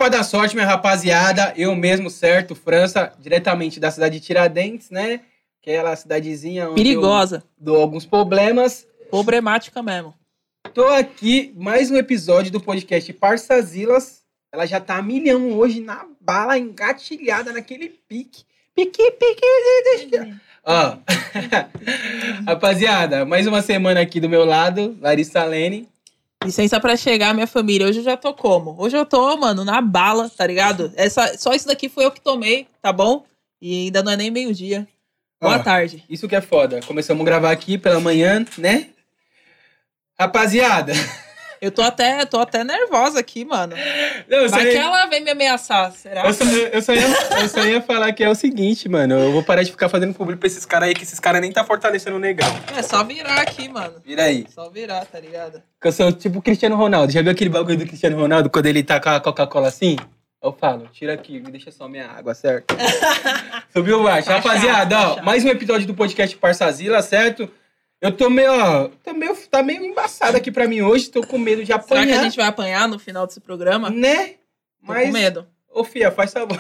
pra dar sorte, minha rapaziada. Eu mesmo, certo, França, diretamente da cidade de Tiradentes, né? Aquela cidadezinha onde perigosa. Eu dou alguns problemas. Problemática mesmo. Tô aqui, mais um episódio do podcast Parçazilas. Ela já tá a milhão hoje na bala, engatilhada naquele pique. Pique. Ó, rapaziada, mais uma semana aqui do meu lado, Larissa Lene. Licença pra chegar, minha família. Hoje eu já tô como? Hoje eu tô, mano, na bala, tá ligado? Só isso daqui foi eu que tomei, tá bom? E ainda não é nem meio-dia. Boa tarde. Isso que é foda. Começamos a gravar aqui pela manhã, né? Rapaziada. Eu tô até nervosa aqui, mano. Não, Vai que ela vem me ameaçar, será? Eu só ia falar que é o seguinte, mano. Eu vou parar de ficar fazendo público pra esses caras aí, que esses caras nem tá fortalecendo o negão. É só virar aqui, mano. Vira aí. Só virar, tá ligado? Que eu sou tipo o Cristiano Ronaldo. Já viu aquele bagulho do Cristiano Ronaldo quando ele tá com a Coca-Cola assim? Eu falo, tira aqui, me deixa só minha água, certo? Subiu o baixo. Rapaziada, ó, mais um episódio do podcast Parçazila, certo? Eu tô meio, tá meio embaçado aqui pra mim hoje, tô com medo de apanhar. Será que a gente vai apanhar no final desse programa? Né? Tô com medo. Ô, fia, faz favor.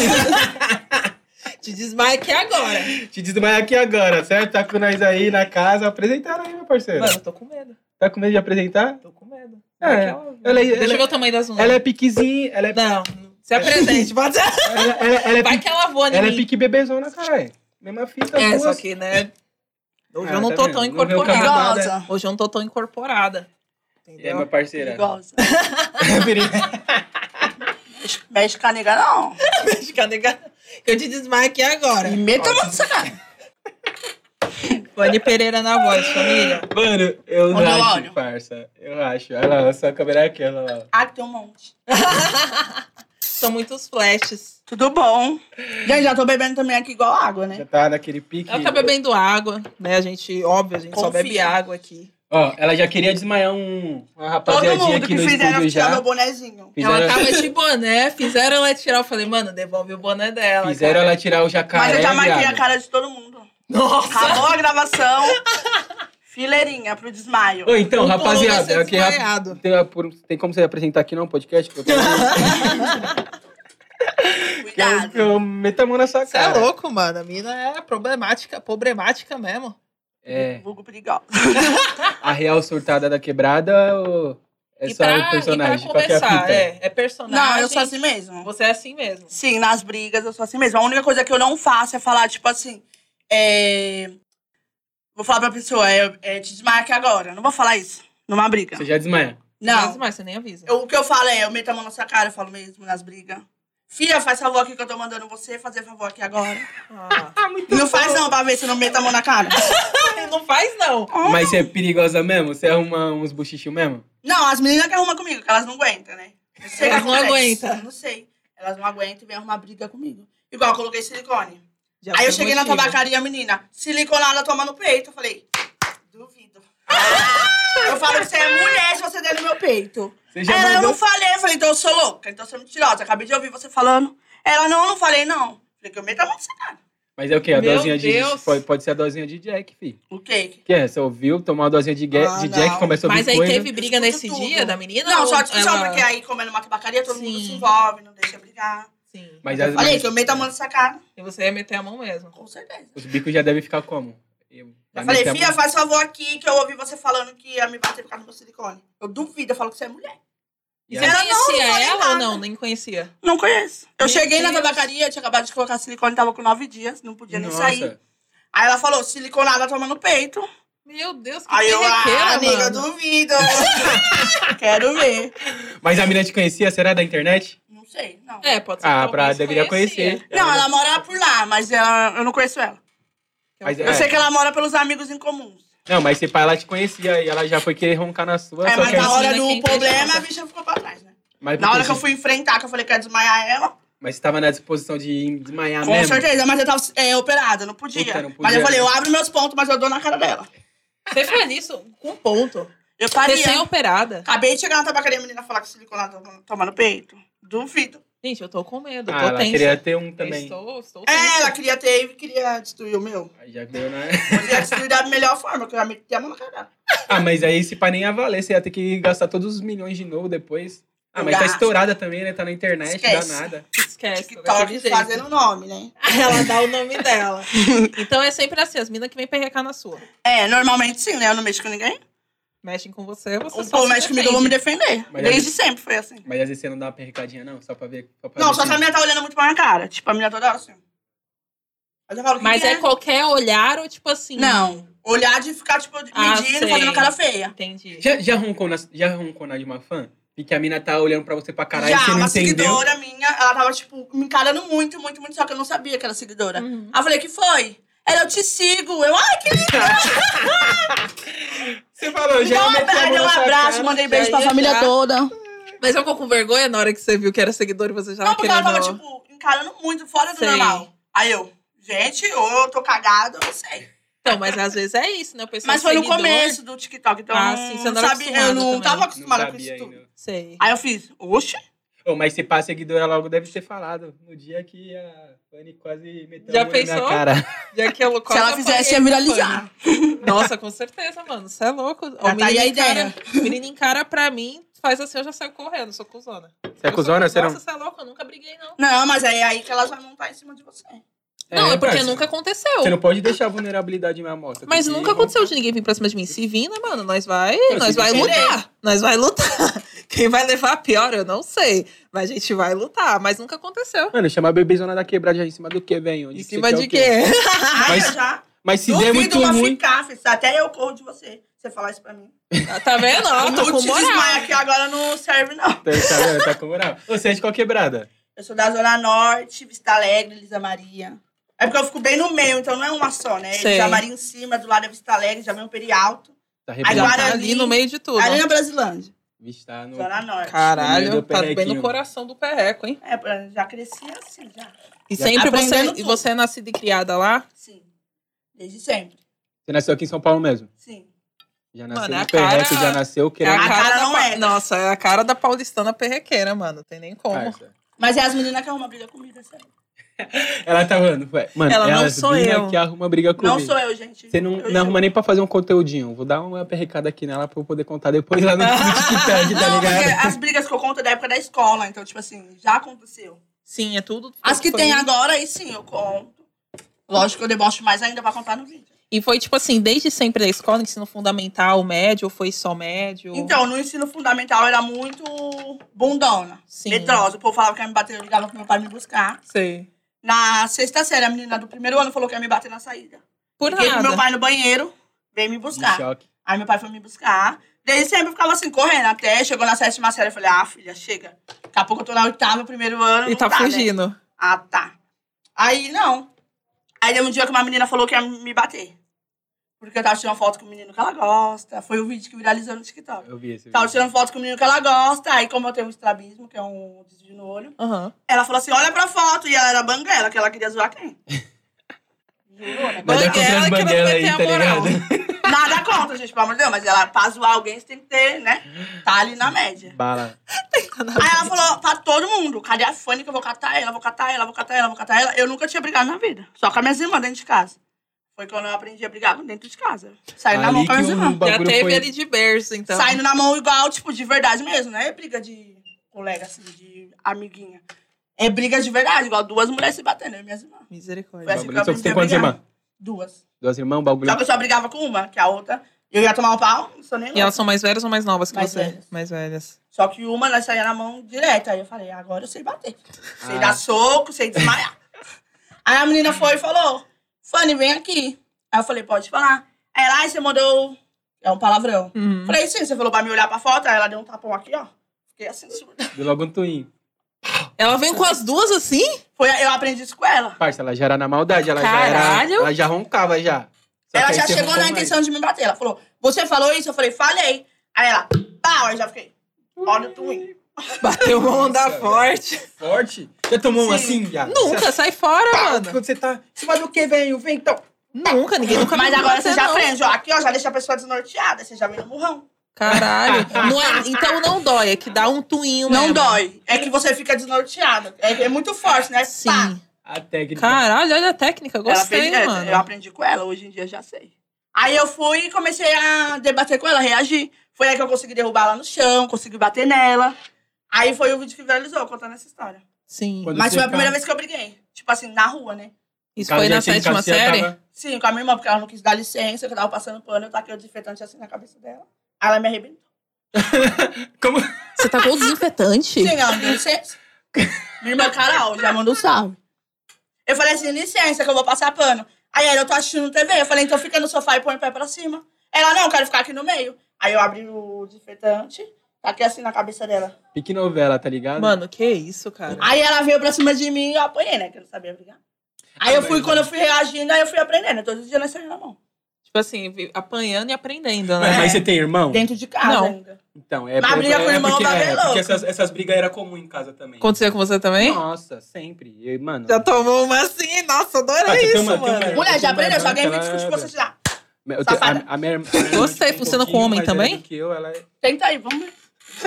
Te desmaia aqui agora. Te desmaia aqui agora, certo? Tá com nós aí na casa. Apresentaram aí, meu parceiro. Mano, eu tô com medo. Tá com medo de apresentar? Tô com medo. Deixa eu ver o tamanho das unhas. Ela é piquezinha, ela é... Não, se apresente, pode ser. Ela é vai que ela voa em ela mim. é pique bebezona, caralho. Mesma fita. É, só que, né... Hoje eu não tô tão incorporada. Hoje eu não tô tão incorporada. Entendeu? E aí, minha parceira? Perigosa. Mexe com a nega, não. Mexe com a nega. Eu te desmaio aqui agora. E meta a mão nessa cara. Fanny Pereira na voz, família. Mano, eu acho, parça. Eu acho. Olha lá, só a câmera aqui, olha lá. Ah, tem um monte. São muitos flashes. Tudo bom. Gente, já tô bebendo também aqui igual água, né? Já tá naquele pique. Ela tá bebendo água, né? A gente, óbvio, a gente Confia. só bebe água aqui. Ó, ela já queria desmaiar uma rapaziadinha todo mundo aqui que no fizeram estúdio tirar já. meu bonezinho. Ela tava de boné, fizeram ela tirar. Eu falei, mano, devolve o boné dela. Fizeram ela tirar o jacaré. Mas eu já marquei a cara de todo mundo. Nossa! Acabou a gravação. Fileirinha pro desmaio. Ô, então, rapaziada, tem como você apresentar aqui não, podcast? Que eu quero... Cuidado. Que eu meto a mão nessa Você cara. é louco, mano. A mina é problemática mesmo. É. Vulgo perigoso. A real surtada da quebrada ou é só o personagem? E pra começar, é personagem. Não, eu sou assim mesmo. Você é assim mesmo. Sim, nas brigas eu sou assim mesmo. A única coisa que eu não faço é falar, tipo assim... Vou falar pra pessoa, te desmaia aqui agora. Não vou falar isso numa briga. Você já desmaia? Não. Mas você nem avisa. O que eu falo eu meto a mão na sua cara, eu falo mesmo nas brigas. Filha, faz favor aqui que eu tô mandando você fazer favor aqui agora. Não faz não, pra ver se não meta a mão na cara. Não faz não. Mas você é perigosa mesmo? Você arruma uns bochichos mesmo? Não, as meninas que arrumam comigo, que elas não aguentam, né? Não sei Elas não aguentam. Não sei. Elas não aguentam e vêm arrumar briga comigo. Igual eu coloquei silicone. Já Aí eu foi cheguei na motivo. tabacaria, a menina, siliconada toma no peito. Eu falei, duvido. Eu falo que você é mulher se você der no meu peito. Você já Ela, eu mandou? não falei. Eu falei, então eu sou louca, então eu sou mentirosa. Acabei de ouvir você falando. Ela, não falei, não. Falei que eu meto a mão nessa cara. Mas é o quê? A Meu dosinha de... Deus. Pode ser a dosinha de Jack, fi. O quê? Que é? Você ouviu? Tomou uma dosinha de Jack, não. começou a ouvir Mas aí coisa. teve briga Eu nesse escuto dia tudo. da menina? Não, ou só discussão, ela- porque aí, como é numa tabacaria, todo mundo Sim. se envolve, não deixa brigar. Sim. Mas Eu falei que eu meto a mão nessa cara. E você ia meter a mão mesmo. Com certeza. os bicos já devem ficar como? Eu falei, filha, faz favor aqui que eu ouvi você falando que ia me bater por causa do meu silicone. Eu duvido, eu falo que você é mulher. E E você aí? conhecia não falei ela nada. ou não? Nem conhecia. Não conheço. Eu Meu cheguei na Deus. tabacaria, tinha acabado de colocar silicone, tava com 9 dias, não podia nem Nossa. sair. Aí ela falou, siliconada toma no peito. Meu Deus, que Aí eu, perrequeira, nega, mano. duvido. Quero ver. Mas a menina te conhecia? Será da internet? Não sei, não. É, pode ser. Ah, que talvez deveria conhecia. conhecer. Não, ela mora por lá, mas eu não conheço ela. Mas Eu sei que ela mora pelos amigos em comuns. Não, mas se pá, ela te conhecia e ela já foi querer roncar na sua. só Mas que na hora menina do quem problema, fez a bicha ficou pra trás, né? Mas Na por hora quê? que eu fui enfrentar, que eu falei que ia desmaiar ela, Mas você tava na disposição de desmaiar com mesmo? certeza, mas eu tava operada, não podia. Puta, não podia. Mas eu falei, eu abro meus pontos, mas eu dou na cara dela. Você faz isso com ponto. Eu faria. Recém-operada. Acabei de chegar na tabacaria, a menina falar que siliconada toma no peito. Duvido. Gente, eu tô com medo, Ah, tô ela tensa. queria ter um também. Estou É, tensa. ela queria ter e queria destruir o meu. Aí já deu, né? Mas ia destruir da melhor forma, que eu ia meter a mão na cara dela. Ah, mas aí se pá nem ia valer, você ia ter que gastar todos os milhões de novo depois. Ah, mas tá estourada também, né? Tá na internet, Esquece. dá nada. Esquece. TikTok fazendo o nome, né? Ela dá o nome dela. Então é sempre assim, as minas que vem perrecar na sua. Normalmente sim, né? Eu não mexo com ninguém. Mexem com você, você O só povo se mexe comigo, eu vou me defender. Mas Desde sempre foi assim. Mas às vezes você não dá uma perrecadinha, não? Só pra ver. Não, só que a menina tá olhando muito pra minha cara. Tipo, a menina toda hora assim. Mas eu falo, Mas que é qualquer olhar ou tipo assim? Não. Olhar de ficar, tipo, medindo, sei. fazendo cara feia. Entendi. Já roncou na de uma fã? E que a mina tá olhando pra você pra caralho e Já, você não uma entendeu? seguidora minha, ela tava, tipo, me encarando muito, muito, muito, só que eu não sabia que era seguidora. Uhum. Aí eu falei, que foi? Ela, eu te sigo. Eu, ai, que lindo. Você falou, já Deu um abraço, mandei beijo pra Já, família já. toda. Mas eu ficou com vergonha na hora que você viu que era seguidor e você já Não, porque ela querendo... tava, tipo, encarando muito, fora do Sei. normal. Aí eu, gente, ou eu tô cagada, eu não sei. Então, mas às vezes é isso, né? O pessoal Mas foi seguidor... no começo do TikTok, então sim, você não era sabia, eu não acostumada tava também. acostumada Não com isso sabia tudo. ainda. Sei. Aí eu fiz, oxe. Oh, mas se pá, a seguidora logo deve ter falado. No dia que a Fanny quase meteu Já a mão na minha pensou? cara. E aquilo Se quase ela fizesse, ia apanhei do viralizar. Fanny. Nossa, com certeza, mano. Você é louco. Já tá aí a ideia. O menino encara pra mim, faz assim, eu já saio correndo, sou cuzona. Você é cuzona? Você não... Nossa, você é louco, eu nunca briguei, não. Não, mas é aí que elas vão montar em cima de você. Não, é porque parça. nunca aconteceu. Você não pode deixar a vulnerabilidade minha mostra. Mas tem que nunca aconteceu montar. de ninguém vir pra cima de mim. Se vir, né, mano? Nós vai defender. lutar. Nós vai lutar. Quem vai levar a pior, eu não sei. Mas a gente vai lutar. Mas nunca aconteceu. Mano, chamar a bebezona da quebrada já em cima do quê, velho? Em cima de quê? Ai, Mas- eu já Mas se der duvido muito uma ruim... ficar, filho. Até eu corro de você. Você falar isso pra mim. Tá vendo? Ó, O tô com te desmaia moral. aqui agora não serve, não. Tá vendo? Tá com moral. Você é de qual quebrada? Eu sou da Zona Norte, Vista Alegre, Elisa Maria. É porque eu fico bem no meio, então não é uma só, né? Sei. Elisa Maria em cima, do lado é Vista Alegre, já vem o Perialto. Tá Aí Já arrebentado. Guarani. tá ali no meio de tudo. Ali na Brasilândia, Vixe, tá no... Zona Norte. No meio Caralho, do tá bem perrequinho. no coração do perreco, hein? É, já cresci assim, já. E Já sempre aprendendo e tudo. você é nascida e criada lá? Sim. Desde sempre. Você nasceu aqui em São Paulo mesmo? Sim. Já nasceu Mano, é no a cara- perreco, já nasceu É querendo... a A cara cara da não é. Nossa, é a cara da paulistana perrequeira, mano. Tem nem como. Parça. Mas é as meninas que arrumam briga comigo, é sério. Ela tá falando, ué, mano, Ela não as sou mina eu. que arruma briga comigo. Não sou eu, gente. Você não, Eu não arruma juro. nem pra fazer um conteúdinho. Vou dar uma perrecada aqui nela pra eu poder contar depois lá no TikTok, tá Não, porque ligado? as brigas que eu conto é da época da escola, então, tipo assim, já aconteceu. Sim, é tudo. As que foi- tem agora, aí sim, eu conto. Lógico que eu debocho mais ainda pra contar no vídeo. E foi tipo assim, desde sempre da escola, ensino fundamental, médio, ou foi só médio? Então, no ensino fundamental era muito bundona, Sim. medrosa. O povo falava que ia me bater, eu ligava pro meu pai me buscar. Sei. Na sexta série, a menina do primeiro ano falou que ia me bater na saída. Por Liguei pro nada. meu pai no banheiro, veio me De buscar. choque. Aí meu pai foi me buscar. Desde sempre eu ficava assim, correndo. Até chegou na sétima série, eu falei, ah, filha, chega. Daqui a pouco eu tô na oitava, primeiro ano, E não tá dá, né? fugindo. Ah, tá. Aí, não. Aí deu um dia que uma menina falou que ia me bater. Porque eu tava tirando foto com o menino que ela gosta. Foi o vídeo que viralizou no TikTok. Eu vi esse Tava vídeo. tirando foto com o menino que ela gosta. Aí, como eu tenho um estrabismo, que é um desvio no olho, Aham. ela falou assim, olha pra foto. E ela era banguela, que ela queria zoar quem? Jurou, né? Mas é contra as Banguela que não banguelas aí, tem a tá moral. ligado? Nada contra, gente, pelo amor de Deus. Mas ela, pra zoar alguém, você tem que ter, né? Tá ali na média. Bala. Aí ela falou pra todo mundo, cadê a Fanny que eu vou catar ela, vou catar ela, vou catar ela, vou catar ela. Eu nunca tinha brigado na vida. Só com as minhas irmãs dentro de casa. Foi quando eu aprendi a brigar dentro de casa. Saindo na Ali mão com as que minhas o irmãs. Já bagulho teve foi... ele de berço, então. Saindo na mão igual, tipo, de verdade mesmo. Não é briga de colega, assim, de amiguinha. É briga de verdade, igual duas mulheres se batendo, eu e minhas irmãs. Foi Misericórdia. assim que eu Bagulho. Você aprendi tem a quantas brigar. irmãs? Duas. Duas irmãs, o bagulho... Só que eu só brigava com uma, que a outra... Eu ia tomar um pau, não sou nem E louca. elas são mais velhas ou mais novas que Mais você? velhas. Mais velhas. Só que uma, nós saía na mão direto. Aí eu falei, agora eu sei bater. Sei Ah. dar soco, sei desmaiar. Aí a menina foi e falou, Fanny, vem aqui. Aí eu falei, pode falar. Aí ela, aí você mandou... É um palavrão. Uhum. Falei, sim, você falou pra me olhar pra foto. Aí ela deu um tapão aqui, ó. Fiquei assim, surda. Deu logo um twin. Ela vem com as duas assim? Eu aprendi isso com ela. Parça, ela já era na maldade, ela Caralho. Ela já roncava já. Só Ela que aí já você chegou roncou na mais. intenção de me bater. Ela falou, você falou isso? Eu falei, falei. Aí ela, pau. Aí eu já fiquei, olha o twin. Bateu uma onda Nossa, forte. Forte? Já tomou um Sim. assim, viado? Nunca, sai fora, Pau, mano. quando você tá... Você vai do que, velho? Vem, então. Nunca, ninguém nunca Mas me agora bateu, você já não. aprende, ó. Aqui, ó, já deixa a pessoa desnorteada. Você já vem no murrão. Caralho. Não é, então não dói, é que dá um twinho Não mesmo. dói. É que você fica desnorteado. É muito forte, né? Sim. Pá. A técnica. Caralho, olha a técnica, Ela gostei, fez, mano. eu aprendi com ela, hoje em dia já sei. Aí eu fui e comecei a debater com ela, reagir. Foi aí que eu consegui derrubar ela no chão, consegui bater nela. Aí foi o vídeo que viralizou, contando essa história. Sim. Quando Mas você foi a primeira tá- vez que eu briguei. Tipo assim, na rua, né? Isso Caso foi já na tinha- sétima caso você já série? tava- Sim, com a minha irmã, porque ela não quis dar licença, que eu tava passando pano, eu taquei o desinfetante assim na cabeça dela. Aí ela me arrebentou. Como? Você tacou o desinfetante? Sim, ela me deu licença. Minha irmã Carol, já mandou um salve. Eu falei assim, licença, que eu vou passar pano. Aí ela, eu tô assistindo TV. Eu falei, então fica no sofá e põe o pé pra cima. Ela, não, eu quero ficar aqui no meio. Aí eu abri o desinfetante, taquei assim na cabeça dela. Pique novela, tá ligado? Mano, que isso, cara? Aí ela veio pra cima de mim e eu apanhei, né? Que eu não sabia brigar. Aí eu fui, quando eu fui reagindo, aí eu fui aprendendo. Todos os dias nós saímos na mão. Tipo assim, apanhando e aprendendo, Mas, né? mas você tem irmão? Dentro de casa Não. ainda. Então, é Mas briga com o irmão, porque, o bagulho é porque louco. essas brigas eram comuns em casa também. Aconteceu com você também? Nossa, sempre. Eu, mano. Já tomou uma assim? Nossa, adorei Ah, você tem isso, uma- tem mano. uma- Mulher, já Eu tenho aprendeu. Se uma alguém irmã vir que discutir ela- com você, já. Eu Safada. a minha irmã é Gostei, um funciona com pouquinho homem mais velha também? do que eu, ela é... Tenta aí, vamos ver.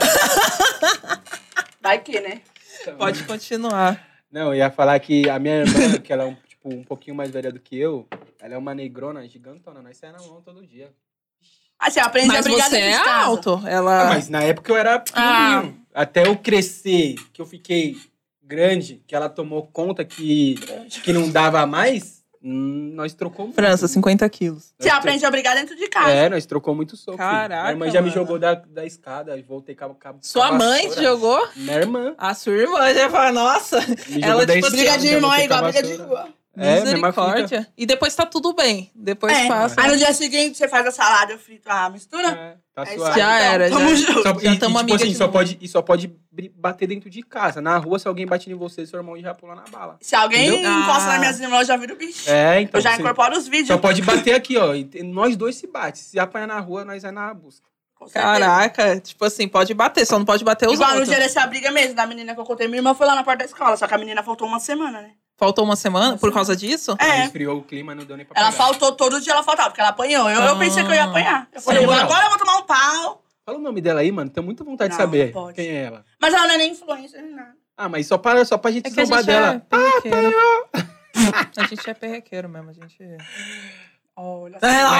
Vai que, né? Pode continuar. Não, eu ia falar que a minha irmã, que ela é um pouquinho mais velha do que eu, ela é uma negrona gigantona. Nós saímos na mão todo dia. Aí você aprende a Mas brigar você dentro é de casa. alto. Ela... Mas na época eu era pequenininho. Até eu crescer, que eu fiquei grande, que ela tomou conta que não dava mais, nós trocou muito. França, 50 quilos. Você aprende a brigar dentro de casa. É, nós trocou muito soco. filho. Caraca, Minha irmã já me mano. jogou da escada, eu voltei com a Sua mãe te vassoura. jogou? Minha irmã. A sua irmã já fala, nossa, Me ela jogou da tipo escada, Briga de já irmão é voltei com a igual briga de vassoura. rua. É, mesma fita. misericórdia. E depois tá tudo bem. Depois É. passa. Aí no dia seguinte você faz a salada, eu frito a mistura. É, tá É isso suave. aí, Já então. era, já. Tamo junto. Só, Já e, tamo tipo amiga assim, de só novo. pode bater dentro de casa. Na rua, se alguém bate em você, seu irmão já pula na bala. Se alguém Entendeu? encosta Ah. nas minhas irmãs, eu já viro bicho. É, então. Eu já você incorporo os vídeos. só pode bater aqui, ó. E nós dois se bate. Se apanhar na rua, nós vai na busca. Com certeza. Caraca, tipo assim, pode bater, só não pode bater os Igual no outros. dia dessa briga mesmo, da menina que eu contei, minha irmã foi lá na porta da escola, só que a menina faltou uma semana, né? Faltou uma semana por causa disso? É. Esfriou o clima, não deu nem pra Ela pegar. faltou, todo dia ela faltava, porque ela apanhou. Eu pensei que eu ia apanhar. Eu falei, Sim, não. agora eu vou tomar um pau. Fala o nome dela aí, mano. Tenho muita vontade de Não, saber não pode. quem é ela. Mas ela não é nem influencer nem nada. Ah, mas só pra gente É que a zombar gente dela. é perrequeiro. A gente é perrequeiro mesmo, a gente... Olha.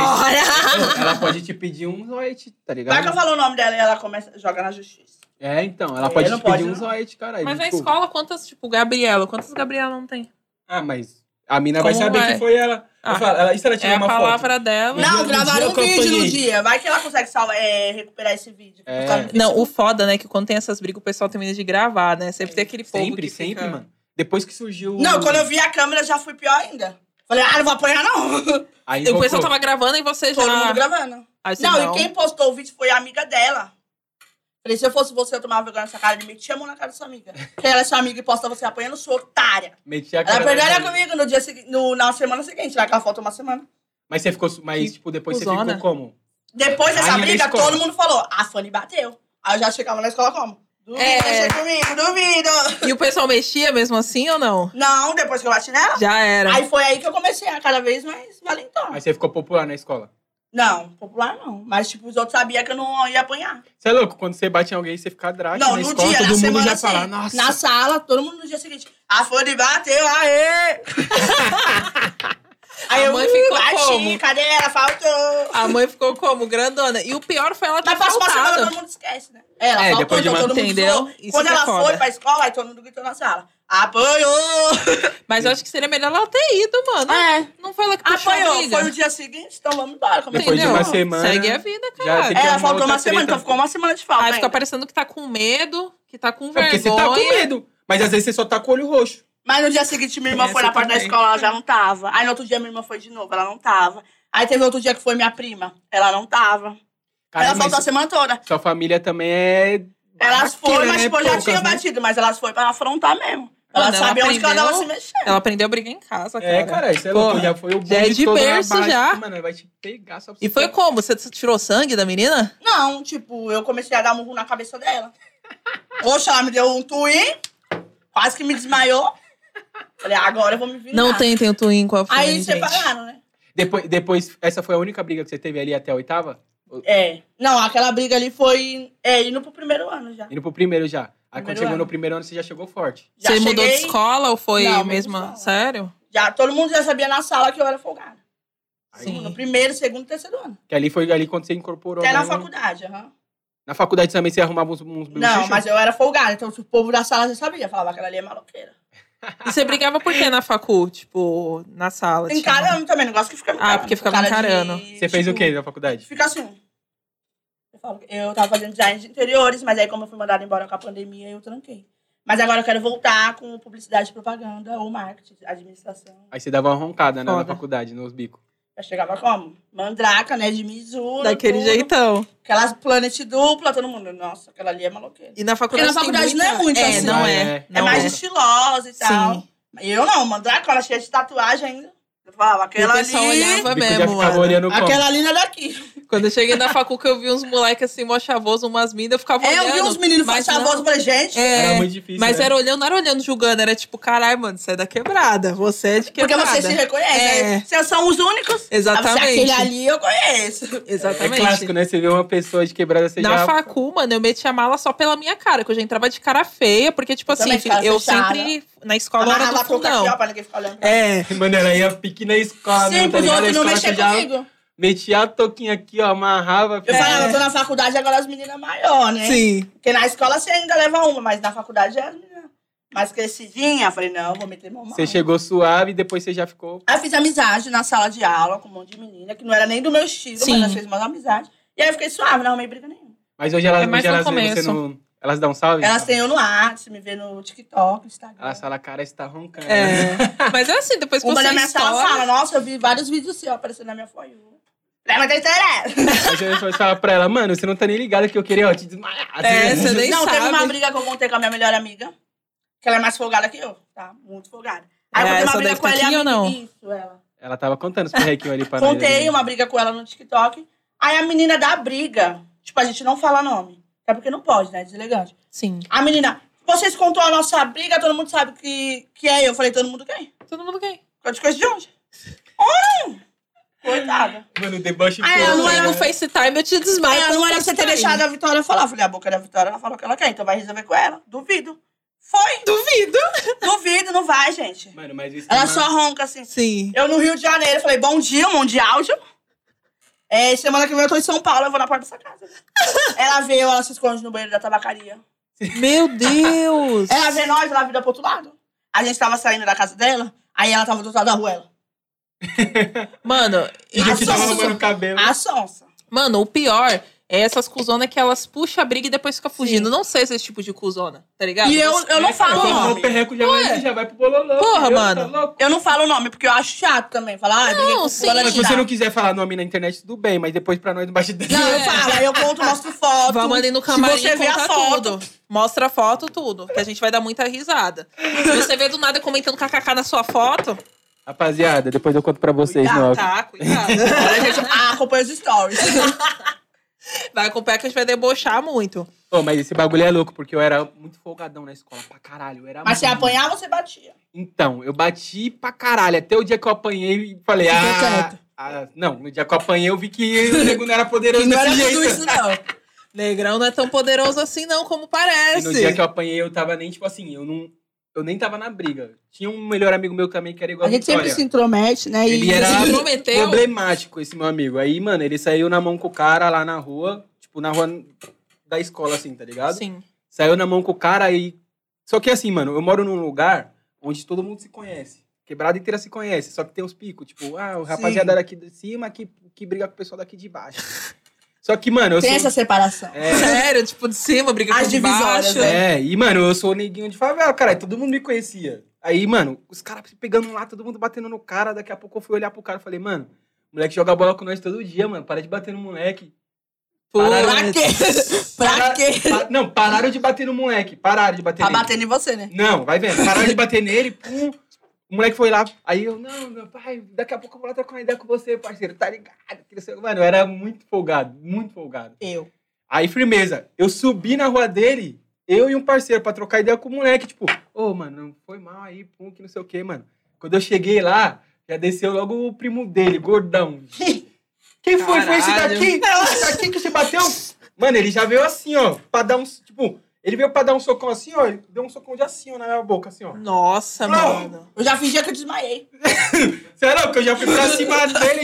Ela pode te pedir um zoite, tá ligado? Vai que eu falo o nome dela e ela começa, joga na justiça. É, então. Ela É, pode não te pedir pode, um não. zoite, caralho. Mas na Tipo, escola, quantas, tipo, Gabriela? Quantas Gabriela não tem? Ah, mas a mina vai Como saber vai? que foi ela. Ah, Eu falo, e se ela tiver É a uma palavra dela. No Não, dia- no gravaram dia um que eu vídeo no apanhei. dia. Vai que ela consegue recuperar esse vídeo. É. Tá no Não, o Facebook. foda, né, que quando tem essas brigas, o pessoal termina de gravar, né? Sempre tem aquele povo Sempre, que sempre, fica... mano. Depois que surgiu... Não, quando eu vi a câmera já fui pior ainda. Falei, não vou apanhar não. Aí O pessoal voltou. tava gravando e você já... Todo mundo gravando. Aí você Não, e quem postou o vídeo foi a amiga dela. Falei, se eu fosse você, eu tomava vergonha nessa cara de mim, te chamou na cara da sua amiga. Porque ela é sua amiga e posta você apanhando, sua otária. Meti a Ela cara perdeu dela. comigo no dia seguinte, na semana seguinte, lá que ela faltou uma semana. Mas você ficou... Mas, Que tipo, depois cuzona. você ficou como? Depois dessa Rainha da briga, escola. todo mundo falou, a Fanny bateu. Aí eu já chegava na escola como? Duvido, É. deixa comigo, duvido. E o pessoal mexia mesmo assim ou não? Não, depois que eu bati nela. Já era. Aí foi aí que eu comecei a cada vez mais valentona. Aí você ficou popular na escola. Não, popular não. Mas, tipo, os outros sabiam que eu não ia apanhar. Você é louco? Quando você bate em alguém, você fica drástico Não, na no escola, dia, todo na mundo semana já assim, fala, nossa. na sala, todo mundo no dia seguinte. A Fanny bateu, aê! Aí A eu mãe ficou bati, como? cadê ela? Faltou. A mãe ficou como? Grandona. E o pior foi ela ter Mas passa uma semana, faltado. todo mundo esquece, né? Ela É, faltou, depois de então uma- todo mundo Entendeu? zoou. Isso Quando que é ela foda. foi pra escola, aí todo mundo gritou na sala. Apanhou! Mas eu acho que seria melhor ela ter ido, mano. É. Não foi ela que puxou a Apanhou, briga. foi no dia seguinte, então vamos embora. Como Depois de Entendeu? uma semana... Segue a vida, já cara. tem que Ela arrumar faltou outra uma semana, treta. então ficou uma semana de falta. Aí fica ainda. parecendo que tá com medo, que tá com É porque vergonha. você tá com medo. Mas às vezes você só tá com o olho roxo. Mas no dia seguinte, minha irmã Essa foi na porta da também. escola, ela já não tava. Aí no outro dia, minha irmã foi de novo, ela não tava. Aí teve outro dia que foi minha prima, ela não tava. Cara, ela mas faltou a semana toda. sua família também é... Elas foram, barraqueira, mas né? tipo, eu já Poucas, tinha né? batido, mas elas foram pra afrontar mesmo. Elas Mano, ela sabiam onde que ela tava se aprendeu- mexendo. Ela aprendeu a brigar em casa, cara. É, cara, isso é Pô, louco. Já foi o bonde já é de todo na berço, base, já. Mano, ele vai te pegar só pra E você foi ter- como? Você tirou sangue da menina? Não, tipo, eu comecei a dar murro na cabeça dela. Poxa, ela me deu um twin, quase que me desmaiou. Falei, agora eu vou me vingar. Não tem o twin com a Fanny, Aí gente. separaram, né? Depois, essa foi a única briga que você teve ali até a oitava? É. Não, aquela briga ali foi indo pro primeiro ano já. Indo pro primeiro já. Aí quando Primeiro chegou ano. no primeiro ano, você já chegou forte. Já Você mudou de cheguei- escola ou foi Não, mesmo? mudei de escola. Sério? Já, todo mundo já sabia na sala que eu era folgada. Sim. No primeiro, segundo e terceiro ano. Que ali foi ali quando você incorporou. Até na mesmo. faculdade, aham. Na faculdade também você arrumava uns Não, bochichos? mas eu era folgada, então o povo da sala já sabia. Falava que aquela ali é maloqueira. E você brigava por quê na facu? Tipo, na sala? Encarando também, não gosto que fica me encarando. porque ficava Cara encarando. Você fez o quê na faculdade? Fica assim. Eu tava fazendo design de interiores, mas aí como eu fui mandada embora com a pandemia, eu tranquei. Mas agora eu quero voltar com publicidade e propaganda ou marketing, administração. Aí você dava uma roncada, né, na Foda. faculdade, nos bicos. Eu chegava como? Mandraca, né, de Mizuno. Daquele tudo. jeitão. Aquelas planet dupla, todo mundo. Nossa, aquela ali é maloqueira. E na faculdade, Porque na faculdade não é muito assim. Não É, é. É Não mais é. estilosa e tal. Sim. Eu não, mandraca, ela cheia de tatuagem ainda. Eu falava, E o aquela ali... pessoal olhava O bico já mesmo, ficava mano. olhando como? Aquela ali não é daqui. Quando eu cheguei na facu, que eu vi uns moleques assim, mó chavoso, umas minas, eu ficava olhando. Eu vi uns meninos mas chavosos não- e falei, gente... Era muito difícil, Mas né? era olhando, não era olhando, julgando, era tipo, caralho, mano, você é da quebrada, você é de Porque quebrada. você se reconhece. É. Né? Vocês são os únicos. Exatamente. Aquele ali eu conheço. É Exatamente. clássico, né? Você vê uma pessoa de quebrada, você Na já... facu, mano, eu meti a mala só pela minha cara, que eu já entrava de cara feia, porque, tipo assim, também de cara eu fechada. sempre, na escola, eu era Amarrava do a touca aqui, fundão. ó, pra ninguém ficar olhando. É, Mano, ela ia pique na escola, Sim, mesmo, tá pros ligado? outros não A escola mexer você já comigo. metia a touquinha aqui, ó, amarrava. Eu falava, eu tô na faculdade, agora as meninas maiores, né? sim. Porque na escola você ainda leva uma, mas na faculdade é as meninas mais crescidinha. Eu falei, não, vou meter meu mão. Você chegou suave e depois você já ficou... Aí eu fiz amizade na sala de aula com um monte de menina, que não era nem do meu estilo, Sim. mas nós fizemos uma amizade. E aí eu fiquei suave, não arrumei briga nenhuma. Mas hoje elas, É mais hoje no elas veem você começo. no... Elas dão um salve? Elas têm eu no WhatsApp, me vê no TikTok, no Instagram. Elas falam, cara, você tá roncando. É. Mas é assim, depois que Uma você da minha sala estoura... fala, nossa, eu vi vários vídeos seus aparecendo na minha For You. Leva da internet. Aí você fala pra ela, mano, você não tá nem ligada que eu queria, ó, te desmaiar. É, você nem Não, teve sabe. uma briga que eu contei com a minha melhor amiga, que ela é mais folgada que eu, tá? Muito folgada. Aí eu contei essa uma briga deve com ter ela e aqui a ou não? menina... Isso, ela. Ela tava contando os perrequinhos ali pra nós. Contei uma briga com ela no TikTok. Aí a menina da briga, tipo, a gente não fala nome. É porque não pode, né? Deselegante. Sim. A menina, vocês contou a nossa briga, todo mundo sabe que é eu. Eu falei, todo mundo quem? Todo mundo quem? Eu te conheço de onde? Coitada. Mano, o deboche Ah, ela todo, não Aí era- né? no FaceTime eu te desmaio. Ela não pelo era pra você ter FaceTime. deixado a Vitória falar. Eu falei, a boca da Vitória, ela falou que ela quer, então vai resolver com ela. Duvido. Foi. Duvido. Duvido, não vai, gente. Mano, mas isso Ela só ronca assim. Sim. Eu no Rio de Janeiro, falei, bom dia, um monte de áudio. Semana que vem eu tô em São Paulo, eu vou na porta dessa casa. Ela veio, ela se esconde no banheiro da tabacaria. Meu Deus. Ela vê nós, ela vira pro outro lado. A gente tava saindo da casa dela, aí ela tava do outro lado da rua, ela. Mano, E a gente tava sonsa. arrumando o cabelo. A sonsa. mano, o pior é essas cuzonas que elas puxam a briga e depois ficam fugindo. Não sei se é esse tipo de cuzona, tá ligado? E eu não falo Quando o arrumou o nome. perreco já vai pro bololô. Porra, entendeu? mano. Tá louco? Eu não falo o nome, porque eu acho chato também. Falar, ai, briguei com sim. fulana Mas de se você tal. não quiser falar nome na internet, tudo bem. Mas depois pra nós no bastidor. Não, eu falo, aí eu conto, mostro foto. Vamos ali no camarim Se você e ver a conta foto. tudo. Mostra a foto, tudo. Que a gente vai dar muita risada. Se você vê do nada comentando kkk na sua foto, Rapaziada, depois eu conto pra vocês, Cuidado, não. tá, cuidado. Olha, gente, acompanha os stories. Vai acompanhar que a gente vai debochar muito. Pô, mas esse bagulho é louco, porque eu era muito folgadão na escola, pra caralho. Eu era Mas se muito. apanhava, você batia. Então, eu bati pra caralho. Até o dia que eu apanhei e falei, Ficou quieto. não, no dia que eu apanhei eu vi que o nego não era poderoso Que não era desse tudo jeito. isso, não. Negrão não é tão poderoso assim não, como E parece. no dia que eu apanhei, eu tava nem, tipo assim, eu nem tava na briga. Tinha um melhor amigo meu também que era igual A gente Vitória. sempre se intromete, né? Ele E era se intrometeu? problemático, esse meu amigo. Aí, mano, ele saiu na mão com o cara lá na rua, tipo, na rua da escola, assim, tá ligado? Sim. Saiu na mão com o cara aí. Só que assim, mano, eu moro num lugar onde todo mundo se conhece. Quebrada inteira se conhece, só que tem uns picos, tipo, o rapaziada daqui de cima que briga com o pessoal daqui de baixo. Só que, mano, eu tem sou... essa separação. É, Sério, tipo, de cima, briga com As de divisórias, baixo. né? e, mano, eu sou o neguinho de favela, cara, todo mundo me conhecia. Aí, mano, os caras se pegando lá, todo mundo batendo no cara, daqui a pouco eu fui olhar pro cara e falei, mano, o moleque joga bola com nós todo dia, mano, para de bater no moleque. Pô, Pra quê? Pra quê? Não, pararam de bater no moleque, pararam de bater Tá nele. batendo em você, né? Não, vai vendo. Pararam de bater nele, pum. O moleque foi lá. Aí eu, não, meu pai, daqui a pouco eu vou lá trocar uma ideia com você, parceiro. Tá ligado? Mano, eu era muito folgado, muito folgado. Eu. Aí, firmeza. Eu subi na rua dele, eu e um parceiro, pra trocar ideia com o moleque. Tipo, mano, foi mal aí, pum, que não sei o quê, mano. Quando eu cheguei lá, já desceu logo o primo dele, gordão. Quem foi? Foi esse Caralho. daqui? Esse daqui que você bateu? Mano, ele já veio assim, ó, pra dar um, tipo... Ele veio pra dar um socão assim, ó, ele deu um socão de assim, ó, na minha boca, assim, ó. Nossa, Não. mano. Eu já fingia que eu desmaiei. Você é louco? Eu já fui pra cima dele, já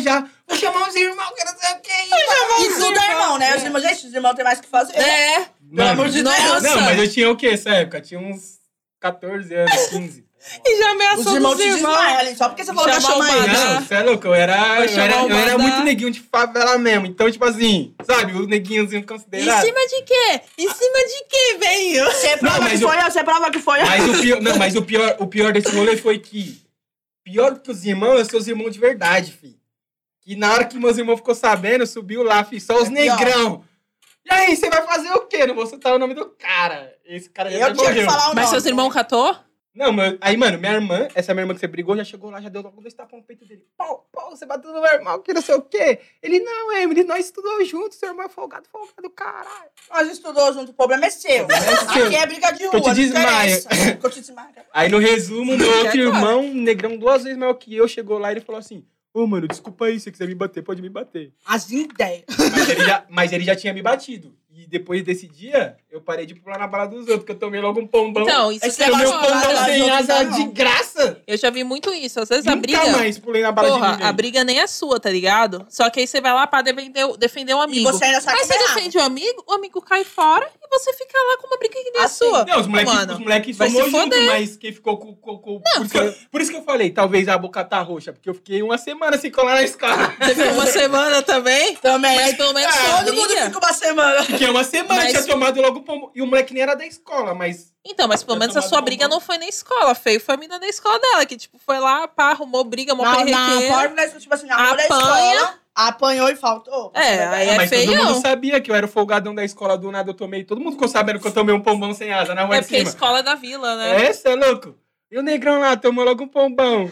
Vou chamar os irmãos, que não sei o que. E tudo é irmão, né? Os irmãos, gente, os irmãos têm mais o que fazer. Pelo amor de Deus. Nossa. Não, mas eu tinha o quê nessa época? Tinha uns 14 anos, 15. E já ameaçou Os irmãos dos te irmãos. desmaiam ali, só porque você falou que ia Chamar chamar o eles. Madá. Não, você é louco, eu era Madá. muito neguinho de favela mesmo. Então, tipo assim, sabe, o neguinhozinho Em considerado. cima de quê? Em cima de quê, velho? Você prova mas que foi eu, você prova que foi eu. Mas o pior desse rolê foi que, pior do que os irmãos, são os irmãos de verdade, filho. Que na hora que meus irmãos ficou sabendo, subiu lá, filho, só os É pior. negrão. E aí, você vai fazer o quê? Não vou citar o nome do cara. Esse cara já Eu tinha que morreu. falar o nome. Mas seus irmãos catou? Não, aí, mano, minha irmã, essa minha irmã que você brigou, já chegou lá, já deu logo 2 tapas no peito dele. Pau, você bateu no meu irmão, que não sei o quê. Ele, não, Emily, nós estudamos juntos, seu irmão é folgado, caralho. Nós estudou junto, o problema é seu. seu. Aqui é briga de Que eu rua, te não desmaio. interessa. Que eu te desmaio. Aí, no resumo, meu outro Quer, cara? irmão, negrão 2 vezes maior que eu, chegou lá e ele falou assim, ô, mano, desculpa aí, se você quiser me bater, pode me bater. As ideias. Mas ele já tinha me batido. E depois desse dia, eu parei de pular na bala dos outros, porque eu tomei logo um pombão. Então, isso Esse que é o meu negócio foda. de pombão falar sem dos outros asa não. de graça. Eu já vi muito isso. Às vezes a Nunca briga... mais pulei na bala de Porra, ninguém. a briga nem é sua, tá ligado? Só que aí você vai lá pra defender um E amigo. você ainda sai Mas você com errado. defende o amigo cai fora e você fica lá com uma briga que nem a Assim. sua. Não, os Mano, moleques vai somou se junto, foder. mas quem ficou com... por isso que eu falei, talvez a boca tá roxa, porque eu fiquei uma semana sem colar na escola. Você ficou uma semana também? Também. Mas pelo menos foi Todo mundo briga. fica uma semana. Fiquei uma semana, Mas- tinha tomado logo pombo. E o moleque nem era da escola, mas... Então, mas pelo Eu menos a tomava sua bombom. briga não foi na escola. Feio foi a menina da escola dela, que tipo, foi lá, pá, arrumou briga, uma Na perrequeira. porta, tipo assim, na rua da Apanha. escola, apanhou e faltou. É, aí é mas todo feião. mundo sabia que eu era o folgadão da escola, do nada eu tomei. Todo mundo ficou sabendo que eu tomei um pombão sem asa na rua É de porque a cima. escola é da vila, né? É, cê é louco? E o negrão lá tomou logo um pombão.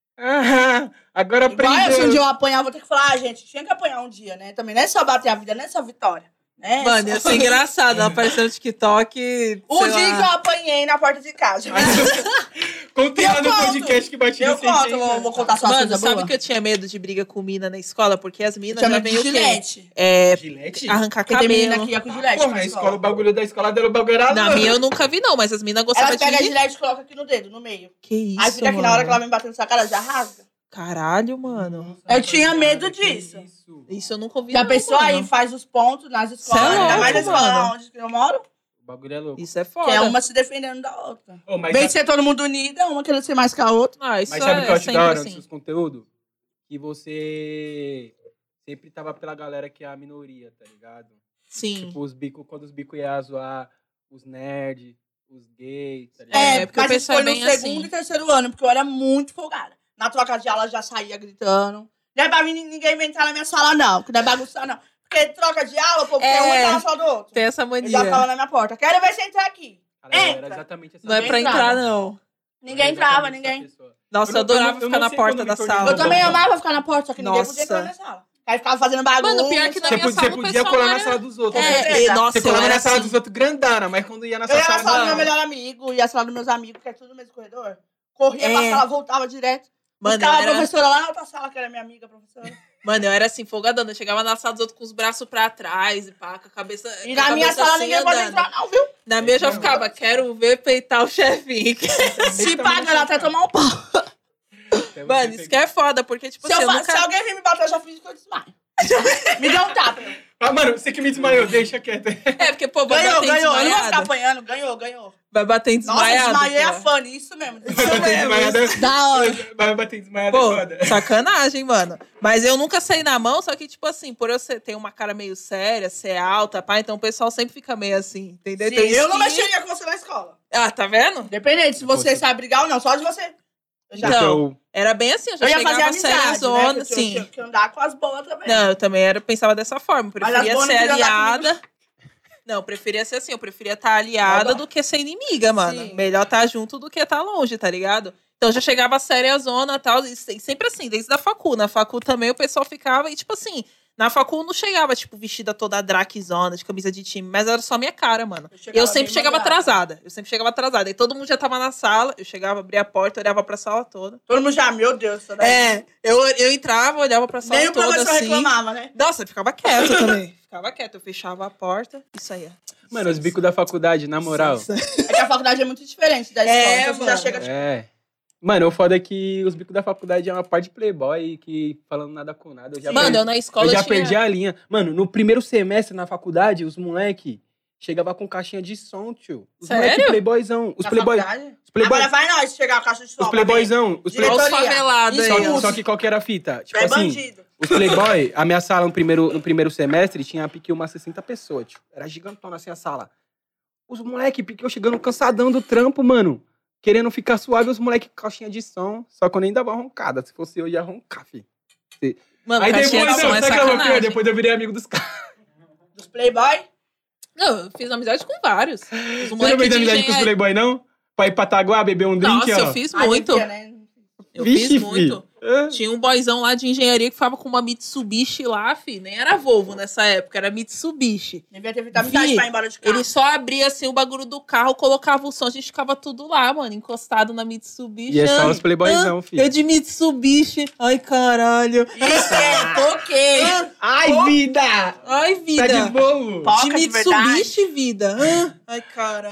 Ah, agora Igual se um aprendeu. dia eu apanhar, eu vou ter que falar, gente, tinha que apanhar um dia, né? Também não é só bater a vida, não é só vitória. Né? Mano, ia ser engraçado. Ela apareceu no TikTok. O sei dia lá. que eu apanhei na porta de casa. Contei lá no Eu conto. podcast que bati Eu recente, conto, hein, vou contar só uma Mano, coisa sabe boa. que eu tinha medo de briga com mina na escola? Porque as minas Chama já de vêm o quê? gilete. É, Gilete? arrancar Porque tem menina cabelo. que ia com gilete. Porra, pra na escola, o bagulho da escola dela, o bagulho era Na louco. minha eu nunca vi, não, mas as minas gostavam Ela pega a de. gilete e coloca aqui no dedo, no meio. Que isso, Aí fica aqui mano. na hora que ela vem batendo na sua cara, já rasga. Caralho, mano. Eu tinha medo Que disso. isso? Isso eu nunca ouvi. Já não, pensou aí, mano. faz os pontos nas escolas, Cê é ainda louco, mais na escola mano. onde eu moro, O bagulho é louco. Isso é foda. que é uma se defendendo da outra. Ô, mas Vem sabe- ser todo mundo unida, uma querendo ser mais que a outra. Ah, isso Mas sabe o que eu é acho sempre da hora nos assim. seus conteúdos? Que você sempre tava pela galera que é a minoria, tá ligado? Sim. Tipo, quando os bicos iam zoar os nerds, os gays, tá ligado? É, porque o mas isso pessoal foi é no bem segundo assim. e terceiro ano, porque eu era muito folgada. Na troca de aula já saía gritando. Não é pra mim ninguém entrar na minha sala, não, que não é bagunçar, não. Porque troca de aula, o povo quer um entrar na sala do outro. Tem essa Eu mania. já ficava na minha porta. Quero ver você entrar aqui. Cara, eu era entra. exatamente essa Não é pessoa. pra entrar, não. Ninguém Eu era entrava, exatamente essa ninguém. pessoa. Nossa, eu Eu adorava não ficar na sei porta quando da me tornei sala. Eu também bom. amava ficar na porta, só que ninguém Nossa. podia entrar na minha sala. Aí ficava fazendo bagunça. Mano, pior que na Você minha sala o podia pessoal colar era- na sala dos outros. É, né? É, e, nossa, Você eu colava era na sala assim. dos outros grandana, mas quando ia na Eu sua ia na sala... sala do meu não. melhor amigo, ia na sala dos meus amigos, que é tudo no mesmo corredor. Corria pra É. sala, voltava direto. Mano, Ficava eu a era... professora lá na outra sala, que era minha amiga, a professora. Mano, eu era assim, folgadona. Eu chegava na sala dos outros com os braços pra trás e pá, com a cabeça. E com a na minha cabeça sala assim, ninguém pode andando. entrar, não, viu? Na minha eu já Não. ficava, quero ver peitar o chefinho. Se paga, até tomar um pau. Mano, isso que é foda, porque, tipo Se, assim, eu se nunca. alguém vir me bater, eu já fiz que eu desmaio. Me deu um tapa. Ah, mano, você que me desmaiou, deixa quieto. É, porque, pô, vai Ganhou, bater ganhou. Eu não vou ficar desmaiado. apanhando, ganhou. Vai bater Nossa, desmaiado. desmaiei a pô. Fanny, isso mesmo. Vai bater desmaiada. Da hora. Vai bater desmaiada Pô, foda. sacanagem, mano. Mas eu nunca saí na mão, só que, tipo assim, por eu ter uma cara meio séria, ser alta, pá, então o pessoal sempre fica meio assim, entendeu? Sim, Então, eu não isso que- mexeria com você na escola. Ah, tá vendo? Dependente se você Você- sabe brigar ou não, só de você. Eu já. Então, era bem assim, eu já eu ia fazer chegava amizade, séria né? zona, Porque eu sim. tinha que andar com as boas também. Não, eu também pensava dessa forma. Eu Mas as preferia boas não ser queriam andar aliada. Não, eu preferia ser assim, eu preferia estar aliada Nada. do que ser inimiga, mano. Sim. Melhor estar junto do que estar longe, tá ligado? Então eu já chegava séria zona e tal, e sempre assim, desde a facu. Na facu também o pessoal ficava, e tipo assim, na facu não chegava, tipo, vestida toda drakzona, de camisa de time, mas era só minha cara, mano. Eu sempre bem chegava magrada. atrasada. Eu sempre chegava atrasada. E todo mundo já tava na sala, eu chegava, abria a porta, olhava pra sala toda. Todo mundo já, meu Deus. Isso daí. É, eu entrava, olhava pra sala Nem o toda professor assim. reclamava, né? Nossa, eu ficava quieta também. Ficava quieta, eu fechava a porta, isso aí. Mano, os bicos da faculdade, na moral. É que a faculdade é muito diferente da escola. É, então você já mano. chega, tipo, É. Mano, o foda é que os bicos da faculdade é uma parte de playboy que falando nada com nada. Eu já Mano, eu na escola eu já tinha... perdi a linha. Mano, no primeiro semestre na faculdade, os moleque chegava com caixinha de som, tio. Os Sério? moleque playboyzão. Os Na playboy... faculdade? Os playboy... Agora vai nós chegar a caixa de som. Os playboyzão. Os Diretoria. playboy... Os favelados aí, ó. Só que qual que era a fita? Tipo É assim, bandido. os playboy, a minha sala no primeiro semestre tinha pique umas 60 pessoas, tio. Era gigantona assim a sala. Os moleque piqueu chegando cansadão do trampo, mano. Querendo ficar suave, os moleque com caixinha de som. Só que eu nem dava roncada. Se fosse eu, ia roncar, fi. Mano, Aí depois, caixinha de som é sabe o que eu sacanagem. depois eu virei amigo dos caras. Dos playboy? Não, eu fiz amizade com vários. Os Você não moleques fez de amizade com os engenharia... playboy, não? Pra ir pra Taguá, beber um drink, Nossa, ó. eu fiz Ah, muito. devia, né? Eu Vixe, fiz muito. fi. É. Tinha um boyzão lá de engenharia que falava com uma Mitsubishi lá, fi. Nem era Volvo nessa época, era Mitsubishi. Devia ter feito amizade Vi, pra ir embora de carro. Ele só abria assim o bagulho do carro, colocava o som, a gente ficava tudo lá, mano, encostado na Mitsubishi. E é só Ai, os playboyzão, filho. eu de Mitsubishi. Ai, caralho. Isso é, toquei. Ai, vida! Ai, vida. Tá de boa. Poca de de verdade. Mitsubishi, vida. Ai, caralho.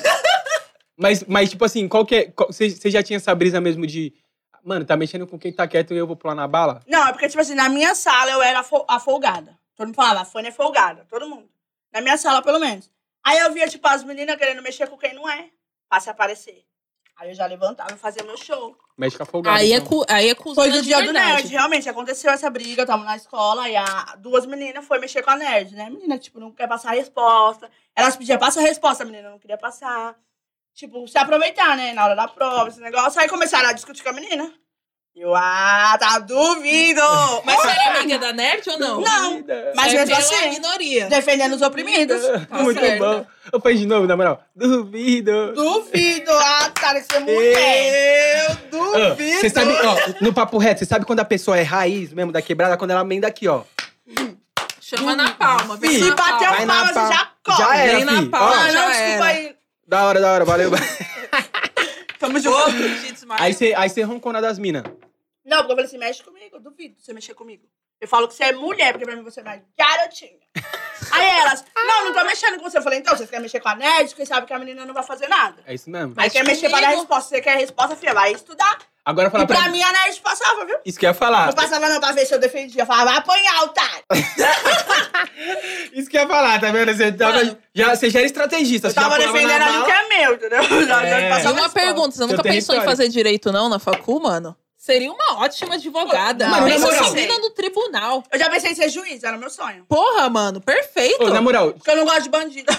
Mas, tipo assim, você já tinha essa brisa mesmo de... Mano, tá mexendo com quem tá quieto e eu vou pular na bala? Não, é porque, tipo assim, na minha sala eu era a folgada. Todo mundo falava, a Fanny é folgada. Todo mundo. Na minha sala, pelo menos. Aí eu via, tipo, as meninas querendo mexer com quem não é. Pra se aparecer. Aí eu já levantava e fazia meu show. Mexe com a folgada. Aí é então. com os Foi de do dia do verdade. nerd, realmente. Aconteceu essa briga, eu tava na escola e duas meninas foram mexer com a nerd, né? A menina, tipo, não quer passar a resposta. Elas pediam, passa a resposta, a menina não queria passar. Tipo, se aproveitar, né? Na hora da prova, esse negócio. Aí começaram a discutir com a menina. Eu, tá duvido! Mas você era amiga da nerd ou não? Não, mas Você mesmo é uma assim, minoria. defendendo os oprimidos. Muito certo. bom. Eu faço de novo, na moral. Duvido. Duvido! Tá, que ser mulher! Eu duvido! Você sabe, ó, no papo reto, você sabe quando a pessoa é raiz mesmo da quebrada? Quando ela emenda aqui, ó. Chama na palma. vem Se na bater palma. Vai o na pau, você palma. já corre. Já era, Vem na fi. palma. Ó, Ah, já não, desculpa era. aí. da hora, valeu. Tamo junto. Aí você roncou na das minas. Não, porque eu falei assim, mexe comigo, eu duvido você mexer comigo. Eu falo que você é mulher, porque pra mim você é mais garotinha. Aí elas, não tô mexendo com você. Eu falei, então, você quer mexer com a nerd, porque sabe que a menina não vai fazer nada. É isso mesmo. Aí quer mexer para dar resposta. Você quer resposta, filha, vai estudar. Agora fala E pra mim a nerd passava, viu? Isso que eu ia falar. Não passava não pra ver se eu defendia. Eu falava, vai apanhar, otário. Isso que eu ia falar, tá vendo? Você já era estrategista. Eu você já tava pulava defendendo na ali o que bala. é meu, entendeu? Já É. passava E uma resposta. pergunta, você nunca Seu pensou em território. fazer direito, não, na facu, mano? Seria uma ótima advogada. Não, Mano, na pensa moral. essa mina no tribunal. Eu já pensei em ser juiz, era meu sonho. Porra, mano, perfeito. Ô, na moral, Porque eu não gosto de bandido.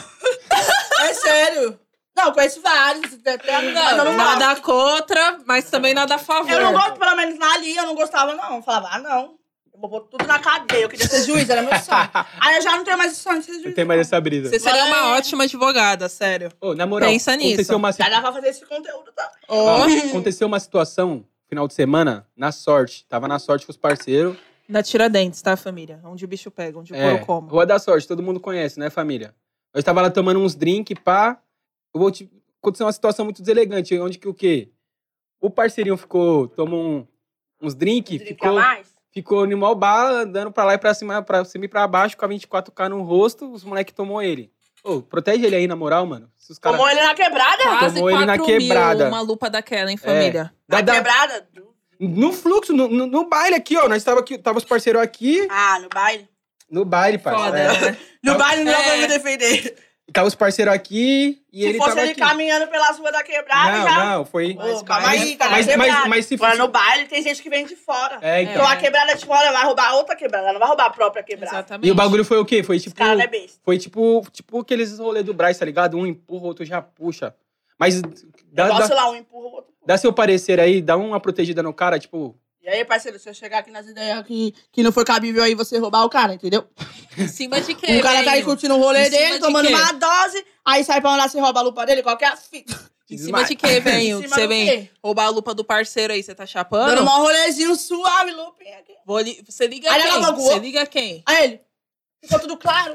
É sério. Não, eu conheço vários. Mas eu não gosto. Nada contra, mas também nada a favor. Eu não gosto, pelo menos na ali, eu não gostava, não. Eu falava, não. Eu vou pôr tudo na cadeia. Eu queria ser juiz, era meu sonho. Aí eu já não tenho mais esse sonho de ser juiz. não tem mais essa brisa. Você seria Mas- uma ótima advogada, sério. Ô, na moral, Pensa nisso. aconteceu uma, Já dá pra fazer esse conteúdo também. Ó, aconteceu uma situação, final de semana, na sorte. Tava na sorte com os parceiros. da Tiradentes, tá, família? Onde o bicho pega, onde o couro come. Rua da Sorte, todo mundo conhece, né, família? Eu estava lá tomando uns drink, pá. Aconteceu uma situação muito deselegante, onde que o quê? O parceirinho tomou uns drink, ficou no maior bar, andando pra lá e pra cima e pra baixo, com a 24K no rosto, os moleques tomou ele. Ô, protege ele aí, na moral, mano. Se os cara... Tomou ele na quebrada? Quase Tomou ele na 4 mil, quebrada. uma lupa daquela, hein, família? Na quebrada? No fluxo, no baile aqui, ó. Nós tava os parceiros aqui, Ah, no baile? no baile, parceiro. Foda, É. né? No baile não dá pra É. me defender. Tava os parceiros aqui e Se ele fosse tava ele aqui. caminhando pelas ruas da quebrada, já... Não, foi... Ô, calma aí, tá na mas quebrada. se Agora fosse... no baile tem gente que vem de fora. É, então. Então a quebrada de fora vai roubar outra quebrada, não vai roubar a própria quebrada. Exatamente. E o bagulho foi o quê? Foi tipo... Cara, não é besta. Foi tipo aqueles rolês do Braz, tá ligado? Um empurra, o outro já puxa. Mas Negócio lá, um empurra o outro. dá seu parecer aí, dá uma protegida no cara, tipo... E aí, parceiro, se eu chegar aqui nas ideias que não foi cabível aí você roubar o cara, entendeu? Em cima de quê, O cara tá aí velho? curtindo o rolê Em cima dele, de tomando quê? uma dose, aí sai pra andar, você rouba a lupa dele, qual que é a fita? Em cima de quê, velho? Em cima Você do vem quê? roubar a lupa do parceiro aí, você tá chapando? Dando um rolezinho suave, lupinha aqui. Você liga Aí quem? ela bagou. Você liga quem? Aí ele, ficou tudo claro?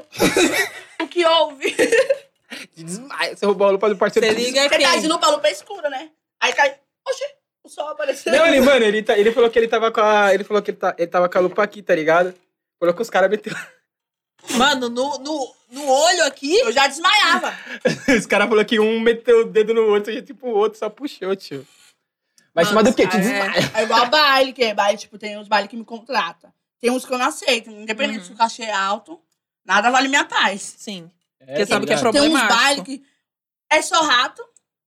O que houve? Desmaia. Você roubou a lupa do parceiro. Você liga Você cai de quem? lupa, a lupa é escura, né? Aí cai, oxi, o sol apareceu. Não, ele falou que ele tava com a... Ele falou que ele tava com a lupa aqui, tá ligado? Falou que os caras meteram... Mano, no olho aqui? Eu já desmaiava. Os caras falaram que um meteu o dedo no outro e tipo o outro só puxou, tio. Vai em cima do quê? Te é. desmaia. É igual baile, que é baile, tipo, tem uns bailes que me contratam. Tem uns que eu não aceito, independente se o cachê é alto, nada vale minha paz. Sim. Porque sabe que é verdade. Tem uns problemático. bailes que é só rato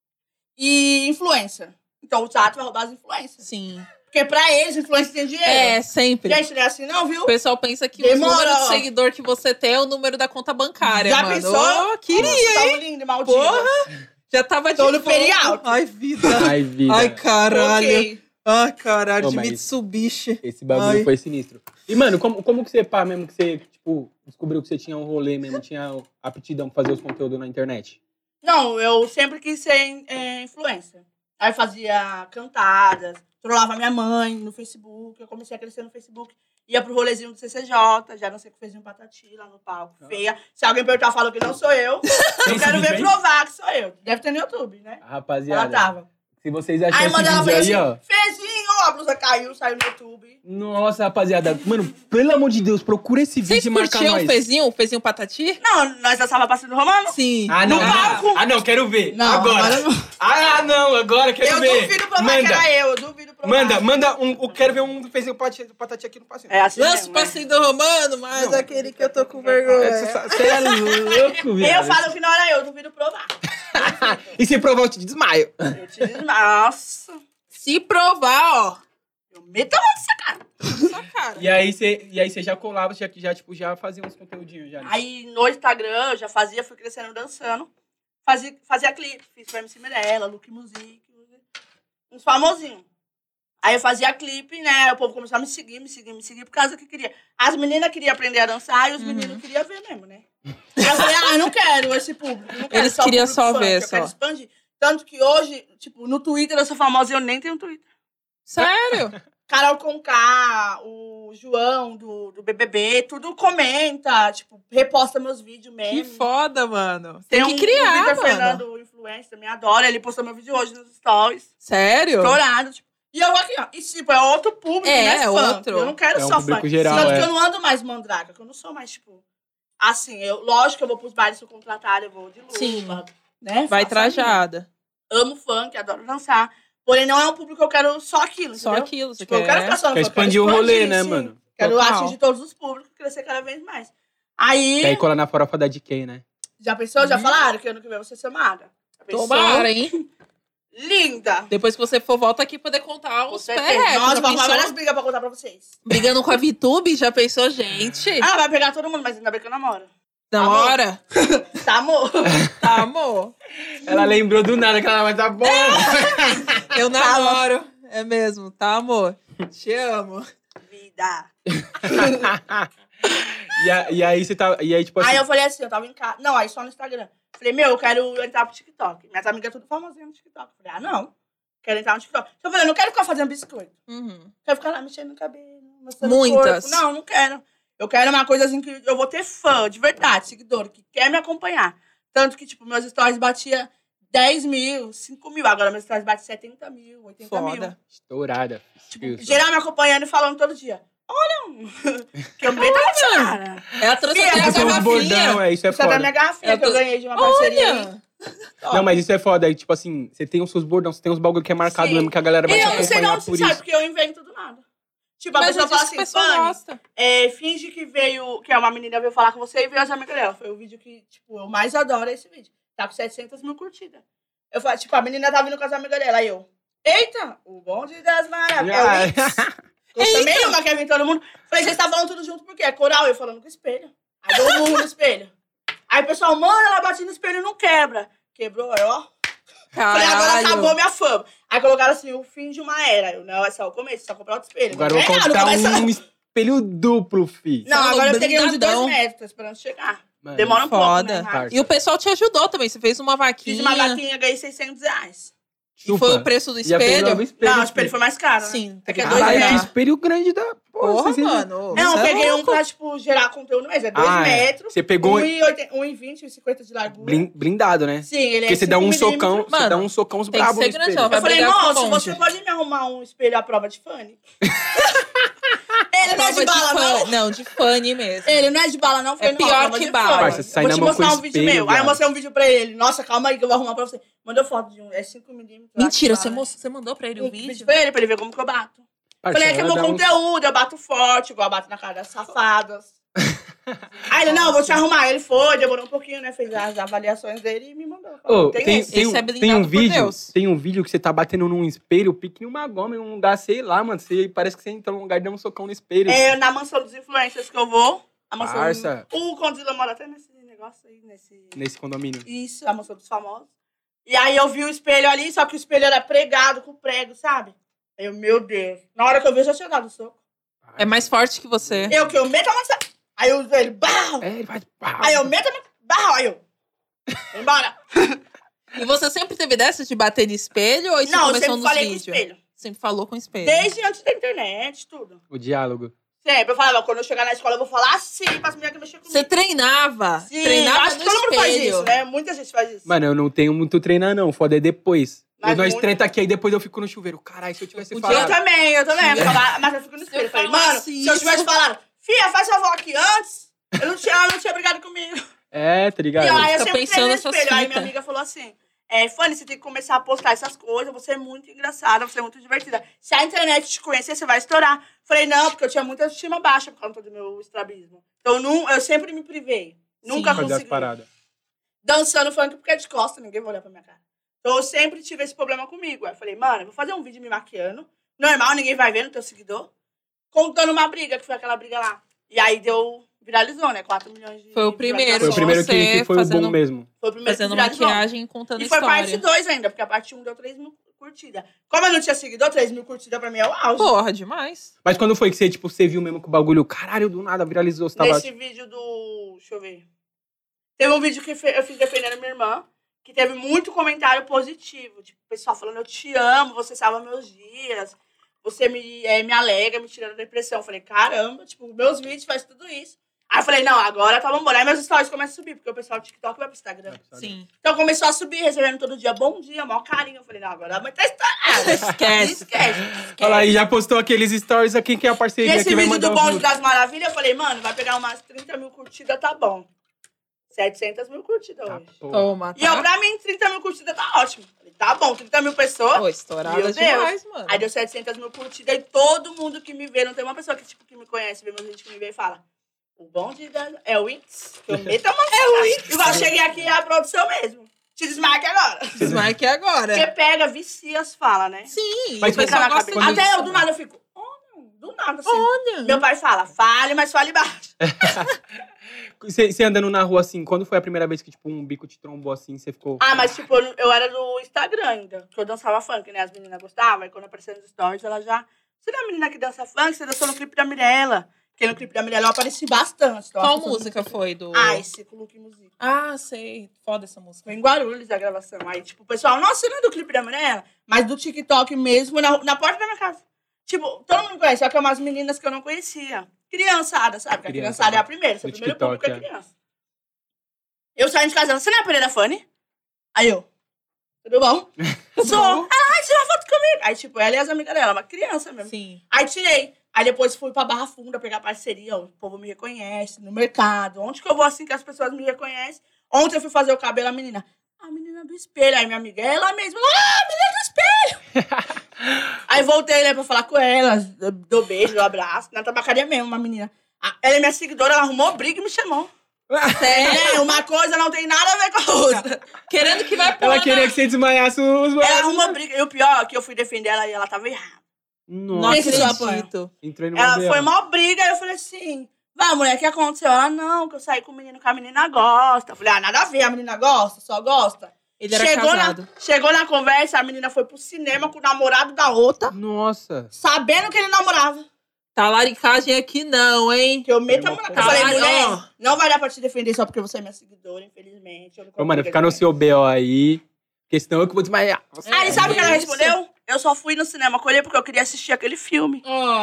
e influencer. Então o rato vai roubar as influências. Sim. Porque pra eles, influencer tem dinheiro. É, sempre. Gente, não é assim não, viu? O pessoal pensa que Demora, o número de ó. seguidor que você tem é o número da conta bancária, Já mano. pensou? Ô, queria, Tava lindo e maldito. Porra! Já tava de Tô no boa. feriado. Ai, vida. Ai, vida. Ai, caralho. Ok. Ai, caralho, Ô, de mas- Mitsubishi. Esse bagulho Ai. foi sinistro. E, mano, como que você, pá, mesmo que você, tipo, descobriu que você tinha um rolê mesmo, tinha aptidão pra fazer os conteúdos na internet? Não, eu sempre quis ser influencer. Aí fazia cantadas, trollava minha mãe no Facebook. Eu comecei a crescer no Facebook. Ia pro rolezinho do CCJ, já não sei o que fez um patati lá no palco. Feia. Se alguém perguntar, eu falo que não sou eu. Tem Eu quero esse ver vídeo aí? provar que sou eu. Deve ter no YouTube, né? Ela Rapaziada, tava. se vocês Aí acharem a esse irmã dela vídeo falou aí, assim, ó. Fezinho, a blusa caiu, saiu no YouTube. Nossa, rapaziada. Mano, pelo amor de Deus, procura esse Vocês vídeo e marca curtiam nós. o Fezinho Patati? Não, nós dançava passando romano. Sim. Ah, não. No palco. Ah, não, quero ver. Não, agora. não. Ah, não, agora quero Eu ver. duvido provar que era eu duvido provar. Manda um. Eu quero ver um que fez o patati aqui no passeio. É assim Lança o mesmo, né? passinho do Romano, mas Não. aquele que eu tô com vergonha. Você é louco, viado. Eu falo que não era eu duvido provar. E se provar, eu te desmaio. Eu te digo, nossa. Se provar, ó. Eu meto a mão nessa cara. Sua cara. E aí você já colava, já fazia uns conteúdinhos já. Né? Aí no Instagram eu já fazia, fui crescendo dançando. Fazia clipe, fiz pra MC Mirella, Luke Music, uns famosinhos. Aí eu fazia clipe, né? O povo começou a me seguir por causa que queria. As meninas queriam aprender a dançar e os meninos queriam ver mesmo, né? Aí eu falei, eu não quero esse público. Não quero Eles só o queriam público só funk, ver, eu quero só. expandir. Tanto que hoje, tipo, no Twitter eu sou famosa e eu nem tenho Twitter. Sério? Carol Conká, o João do BBB, tudo comenta, tipo, reposta meus vídeos Que mesmo. foda, mano. Tem Tem que criar, o Victor mano. Fernando, o influencer, também adora. Ele postou meu vídeo hoje nos stories. Sério? Estourado, tipo. E eu vou aqui, ó. E, tipo, é outro público, É, né? é Fã. outro. Eu não quero É um só público fã. geral, Tanto é. que eu não ando mais mandraca, que eu não sou mais, tipo... Assim, lógico que eu vou pros bailes, sou contratada, eu vou de luva. Sim. Né? Vai Faço a minha. trajada. Amo funk, adoro dançar. Porém, não é um público que eu quero só aquilo, Só entendeu? aquilo. Você Tipo, eu quero ficar só no Quer funk, eu quero expandir o rolê, expandir, né, sim. mano? Quero Total. atingir todos os públicos, crescer cada vez mais. Aí, Quer ir colar na farofa da DK, né? já pensou? Já falaram que ano que vem eu vou ser chamada? Já pensou? Tomara, hein? Linda! Depois que você for, volta aqui pra poder contar Com os certeza. perrecos. Nossa, Já vou arrumar várias pensou? brigas pra contar pra vocês. Brigando com a VTube, já pensou, gente? Ah, vai pegar todo mundo, mas ainda bem que eu namoro. Namora? Tá, amor? Tá, amor. Ela lembrou do nada que ela vai tá bom. Eu namoro. É mesmo, tá, amor? Te amo. Vida. E aí você tá. E aí, tipo assim. Aí eu falei assim, eu tava em casa. Não, aí só no Instagram. Falei, eu quero entrar pro TikTok. Minhas amigas tudo famosinhas no TikTok. Falei, não. Quero entrar no TikTok. Eu falei, eu não quero ficar fazendo biscoito. Uhum. Quero ficar lá mexendo no cabelo, mostrando Muitas. o corpo. Não quero. Eu quero uma coisa assim que eu vou ter fã, de verdade, seguidor, que quer me acompanhar. Tanto que, tipo, meus stories batia 10 mil, 5 mil. Agora meus stories batem 70 mil, 80 mil. Foda. Estourada. Tipo, geral me acompanhando e falando todo dia. Olha, que eu meto a cara. Ela trouxe Sim, até a essa Tem uns bordão, garrafinha. isso é Isso é da foda. minha garrafinha Eu que eu tô- ganhei de uma parceria. Olha! Não, mas isso é foda. Aí, tipo assim, você tem os seus bordões, você tem uns bagulho que é marcado Sim. mesmo, que a galera vai E te eu não sei de acompanhar onde por você sabe, isso. porque eu invento do nada. Tipo, a Mas pessoa é fala disso que assim, o pessoal Fanny, gosta. finge que veio, que é uma menina veio falar com você e veio as amigas dela. Foi o vídeo que, tipo, eu mais adoro esse vídeo. Tá com 700 mil curtidas. Eu falei, tipo, a menina tá vindo com as amigas dela. Aí eu, eita, o bonde das maravilhas. Eu chamei uma que ia vir todo mundo. Falei, vocês tá falando tudo junto por quê? É coral, eu falando com o espelho. Aí dou um murro no espelho. Aí o pessoal, mano, ela bate no espelho e não quebra. Quebrou, aí, ó. Falei, agora Caralho. acabou minha fama. Aí colocaram assim, o fim de uma era. Eu, não, é só o começo, só comprar outro espelho. Agora eu vou Não, comprar começa não. um espelho duplo, fi. Não, Fala, agora eu peguei um de 2 blindadão. metros, tô esperando chegar. Mano, Demora um pouco, Foda. né? Parça. E o pessoal te ajudou também. Você fez uma vaquinha. Fiz uma vaquinha, ganhei 600 reais. E foi o preço do Já fez espelho? logo o espelho. Não, o espelho foi mais caro, né? Sim. É que é Ah, 2 Caralho, que metros. espelho grande da Porra, você- mano. Não, eu você é peguei um louco. pra, tipo, gerar conteúdo mesmo. É 2 Ah, é. metros. Você pegou 1,20, 1,50 de largura. blindado, né? Sim, ele é Porque você dá um 5 socão, milímetros. você dá Mano, um socão uns tem que brabos no ser grande, espelho. ó, vai Eu falei, brigar com moço, o monte. você pode me arrumar um espelho à prova de Fanny? Ele não é Prova de bala, não? Não, de Fanny mesmo. Ele não é de bala, não. Eu falei, É não, pior prova que de bala. Fanny. Parça, sai Vou na te mão mostrar com um vídeo espelho, meu. Aí eu viado. mostrei um vídeo pra ele. Nossa, calma aí que eu vou arrumar pra você. Mandou foto de um, é 5 milímetros. Mentira, acho que fala, você mandou pra ele né? o Um vídeo vídeo? pra ele ver como que eu bato. Parça, Falei, é que é ela meu dá uns- conteúdo, eu bato forte, igual eu bato na cara das safadas. Aí ele, não, vou te arrumar. Ele foi, demorou um pouquinho, né? Fez as avaliações dele e me mandou. Ô, Tem tem, esse. tem, Esse é um, blindado tem um por vídeo, Deus. tem um vídeo que você tá batendo num espelho, pique em uma goma, em um lugar, sei lá, mano. Você, parece que você entrou num lugar e deu um socão no espelho. É na mansão dos influencers que eu vou. A mansão. Parça. O Condzilla mora até nesse negócio aí, Nesse condomínio. Isso, a mansão dos famosos. E aí eu vi o espelho ali, só que o espelho era pregado com prego, sabe? Aí eu, meu Deus. Na hora que eu vi, eu já tinha dado o soco. É mais forte que você. Eu meto a mão. Aí eu ele, barro. É, ele faz... pá. Aí eu meto a mão, barro. Aí eu. Embora. E você sempre teve dessa de bater de espelho ou isso Não, eu começou sempre nos falei com vídeos? espelho. Sempre falou com espelho. Desde antes da internet, tudo. O diálogo. Sempre. Eu falava, quando eu chegar na escola, eu vou falar assim para as meninas que mexer comigo. Você treinava. Sim, Treinava acho no que todo mundo faz espelho. isso, né? Muita gente faz isso. Mano, eu não tenho muito treinar, não. Foda é depois. Mas Nós muito. treta aqui, aí depois eu fico no chuveiro. Caralho, se eu tivesse Um falado... Eu também. Eu falava, mas eu fico no espelho. Eu falei, mano, falasse se eu isso- tivesse falado, filha, faz sua avó aqui antes, ela não tinha brigado comigo. É, tá ligado? E aí eu Fica sempre pensando treinei no nessas espelho. Aí fitas. minha amiga falou assim, Fanny, você tem que começar a postar essas coisas, você é muito engraçada, você é muito divertida. Se a internet te conhecer, você vai estourar. Falei, não, porque eu tinha muita autoestima baixa por conta do meu estrabismo. Então eu sempre me privei. Nunca Fazer as consegui. paradas. Dançando funk porque é de costa, ninguém vai olhar pra minha cara. Então eu sempre tive esse problema comigo. Aí eu falei, mano, eu vou fazer um vídeo me maquiando. Normal, ninguém vai ver no teu seguidor. Contando uma briga, que foi aquela briga lá. E aí viralizou, né? 4 milhões de Foi o primeiro. Foi o primeiro Você que foi o fazendo- bom mesmo. Foi o primeiro Fazendo que viralizou. maquiagem e contando E foi história. parte 2 ainda, porque a parte 1 deu 3 mil curtidas. Como eu não tinha seguidor, 3 mil curtidas pra mim é o auge. Porra, demais. Mas quando foi que você, tipo, você viu mesmo que o bagulho, caralho, do nada viralizou? Você tava... Nesse vídeo do... Deixa eu ver. Teve um vídeo que eu fiz defendendo minha irmã, que teve muito comentário positivo. Tipo, o pessoal falando, eu te amo, você salva meus dias. Você me alegra, me tira da depressão. Eu falei, caramba, tipo, meus vídeos fazem tudo isso. Aí eu falei, não, agora tá bom, aí meus stories começam a subir, porque o pessoal do TikTok vai pro Instagram. Sim. Então começou a subir, recebendo todo dia, bom dia, maior carinho. Eu falei, não, agora a mãe tá estourada. Esquece. Esquece. Olha aí, já postou aqueles stories aqui, que é a E parceria esse que vai vídeo mandar do os Bonde nudes. das Maravilhas, eu falei, mano, vai pegar umas 30 mil curtidas, tá bom. 700 mil curtidas Tá, hoje. porra. Toma, E eu, tá? pra mim, 30 mil curtidas tá ótimo. Falei, tá bom, 30 mil pessoas. Pô, estourada Meu Deus. demais, mano. Aí deu 700 mil curtidas e todo mundo que me vê, não tem uma pessoa que, tipo, que me conhece, vê muita gente que me vê e fala, o Bonde é o Wix, que eu meto a mão. É o Wix. Igual eu cheguei aqui, é a produção mesmo. Te desmarque agora. Desmarque agora. Porque pega, vicia as falas, né? Sim, Mas o pessoal Fica na gosta cabeça. disso. Até eu, do nada, eu fico, olha, do nada, assim. Olha. Meu pai fala, fale, mas fale baixo. Você andando na rua assim, quando foi a primeira vez que, tipo, um bico te trombou assim, você ficou... Ah, mas tipo, eu era do Instagram ainda, que eu dançava funk, né? As meninas gostavam, e quando apareceu nos stories, ela já... Você não é a menina que dança funk? Você dançou no clipe da Mirella. Porque no clipe da Mirella eu apareci bastante. Então, Qual as pessoas- música foi do... Ice, com Look Music. Ah, sei. Foda essa música. Foi em Guarulhos a gravação. Aí, tipo, o pessoal, nossa, você não é do clipe da Mirella? Mas do TikTok mesmo, na porta da minha casa. Tipo, todo mundo me conhece, só que é umas meninas que eu não conhecia. Criançada, sabe? Porque a criançada é a primeira, seu No primeiro TikTok, público é criança. Eu saí de casa, ela, você não é a Pereira Fanny? Aí eu, tudo bom? Sou. Ai, tira uma foto comigo. Aí, tipo, ela e as amigas dela, uma criança mesmo. Sim. Aí tirei. Aí depois fui pra Barra Funda pegar parceria. O povo me reconhece no mercado. Onde que eu vou assim que as pessoas me reconhecem? Ontem eu fui fazer o cabelo, a menina do espelho. Aí minha amiga, ela mesma, a menina do espelho. Aí voltei, né, pra falar com ela. Dou beijo, dou abraço. Na tabacaria mesmo, uma menina. Ela é minha seguidora, ela arrumou briga e me chamou. É, uma coisa não tem nada a ver com a outra. Querendo que vai pôr Ela queria que você desmaiasse os... Ela arrumou briga. E o pior é que eu fui defender ela e ela tava errada. Não Nossa, Esse só acredito. entrei numa Ela BO. foi mó briga, aí eu falei assim, vai, mulher, o que aconteceu? Ela, não, que eu saí com o menino que a menina gosta. Eu falei, nada a ver, a menina gosta, só gosta. Ele era casado. Chegou na conversa, a menina foi pro cinema com o namorado da outra, Nossa. sabendo que ele namorava. Talaricagem aqui não, hein? Que eu meto a mão na cara. Eu falei, Caralho, mulher, ó. não vai dar pra te defender só porque você é minha seguidora, infelizmente. Eu não Ô, mano, consigo ficar no defender. seu BO aí, porque senão eu que vou desmaiar. Aí sabe o que ela Isso. respondeu? eu só fui no cinema com ele porque eu queria assistir aquele filme.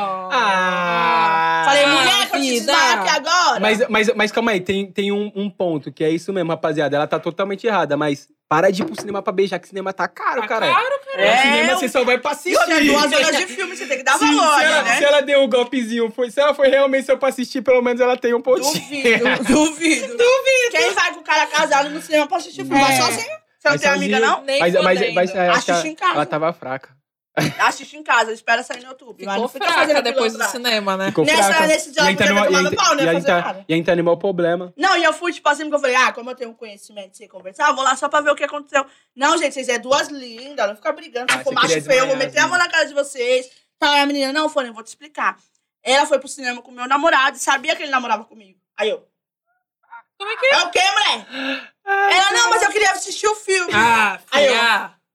Falei, mulher, que eu te desmaio aqui agora. Mas calma aí, tem um ponto, que é isso mesmo, rapaziada. Ela tá totalmente errada, mas para de ir pro cinema pra beijar, que cinema tá caro, cara. Caro, cara. No cinema você só vai pra assistir. 2 horas de filme, você tem que dar valor, né? Se ela deu um golpezinho, se ela foi realmente só pra assistir, pelo menos ela tem um pontinho. Duvido. Quem vai com o cara casado no cinema pra assistir filme? Vai sozinho? Você não tem amiga, não? Nem Mas assiste em casa. ela tava fraca. Assiste em casa, espera sair no YouTube. Ficou fraca depois do cinema, né? Ficou fraca. Nesse dia, eu podia ter tomado pau, não ia fazer nada. E aí tá animal o problema. Não, e eu fui, tipo assim, porque eu falei, como eu tenho conhecimento de você conversar, eu vou lá só pra ver o que aconteceu. Não, gente, vocês é 2 lindas, não fica brigando. Se for macho feio, eu vou meter a mão na cara de vocês. Tá, aí a menina, não, Fone, eu vou te explicar. Ela foi pro cinema com o meu namorado e sabia que ele namorava comigo. Aí eu... Como é que é? É o quê, mulher? Ela, não, mas eu queria assistir o filme. Aí eu...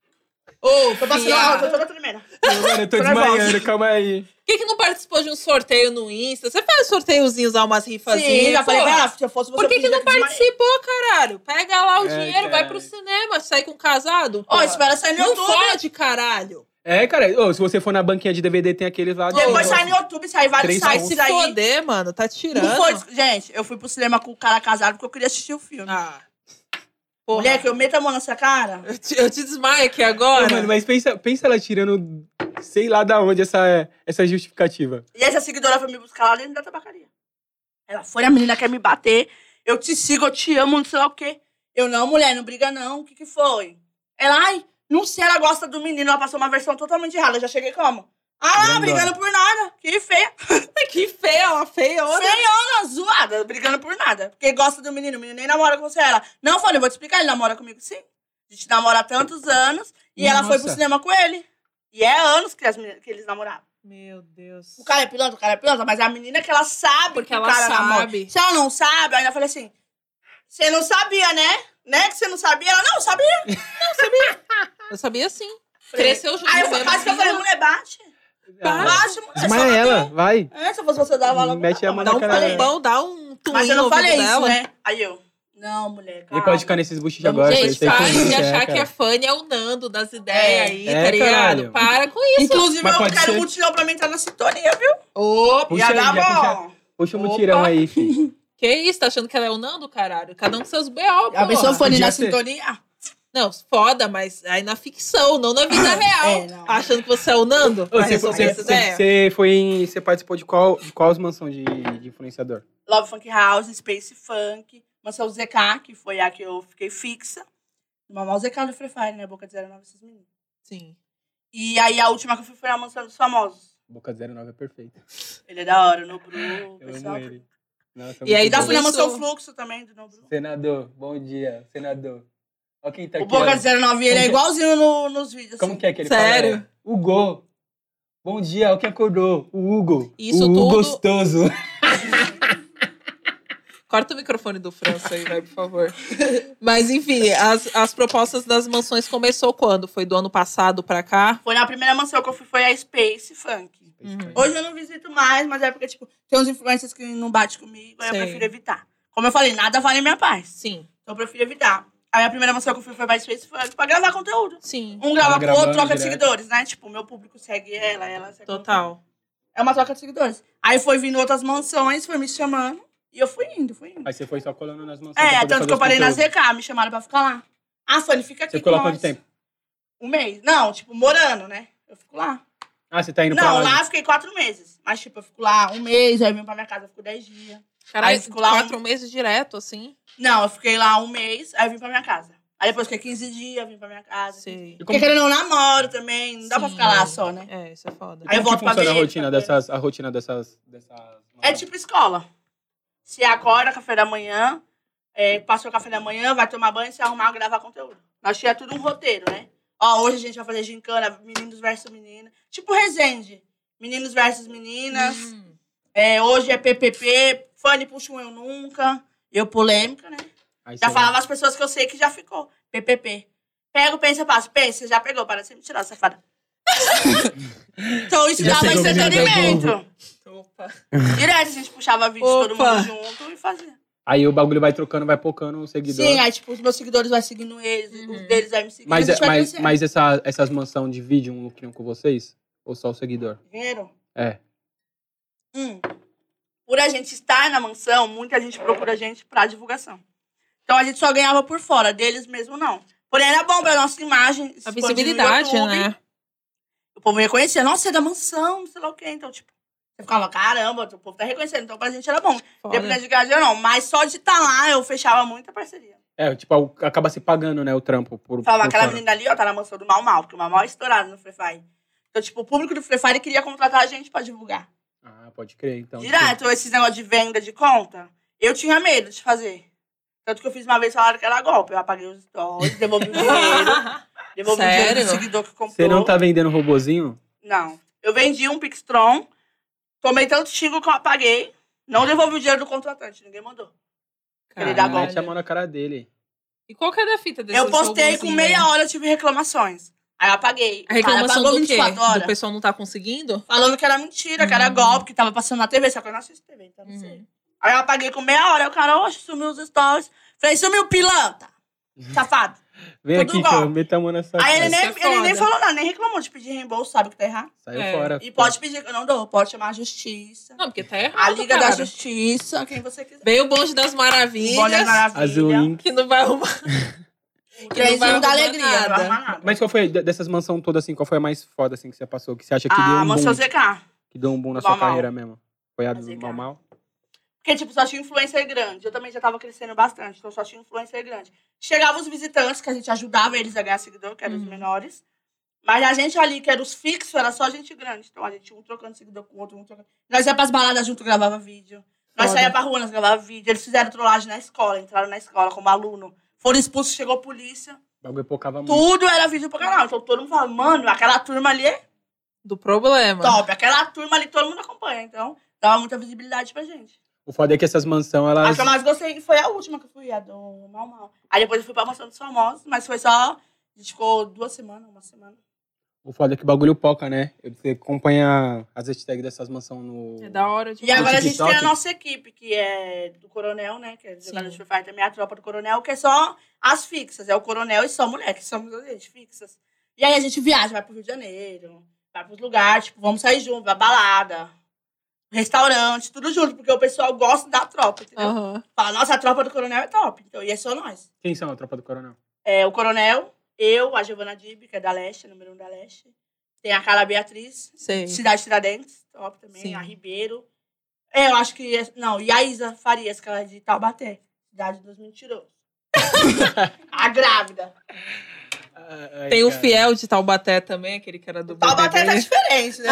Tô passando alto, eu tô tremendo. Mano, eu tô desmaiando, calma aí. Por que não participou de um sorteio no Insta? Você faz sorteiozinhos, dá umas rifazinhas. Sim, já falei pra ela, se eu fosse você. Por que não participou, caralho? Pega lá o dinheiro, vai pro cinema, sai com casado. Espera sair no YouTube. Não fode, caralho. Cara, se você for na banquinha de DVD, tem aqueles lá. Depois sai no YouTube, sai vários sites se aí. foder, mano, tá tirando. Não foi, gente, eu fui pro cinema com o cara casado porque eu queria assistir o filme. Porra. Mulher, que eu meto a mão nessa cara. Eu te desmaio aqui agora. Não, mano, mas pensa ela tirando, sei lá da onde, essa justificativa. E essa seguidora foi me buscar lá dentro da tabacaria. Ela foi, a menina quer me bater. Eu te sigo, eu te amo, não sei lá o quê. Eu, não, mulher, não briga não. O que foi? Ela, não sei, ela gosta do menino. Ela passou uma versão totalmente errada. Eu já cheguei como? Brigando por nada. Que feia. Que feia, ela feiona. Feiona, zoada, brigando por nada. Porque gosta do menino. O menino nem namora com você. Ela, não, Fone, eu vou te explicar. Ele namora comigo, sim. A gente namora há tantos anos. E ela foi pro cinema com ele. E é anos que eles namoravam. Meu Deus. O cara é pilantra, mas a menina que ela sabe porque que ela o cara sabe. namora. Se ela não sabe, aí eu falei assim, você não sabia, né? Né que você não sabia? Ela, não, sabia. Não, sabia. Eu sabia sim. Cresceu junto. Aí eu quase que eu falei, mulher, bate. Bate, mulher. Desmaia ela, vai. Se fosse você, dava logo. Mete a mão Dá na um cara. palmbão, dá um twin. Mas eu não falei isso, dela. né? Aí eu, não, mulher, calma. Ele pode ficar nesses buchos agora. Gente, pra para ele ter de achar cara. que a Fanny é o Nando das ideias aí, É, tá ligado? caralho. Para com isso. Inclusive, Mas eu pode quero ser. mutirão pra mim entrar na sintonia, viu? Puxa Ia aí, dar já bom. puxa o mutirão aí, filho. Que isso? Tá achando que ela é o Nando, caralho? Cada um com seus B.O., A pessoa porra. foi Podia na ser. sintonia. Não, foda, mas aí na ficção, não na vida real. não. Achando que você é o Nando? Pra resolver essa ideia? Você participou de qual mansão de influenciador? Love Funk House, Space Funk, Mansão ZK, que foi a que eu fiquei fixa. Mamar o ZK do Free Fire, né? Boca de 09, esses meninos. Sim. E aí a última que eu fui foi a Mansão dos Famosos. Boca 09 é perfeito. Ele é da hora, no Bru, Eu pessoal. amo ele. Nossa, E aí muito Já bom. fui na Começou. Mansão Fluxo também, do Nobru. Senador, bom dia, senador. Olha quem tá O aqui. Boca ó. de 09, ele é igualzinho nos vídeos. Como assim. que é que ele Sério? fala? Hugo. Bom dia, olha quem acordou. O Hugo. Isso o Hugo tudo- gostoso. Corta o microfone do França aí, vai, por favor. Mas, enfim, as propostas das mansões começou quando? Foi do ano passado pra cá? Foi na primeira mansão que eu fui, foi a Space Funk. Hoje eu não visito mais, mas é porque, tipo, tem uns influencers que não batem comigo, aí eu Sei. prefiro evitar. Como eu falei, nada vale a minha paz. Sim, Então eu prefiro evitar. Aí a primeira mansão que eu fui foi pra Space Funk pra gravar conteúdo. sim. Um grava Ela com o outro, gravando troca de direto. seguidores, né? Tipo, o meu público segue ela segue Total. É uma troca de seguidores. Aí foi vindo outras mansões, foi me chamando. E eu fui indo. Aí você foi só colando nas mansões. pra poder Tanto fazer que eu os parei na conteúdos. ZK, me chamaram pra ficar lá. Fanny, fica aqui Você ficou lá com quanto nós. tempo? Um mês. Não, tipo, morando, né? Eu fico lá. Ah, você tá indo pra Não, lá. lá eu fiquei 4 meses. Mas, tipo, eu fico lá um mês, aí eu vim pra minha casa, eu fico 10 dias. Caralho, Aí ficou lá 4 meses direto, assim. Não, eu fiquei lá um mês, aí eu vim pra minha casa. Aí depois fiquei 15 dias, vim pra minha casa. Sei. E Porque querendo ou não, namoro também, não dá pra Sim. ficar lá só, né? É, isso é foda. Aí eu Como volto que pra funciona ver. a rotina dessas É tipo escola. Você acorda, café da manhã, passa o café da manhã, vai tomar banho, se arrumar, gravar conteúdo. Nós tinha tudo um roteiro, né? Ó, hoje a gente vai fazer gincana, meninos versus meninas. Tipo Resende. Meninos versus meninas. Hoje é PPP, Fanny puxa um eu nunca. Eu polêmica, né? Aí Já você- falava as pessoas que eu sei que já ficou. PPP. Pego, pensa, passo. Pensa, você já pegou, para de ser mentirosa, safada. Então isso Já dava pegou o menino da entretenimento. Opa. Direto a gente puxava vídeo todo Opa. mundo junto e fazia. Aí o bagulho vai trocando, vai pocando o seguidor. Sim, aí tipo, os meus seguidores vão seguindo eles, os deles vai me seguindo. Mas essas mansão dividem um lucrinho com vocês? Ou só o seguidor? Dinheiro? É. Por a gente estar na mansão, muita gente procura a gente pra divulgação. Então a gente só ganhava por fora, deles mesmo não. Porém era bom pra nossa imagem. A visibilidade, né? O povo reconhecia, nossa, é da mansão, não sei lá o quê. Então, tipo, você ficava, caramba, o povo tá reconhecendo. Então pra gente era bom. Dependendo de gajo, não. Mas só de estar lá, eu fechava muita parceria. Tipo, acaba se pagando, né, o trampo. Falava, aquela menina ali, ó, tá na mansão do Mau Mau, porque o Mau Mau é estourado no Free Fire. Então, tipo, o público do Free Fire queria contratar a gente pra divulgar. Ah, pode crer, então. Direto, esses negócios de venda de conta, eu tinha medo de fazer. Tanto que eu fiz uma vez, falaram que era golpe. Eu apaguei os stories, devolvi o dinheiro. Devolvi o dinheiro do seguidor que comprou. Você não tá vendendo robozinho? Não. Eu vendi um Pixtron, tomei tanto xingo que eu apaguei, não devolvi o dinheiro do contratante, ninguém mandou. Ele dá golpe. Mete a mão na cara dele. E qual que é a fita desse Eu postei com meia hora, eu tive reclamações. Aí eu apaguei. A reclamação do quê? 24 horas. Do pessoal não tá conseguindo? Falando que era mentira, que era golpe, que tava passando na TV, só que eu não assisto TV, então não sei. Aí eu apaguei com meia hora, aí o cara, oxe, sumiu os stories. Falei, sumiu pilantra, safado. Vem tudo aqui, golpe. Que eu meto a mão nessa cara. Aí ele nem falou nada, nem reclamou de pedir reembolso, sabe que tá errado. Saiu fora. E pode pedir que eu não dou, pode chamar a justiça. Não, porque tá errado, a Liga da Justiça, quem você quiser. Veio o bonde das maravilhas. O bonde das maravilhas. Azul. Que não vai arrumar. Que não dá alegria, nada. não vai arrumar nada. Mas qual foi, dessas mansões todas, assim, qual foi a mais foda, assim, que você passou? Que você acha que deu um boom? A mansão ZK. Que deu um boom na sua carreira mesmo? Foi a do Mau Mau? Porque, tipo, só tinha influencer grande. Eu também já tava crescendo bastante, então só tinha influencer grande. Chegavam os visitantes, que a gente ajudava eles a ganhar seguidor, que eram os menores. Mas a gente ali, que era os fixos, era só gente grande. Então a gente um trocando seguidor com o outro, um trocando. Nós ia pras baladas junto, gravava vídeo. Nós saía pra rua, nós gravava vídeo. Eles fizeram trollagem na escola, entraram na escola como aluno. Foram expulsos, chegou a polícia. O bagulho pocava muito. Tudo era vídeo pro canal. Então todo mundo fala, mano, aquela turma ali é do problema. Top. Aquela turma ali todo mundo acompanha. Então dava muita visibilidade pra gente. O foda é que essas mansões, elas... A que eu mais gostei foi a última que eu fui, a do Mau Mau. Aí depois eu fui pra mansão dos famosos, mas foi só... A gente ficou 2 semanas, 1 semana. O foda é que o bagulho poca, né? Você acompanha as hashtags dessas mansões no... É da hora de... E agora a gente tem a nossa equipe, que é do Coronel, né? Que é jogador de Free Fire, também a tropa do Coronel, que é só as fixas. É o Coronel e só mulher, que somos a gente, fixas. E aí a gente viaja, vai pro Rio de Janeiro, vai pros lugares, tipo, vamos sair juntos, vai balada, restaurante, tudo junto, porque o pessoal gosta da tropa, entendeu? Fala, nossa, a tropa do Coronel é top. Então, e é só nós. Quem são a tropa do Coronel? É o Coronel, eu, a Giovana Dib, que é da Leste, número 1 da Leste. Tem a Carla Beatriz, Cidade Tiradentes, top também, sim. A Ribeiro. Eu acho que... Não, e a Isa Farias, que ela é de Taubaté, Cidade dos Mentirosos. A grávida. Tem o Fiel de Taubaté também, aquele que era do BBB. Taubaté tá diferente, né?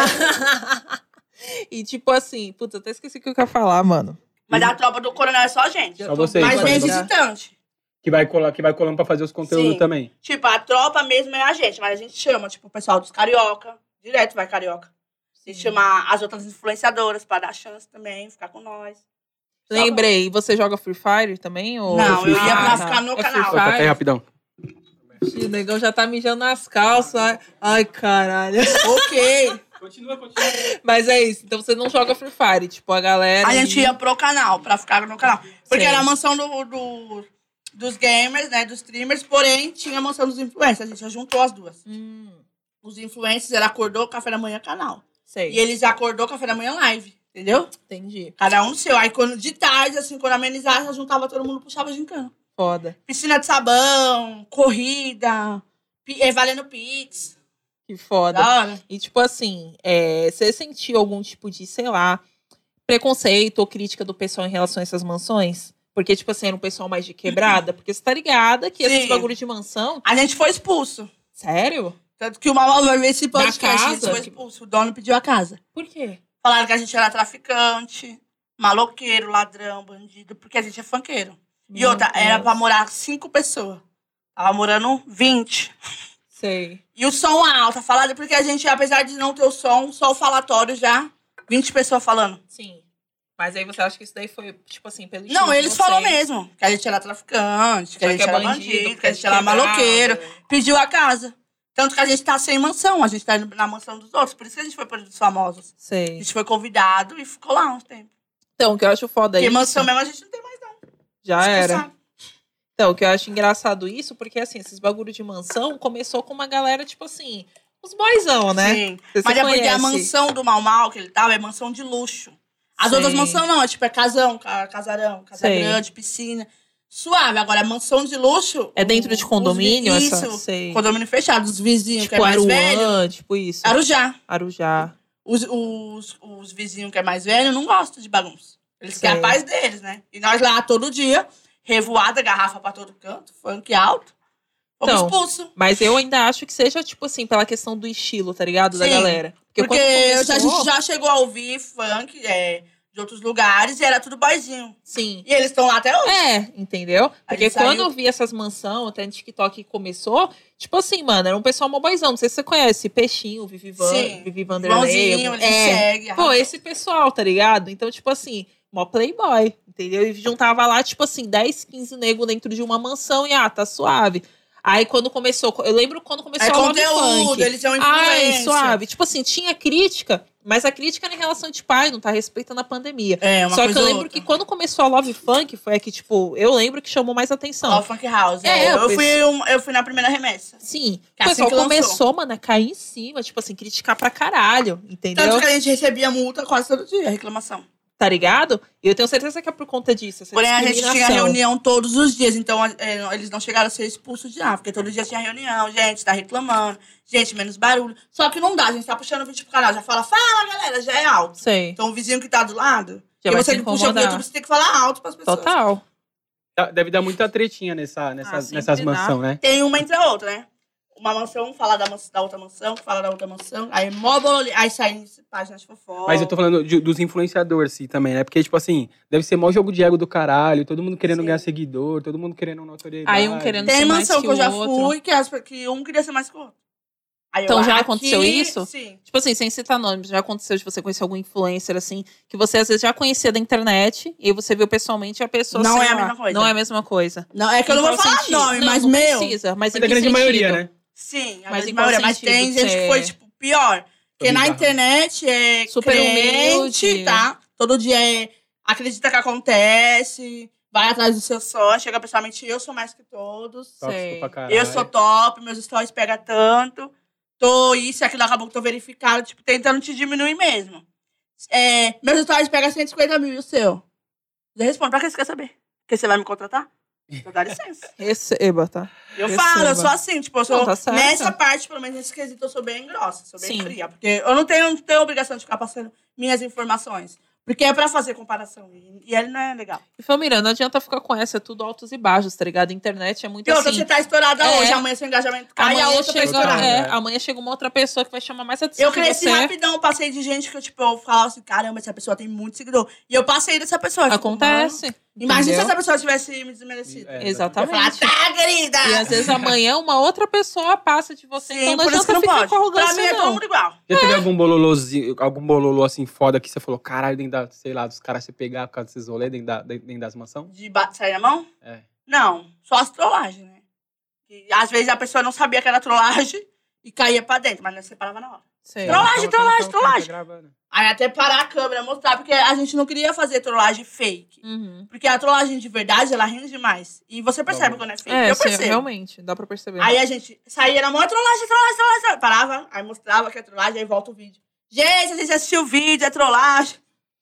E tipo assim, putz, eu até esqueci o que eu ia falar, mano. Mas a tropa do Coronel é só a gente. Só vocês. Mas vem visitante. Que vai colando pra fazer os conteúdos também. Tipo, a tropa mesmo é a gente, mas a gente chama, tipo, o pessoal dos carioca. Direto vai carioca. A gente chama as outras influenciadoras pra dar chance também, ficar com nós. Lembrei, você joga Free Fire também? Ou... Não, eu ia pra ficar no canal. Aí, rapidão. O negão já tá mijando nas calças. Ai, caralho. Ok. Continua. Mas é isso, então você não joga Free Fire, tipo, a galera... A gente ia pro canal, pra ficar no canal. Porque era a mansão dos gamers, né, dos streamers, porém tinha a mansão dos influencers, a gente já juntou as duas. Os influencers, ela acordou café da manhã canal. Sei. E eles acordou café da manhã live, entendeu? Entendi. Cada um no seu. Aí quando de tarde, assim, quando amenizava, juntava todo mundo, puxava gincana. Foda. Piscina de sabão, corrida, valendo pix. Que foda. E, tipo assim, você sentiu algum tipo de, sei lá, preconceito ou crítica do pessoal em relação a essas mansões? Porque, tipo assim, era um pessoal mais de quebrada? Porque você tá ligada que esses bagulhos de mansão... A gente foi expulso. Sério? Tanto que o Mau vai ver esse podcast, a gente foi expulso. O dono pediu a casa. Por quê? Falaram que a gente era traficante, maloqueiro, ladrão, bandido, porque a gente é funkeiro. E outra, era pra morar 5 pessoas. Tava morando 20. Sei. E o som alto, falado porque a gente, apesar de não ter o som, só o falatório já, 20 pessoas falando. Sim. Mas aí você acha que isso daí foi, tipo assim, pelo Não, eles falam mesmo. Que a gente era traficante, que a gente era bandido, que a gente era maloqueiro. Pediu a casa. Tanto que a gente tá sem mansão, a gente tá indo na mansão dos outros. Por isso que a gente foi para os famosos. Sei. A gente foi convidado e ficou lá uns tempos. Então, o que eu acho foda aí. Porque mansão mesmo a gente não tem mais, não. Já era. Esqueçado. Então, o que eu acho engraçado isso, porque assim, esses bagulho de mansão começou com uma galera, tipo assim, os boyzão, né? Sim. Você Mas é porque a conhece. mansão do Mau que ele tava é mansão de luxo. As Sei. outras mansões não, é tipo, é casarão, casa Sei. grande, piscina. Suave. Agora, a mansão de luxo... É dentro de condomínio? Isso. Sei. Condomínio fechado. Os vizinhos que é Tipo mais velho... Aruan, tipo isso. Arujá. Os vizinhos que é mais velho não gostam de bagunça. Eles Sei. querem a paz deles, né? E nós lá, todo dia, revoada, garrafa pra todo canto, funk alto. Fomos Então, expulsos. Mas eu ainda acho que seja, tipo assim, pela questão do estilo, tá ligado? Da Sim, galera. Porque quando a gente começou- já chegou a ouvir funk de outros lugares e era tudo boyzinho. Sim. E eles estão lá até hoje. Entendeu? Porque gente saiu- quando eu vi essas mansão, até no TikTok começou, tipo assim, mano, era um pessoal mó boyzão. Não sei se você conhece, Peixinho, Vivi Sim. Vanderlei. Joãozinho, ele segue. Pô, esse pessoal, tá ligado? Então, tipo assim, mó playboy, entendeu? E juntava lá, tipo assim, 10, 15 negros dentro de uma mansão e, tá suave. Aí, quando começou... Eu lembro quando começou É a Love conteúdo, Funk. eles são influência. Suave. Tipo assim, tinha crítica, mas a crítica era em relação de pai, não tá respeitando a pandemia. É, uma Só que coisa eu ou lembro outra. que quando começou a Love Funk, foi a que, tipo, eu lembro que chamou mais atenção. Ó, Funk House. É, eu fui na primeira remessa. Sim. Que O assim pessoal que lançou. começou, mano, a cair em cima, tipo assim, criticar pra caralho, entendeu? Tanto que a gente recebia multa quase todo dia, reclamação. Tá ligado? E eu tenho certeza que é por conta disso, essa Porém, a gente tinha discriminação. reunião todos os dias, então eles não chegaram a ser expulsos de lá, porque todo dia tinha reunião, gente, tá reclamando, gente, menos barulho. Só que não dá, a gente tá puxando o vídeo pro canal, já fala, galera, já é alto. Sei. Então o vizinho que tá do lado, Já e vai você te que puxa pro incomodar. YouTube, você tem que falar alto pras pessoas. Total. Deve dar muita tretinha sempre nessas dá. mansões, né? Tem uma entre a outra, né? Uma mansão fala da outra mansão, que fala da outra mansão, aí mó bololinha, aí sai páginas de fofoca. Mas eu tô falando dos influenciadores, sim, também, né? Porque, tipo assim, deve ser mó jogo de ego do caralho, todo mundo querendo Sim. ganhar seguidor, todo mundo querendo notoriedade. Aí um querendo Tem ser mais mansão que que eu já o outro. fui, que um queria ser mais que o outro. Aí Então eu, já aqui, aconteceu isso? Sim. Tipo assim, sem citar nomes, já aconteceu de você conhecer algum influencer, assim, que você às vezes já conhecia da internet, e aí você viu pessoalmente e a pessoa, Não sei é a lá, mesma coisa. Não é a mesma coisa. Não, é que eu não Em vou qual falar sentido? nome, Não, mas não meu... precisa, mas Mas em a que grande sentido? maioria, né? Sim, a Mas grande em qual maioria. Mas sentido tem que gente que foi, é- tipo, pior. Porque na bizarro. internet é Super crente, humilde. tá? Todo dia acredita que acontece, vai atrás do seu sonho, chega pessoalmente, eu sou mais que todos. Tóxico Sei. pra caralho. Eu sou top, meus stories pegam tanto. Tô isso e aquilo, acabou que tô verificado, tipo, tentando te diminuir mesmo. Meus stories pegam 150 mil e o seu? Já respondo, pra que você quer saber? Porque você vai me contratar? Então dá licença. Receba, tá? Eu Receba. falo, eu sou assim, tipo, eu sou. Não, tá certo. Nessa parte, pelo menos nesse quesito, eu sou bem grossa, sou bem Sim. fria. Porque eu não tenho obrigação de ficar passando minhas informações. Porque é pra fazer comparação. E ele não é legal. E Família, não adianta ficar com essa, é tudo altos e baixos, tá ligado? A internet é muito E outra, assim. você tá estourada É. hoje, amanhã seu engajamento cai e a outra tá chega, estourada. né? amanhã chega uma outra pessoa que vai chamar mais atenção Eu que cresci você. rapidão, passei de gente que eu falava assim, caramba, essa pessoa tem muito seguidor. E eu passei dessa pessoa. eu fico, Acontece. mano, imagina se entendeu? essa pessoa tivesse me desmerecido. É. Eu Exatamente. ia falar, tá, querida! E às vezes amanhã uma outra pessoa passa de você, Sim, então não por isso que adianta não ficar pode. com arrogância, Pra mim é todo não. mundo igual. Já teve algum bololô assim foda que você falou, caralho, dentro da, sei lá, dos caras se pegar por causa desses rolês dentro das mansões? De sair na mão? É. Não, só as trollagens, né? E, às vezes a pessoa não sabia que era trollagem e caía pra dentro, mas não separava na hora. Sei. Trollagem. Gravando. Aí até parar a câmera, mostrar, porque a gente não queria fazer trollagem fake. Uhum. Porque a trollagem de verdade, ela rende demais. E você percebe quando é fake. Eu Sim, percebo. realmente, dá pra perceber. Aí a gente saía na mão, trollagem. Parava, aí mostrava que é trollagem, aí volta o vídeo. Gente, a gente assistiu o vídeo, é trollagem.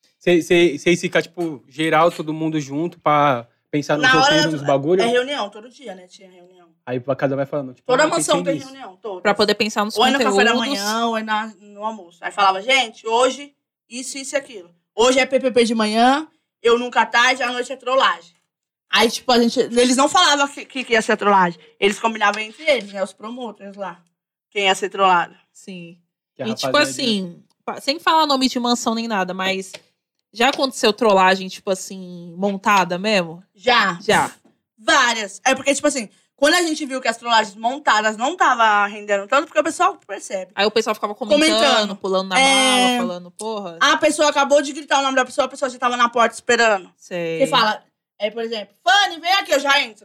Vocês ficam, tipo, geral, todo mundo junto pra pensar nos roteiros, nos bagulhos? É reunião, todo dia, né? Tinha reunião. Aí cada um vai falando, tipo, Toda ah, mansão pensei tem nisso. reunião, toda. Pra poder pensar nos Ou é no conteúdos. café da manhã, ou é no almoço. Aí falava, gente, hoje, isso e aquilo. Hoje é PPP de manhã, eu nunca tarde, à noite é trollagem. Aí, tipo, eles não falavam que ia ser trollagem. Eles combinavam entre eles, né? Os promotores lá. Quem ia ser trollado. Sim. Que a E tipo rapaziada- assim, sem falar nome de mansão nem nada, mas já aconteceu trollagem, tipo assim, montada mesmo? Já. Já. Várias. É porque, tipo assim, quando a gente viu que as trollagens montadas não estavam rendendo tanto, porque o pessoal percebe. Aí o pessoal ficava comentando, pulando na mala, É. falando, porra. A pessoa acabou de gritar o nome da pessoa, a pessoa já tava na porta esperando. Sei. Você fala, por exemplo, Fanny, vem aqui, eu já entro.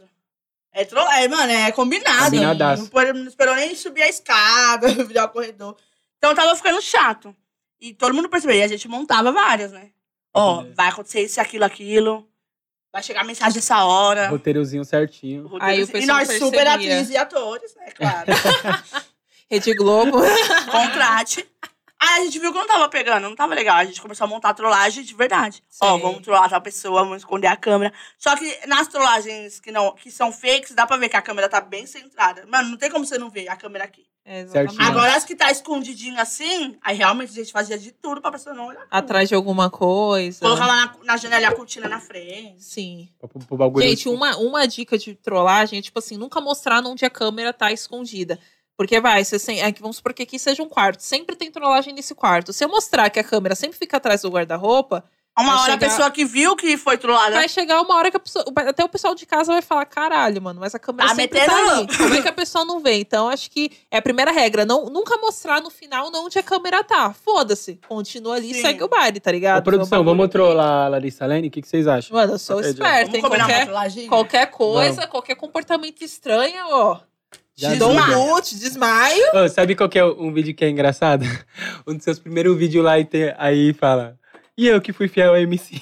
Mano, é combinado. Combinadaço. Não esperou nem subir a escada, virar o corredor. Então tava ficando chato. E todo mundo percebeu. E a gente montava várias, né? Ó, Beleza. vai acontecer isso, aquilo. Vai chegar mensagem essa hora. Roteirozinho certinho. Aí o E pessoal nós super percebia. atrizes e atores, né? Claro. Rede Globo. Contrate. Aí a gente viu que não tava pegando, não tava legal. A gente começou a montar a trollagem de verdade. Ó, Sim. vamos trollar tal pessoa, vamos esconder a câmera. Só que nas trollagens que são fakes, dá pra ver que a câmera tá bem centrada. Mano, não tem como você não ver a câmera aqui. Exatamente. Certinho. Agora as que tá escondidinho assim, aí realmente a gente fazia de tudo pra pessoa não olhar. Atrás de alguma coisa. Colocar lá na janela a cortina na frente. Sim. Pro bagulho. Gente, uma dica de trollagem é, tipo assim, nunca mostrar onde a câmera tá escondida. Porque vamos supor que aqui seja um quarto. Sempre tem trollagem nesse quarto. Se eu mostrar que a câmera sempre fica atrás do guarda-roupa, Uma Vai hora chegar- a pessoa que viu que foi trollada. vai chegar uma hora que até o pessoal de casa vai falar, caralho, mano, mas a câmera Tá sempre metendo tá ali. louco. Como é que a pessoa não vê? Então, acho que é a primeira regra. Nunca mostrar no final onde a câmera tá. Foda-se. Continua ali e Sim. segue o baile, tá ligado? Ô, produção, Foi um bagulho vamos trollar a Larissa Lene? O que vocês acham? Mano, eu sou Qualquer dia. esperta, Vamos hein? combinar uma Qualquer, trollagem? qualquer coisa, qualquer comportamento estranho, ó. Já Te dou um desmaia. boot, desmaio. Ô, sabe qual que é um vídeo que é engraçado? Um dos seus primeiros vídeos lá aí fala. E eu que fui fiel ao MC.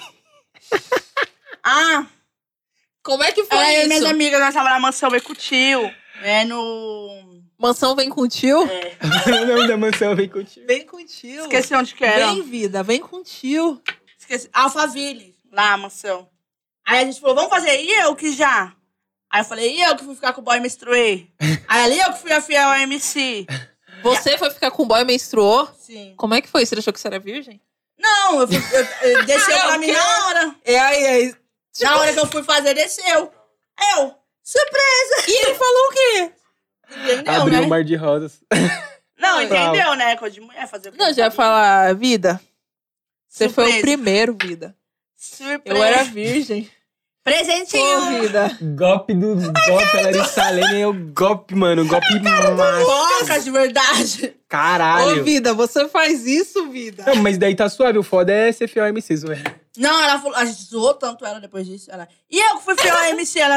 Ah, Como é que foi eu e isso? minhas amigas, nós tava na mansão ver com o tio. No... Mansão vem com o tio? É, O nome da mansão vem contigo. Vem com o tio. esqueci onde que era. Vem, vida, vem com o tio. Esqueci. Alphaville, lá a mansão. Aí a gente falou, vamos fazer. E eu que já? Aí eu falei, e eu que fui ficar com o boy menstruei? Aí ali eu que fui a fiel ao MC. Você foi ficar com o boy, menstruou? Sim. Como é que foi? Você achou que você era virgem? Não, eu desceu É, pra o mim quê? na hora. Aí. Na hora que eu fui fazer, desceu. Eu, surpresa. E ele falou o quê? Entendeu, Abriu né? um mar de rosas. Não, Não, entendeu, né? Coisa de mulher fazer o que Não, eu já ia sabia. falar, vida. Você foi o Surpresa. primeiro, vida. Surpresa. Eu era virgem. Presentinho. Pô, vida. Golpe dos golpes, a Larissa Lene é o golpe, mano. Golpe massa. Foca de verdade. Caralho. Ô, vida, você faz isso, vida? Não, mas daí tá suave. O foda é ser fiel ao MC, zoé. Não, ela falou, a gente zoou tanto ela depois disso. Ela, e eu que fui fiel ao MC, ela...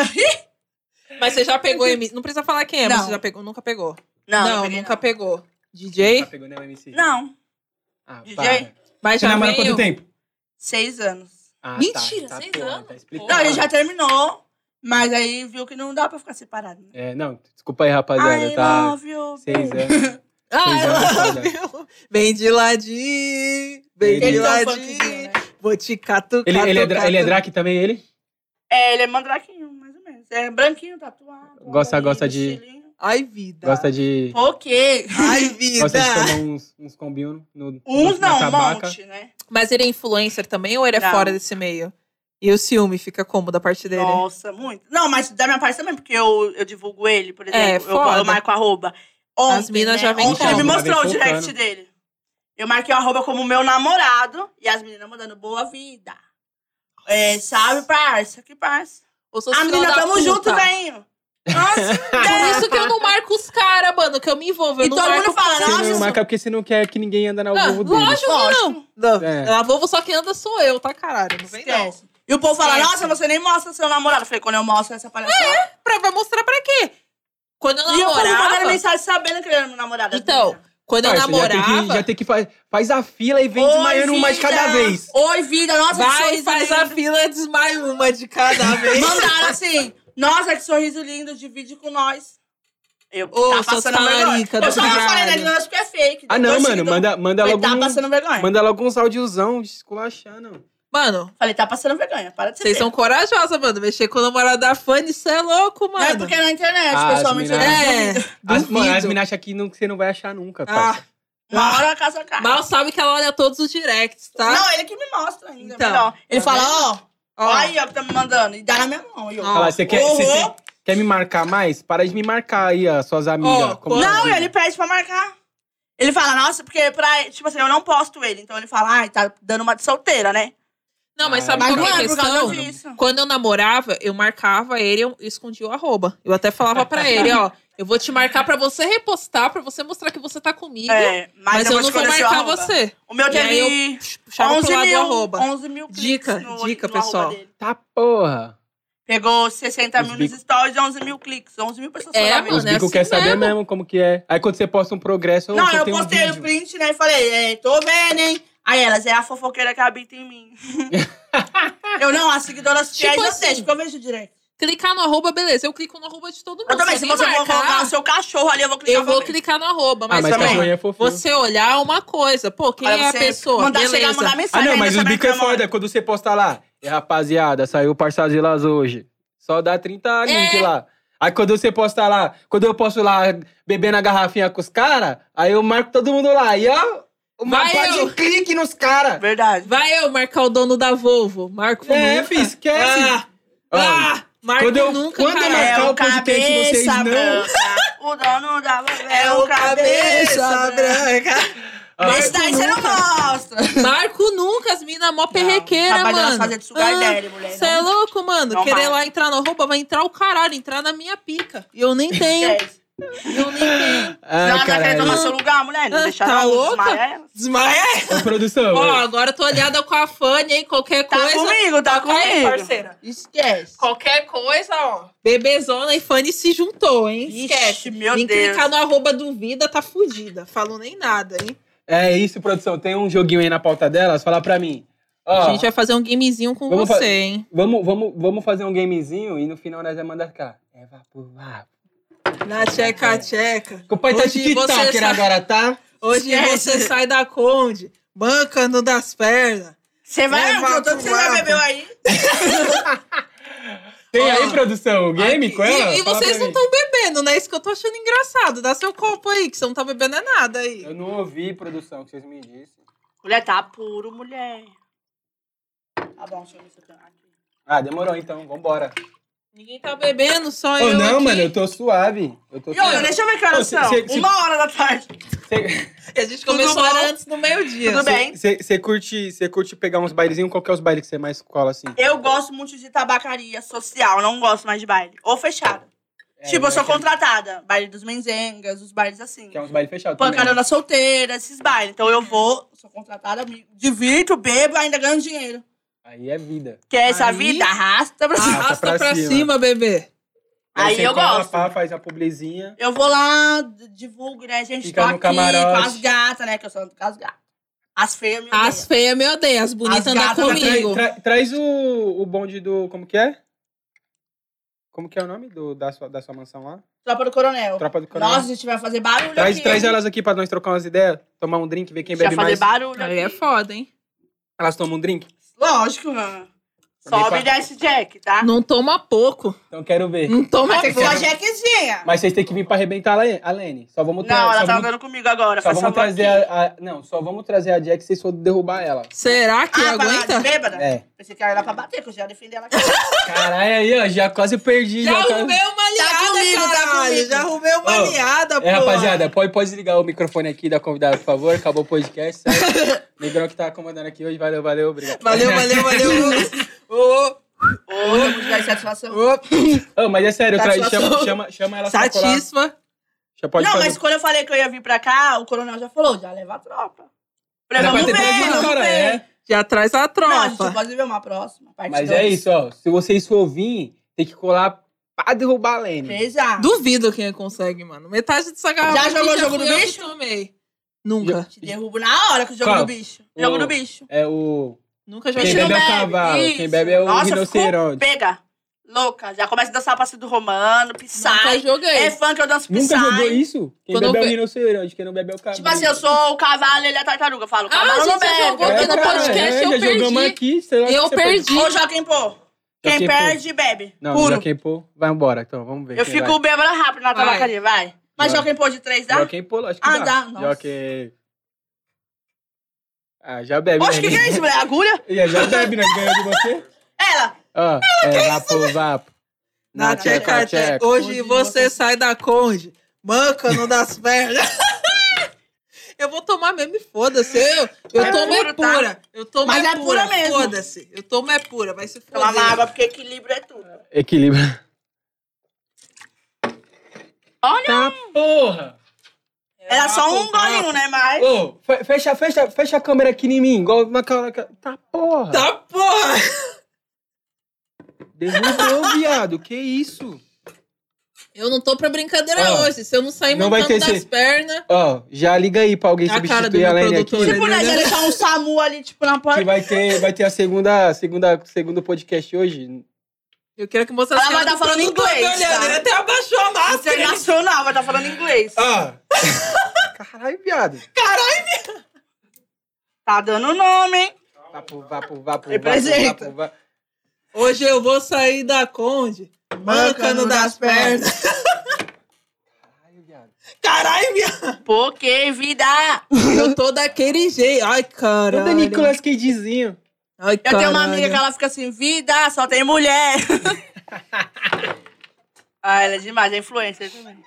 Mas você já pegou MC. Não precisa falar quem é, mas Não. você já pegou, nunca pegou. Não, peguei, nunca pegou. DJ? Tá pegou, né, o MC? Não, Ah, DJ? para. Mas Você já namora há veio... quanto tempo? 6 anos. Ah, Mentira, tá, 6 porra, anos? Tá explicado. Não, a gente já terminou, mas aí viu que não dá pra ficar separado. Né? É, não, desculpa aí, rapaziada. I Tá love you. 6 anos. Ah, Seis anos, I foda. love you. Vem de ladinho. Vem de Ele tem um ladinho. funkzinho, né? Vou te catucar. Ele é drag também, ele? É, ele é mandraquinho, mais ou menos. É branquinho, tatuado. Gosta olhinho, de- estilinho. Ai, vida. Gosta de... O quê? Ai, vida. Gosta de tomar uns combinhos no Uns na não, um tabaca. monte, né? Mas ele é influencer também ou ele é Não. fora desse meio? E o ciúme fica como da parte dele? Nossa, muito. Não, mas da minha parte também, porque eu divulgo ele, por exemplo. É, foda. Eu marco arroba. Ontem, As minas já vêm Ontem ele me como. mostrou o Já vem direct focando. dele. Eu marquei o arroba como meu namorado e as meninas mandando boa vida. É, sabe, parça? Que parça? Ou sou A filha menina, da tamo puta? junto, velho. Nossa, Por isso que eu não marco os caras, mano, que eu me envolvo. Eu E não todo marco mundo fala, porque- Você nossa, não marca porque você não quer que ninguém anda na Não, ovo dele. lógico que não. Não. É. Na Volvo só quem anda sou eu, tá, caralho? Não vem não. esquece. E o povo fala, Esquece. nossa, você nem mostra seu namorado. Eu falei, quando eu mostro essa palhaçada. Vai mostrar pra quê? Quando eu E o povo mandando namorava... mensagem sabendo que ele era meu namorado. Então, quando eu Parça, namorava... Já tem que faz a fila e vem desmaiando uma de cada vez. Oi, vida. Nossa, que Vai, sorriso faz a lindo. fila, desmaia uma de cada vez. Mandaram assim, nossa, que sorriso lindo, divide com nós. Eu Ô, tá seus passando vergonha. talarica do Eu só não falei na caralho. ignorância porque é fake. Ah, não, Dois mano. seguidores. Manda Falei, logo tá passando vergonha. Manda logo uns audiozão esculachando. Mano, Falei, tá passando vergonha. Para de ser vocês são corajosas, mano. Mexer com o namorado da Fanny, isso é louco, mano. Não é porque é na internet, Ah, pessoalmente. as eu não É, duvido. Mano, as duvido. meninas acham que você não vai achar nunca, Ah, parça. Uma hora a casa cai. mal sabe que ela olha todos os directs, tá? Não, ele que me mostra ainda. Então, Melhor. Ele tá fala, vendo? ó aí, ó, que tá me mandando. E dá na minha mão. E eu, Ó. Fala, você Uhum. quer me marcar mais? Para de me marcar aí, ó, suas amigas. Ó, Como quando- Não, assim? ele pede pra marcar. Ele fala, nossa, porque tipo assim, eu não posto ele. Então ele fala, ai, tá dando uma de solteira, né? Não, mas Ah, sabe Mas qual não que é a é por causa questão? disso. Quando eu namorava, eu marcava ele, eu escondia o arroba. Eu até falava pra ele, ó, eu vou te marcar pra você repostar, pra você mostrar que você tá comigo, É, mas eu não vou escolher seu marcar arroba. você. O meu E aí teve Puxava 11 pro lado mil, do arroba. 11 mil cliques Dica, no, dica, no pessoal. arroba dele. Tá porra. Pegou 60 Os mil bico- nos stories e 11 mil cliques. 11 mil pessoas É, foram ver. mano, Os é bicos assim querem saber mesmo. mesmo como que é. Aí quando você posta um progresso, Não, só eu tem um postei o vídeo. print, né? E falei, tô vendo, hein? Aí elas, é a fofoqueira que habita em mim. Eu não, as seguidoras fiéis eu deixo, porque eu vejo direto. Clicar no arroba, beleza. Eu clico no arroba de todo mundo. Eu também, se você for colocar o seu cachorro ali, eu vou clicar. Eu vou clicar no arroba, mas, mas também cachorrinho é fofinho. você olhar uma coisa. Pô, quem é a pessoa? Mandar Beleza. chegar, mandar mensagem. Não, mas ainda os bicos é também, foda. Quando você posta lá, rapaziada, saiu o Parçazilas hoje. Só dá 30 link lá. Aí quando você posta lá, quando eu posto lá, bebendo a garrafinha com os caras, aí eu marco todo mundo lá. E ó, uma pá de clique nos caras. Verdade. Vai eu marcar o dono da Volvo. Marco nunca. Filho, esquece. Marco nunca, quando eu marcar o podcast, vocês não... O dono da Volvo é o cabeça branca. Esse daí você não mostra. Marco nunca, as minas mó perrequeira, mano. Fazer de sugar daddy, mulher. Você é louco, mano. Não Querer vai. lá entrar no arroba, vai entrar o caralho, entrar na minha pica. E eu nem tenho. Eu nem tenho. Ela tá querendo tomar seu lugar, mulher? Não deixa Tá não, louca? Desmaia. Ô, produção. Ó, agora eu tô olhada com a Fanny, hein? Qualquer Tá coisa. comigo, tá Toca aí, comigo. parceira. Esquece. Qualquer coisa, ó. Bebezona e Fanny se juntou, hein? Esquece. Ixi, meu Vem Deus. clicar no arroba duvida, tá fudida. Falo nem nada, hein? É isso, produção. Tem um joguinho aí na pauta delas. Fala pra mim. Ó, A gente vai fazer um gamezinho com vamos você, hein? Vamos fazer um gamezinho e no final nós vamos mandar cá. É vapo. Na tcheca. O pai tá Hoje você TikToker sai- agora, tá? Hoje Esquece. você sai da Conde, bancando das pernas. Você vai, Leva não, tanto que você já pro bebeu aí. Tem Ó, aí, produção, o game com ela? E Fala vocês pra não mim. estão bebendo, né? Isso que eu tô achando engraçado. Dá seu copo aí, que você não tá bebendo é nada aí. Eu não ouvi, produção, o que vocês me disseram. Mulher, tá puro, mulher. Tá bom, deixa eu ver se eu tenho aqui. Ah, demorou então, vambora. Ninguém tá bebendo, só Ô, eu não, aqui. mano, eu tô suave. Eu tô E olha, suave. deixa eu ver que horas Ô, são. cê- 1h da tarde. A gente Tudo começou bom? antes do meio-dia. Tudo bem? Você curte pegar uns bailezinhos? Qual que é os bailes que você mais cola assim? Eu gosto muito de tabacaria social, não gosto mais de baile. Ou fechada. Tipo, eu sou contratada. Baile dos menzengas, os bailes assim. Que é uns bailes fechados. Pancada da solteira, esses bailes. Então eu vou, sou contratada, me divirto, bebo, ainda ganho dinheiro. Aí é vida. Que é essa Aí- vida, arrasta pra cima. Arrasta pra cima. cima, bebê. Aí você eu cola, gosto. Pá, faz a publizinha. Eu vou lá, divulgo, né? Gente, Fica tô no aqui camarote. com as gatas, né? Que eu sou com as gatas. As feias me As odeiam. feias me odeiam, as bonitas As andam gatas comigo. Traz o bonde do... Como que é? Como que é o nome da sua mansão lá? Tropa do Coronel. Tropa do Coronel. Nossa, a gente vai fazer barulho Traz aqui. elas aqui pra nós trocar umas ideias, tomar um drink, ver quem A gente bebe vai fazer mais. barulho Aí é aqui. foda, hein? Elas tomam um drink? Lógico, mano. Também Sobe e pra- desce Jack, tá? Não toma pouco. Então quero ver. Não toma Mas tem que ser uma pouco. Jackzinha. Mas vocês têm que vir pra arrebentar a Lene. Só vamos Não, ela só tá vamos, andando comigo agora. só Faz vamos favor trazer aqui. Não, só vamos trazer a Jack se vocês forem derrubar ela. Será que Ah, pra lá aguenta? de bêbada? É. Pensei que ela era pra bater, que eu já ia defender ela aqui. Caralho, aí, ó, já quase perdi. Já quase- arrumei uma aliada, comigo, tá caralho. comigo. Já arrumei uma Ó, aliada, pô. rapaziada, pode desligar o microfone aqui da convidada, por favor. Acabou o podcast, certo? Negrão que tá comandando aqui hoje. Valeu, obrigado. Valeu. Ô, Ô, vamos dar satisfação. Ô, mas é sério, Satisfação. chama ela pra colar. satisfa. Já pode Não, fazer. mas quando eu falei que eu ia vir pra cá, o coronel já falou, já leva a tropa. Falei, Era pra vamos ter trazido, ver, vamos cara, ver. é. Já traz a Não, a gente tropa. pode ver uma próxima. Parte Mas 2. é isso, ó. Se vocês for vir, tem que colar pra derrubar a Lene. Beija. Duvido quem consegue, mano. Metade dessa garrafa Já aqui jogou o jogo fui do eu que bicho? tomei. Nunca. Te derrubo na hora com o jogo Qual? do bicho. Jogo O- do bicho. É o... Nunca Quem joguei. Bicho bebe não é o bebe. cavalo, Isso. quem bebe é o Nossa, rinoceronte. ficou pega. Louca. Já começa a dançar passe do romano, Nunca pisar. joguei. É funk, eu danço Nunca pisar. jogou isso? Quem Quando bebe é o eu ve- rinoceronte, quem não bebe é o cavalo. Tipo assim, eu sou o cavalo, ele é a tartaruga. Eu falo, o cavalo a não gente já bebe. jogou aqui no podcast, eu já jogamos perdi. aqui, sei lá Eu que você perdi. Ou Joaquim Pô. Quem Joaquim Pô. perde, bebe. Não, Puro. Joaquim Pô, vai embora, então, vamos ver. Eu quem fico bêbada rápido na Vai. tabacaria, vai. Mas Vai. Joaquim Pô de 3 dá? Joaquim Pô, acho que Ah, dá. dá, nossa. Joaquim... Ah, já bebe, Oxe, o né? que é isso, mulher? Agulha? Já bebe, né? Ganhou de você? Ela. Ó, vapo. Na tcheca. Hoje você sai da Conde, mancando das pernas. Eu vou tomar mesmo e foda-se. Eu É tomo puro, é tá? pura. Eu tomo Mas é pura mesmo. Foda-se. Eu tomo é pura. Vai se foder. Tomar água, porque equilíbrio é tudo. Equilíbrio. Olha. Tá, porra! Era só um golinho, né? Mas... Ô, fecha a câmera aqui em mim, igual naquela... Tá, porra! Tá porra. Derrubou, viado, que isso? Eu não tô pra brincadeira Ó, hoje. Se eu não sair não vai montando ter das pernas... Ó, já liga aí pra alguém A cara do substituir meu a Lene aqui. produtor, Tipo, né? Já deixar um SAMU ali, tipo, na porta. Que vai ter a segundo podcast hoje. Eu quero que mostre as Ela vai caras tá do falando produtor inglês, me olhando. tá? Ele até abaixou a máscara. Internacional, vai estar falando inglês. Ah! Caralho, viado. Tá dando nome, hein? Vapo. Representa. Hoje eu vou sair da Conde mancando das pernas. Caralho, viado. Caralho, minha... Porque vida. Eu tô daquele jeito. Ai, caralho. Todo Nicolas Cagezinho. Ai, Eu tenho uma amiga que ela fica assim, vida, só tem mulher. Ah, ela é demais, é influencer também.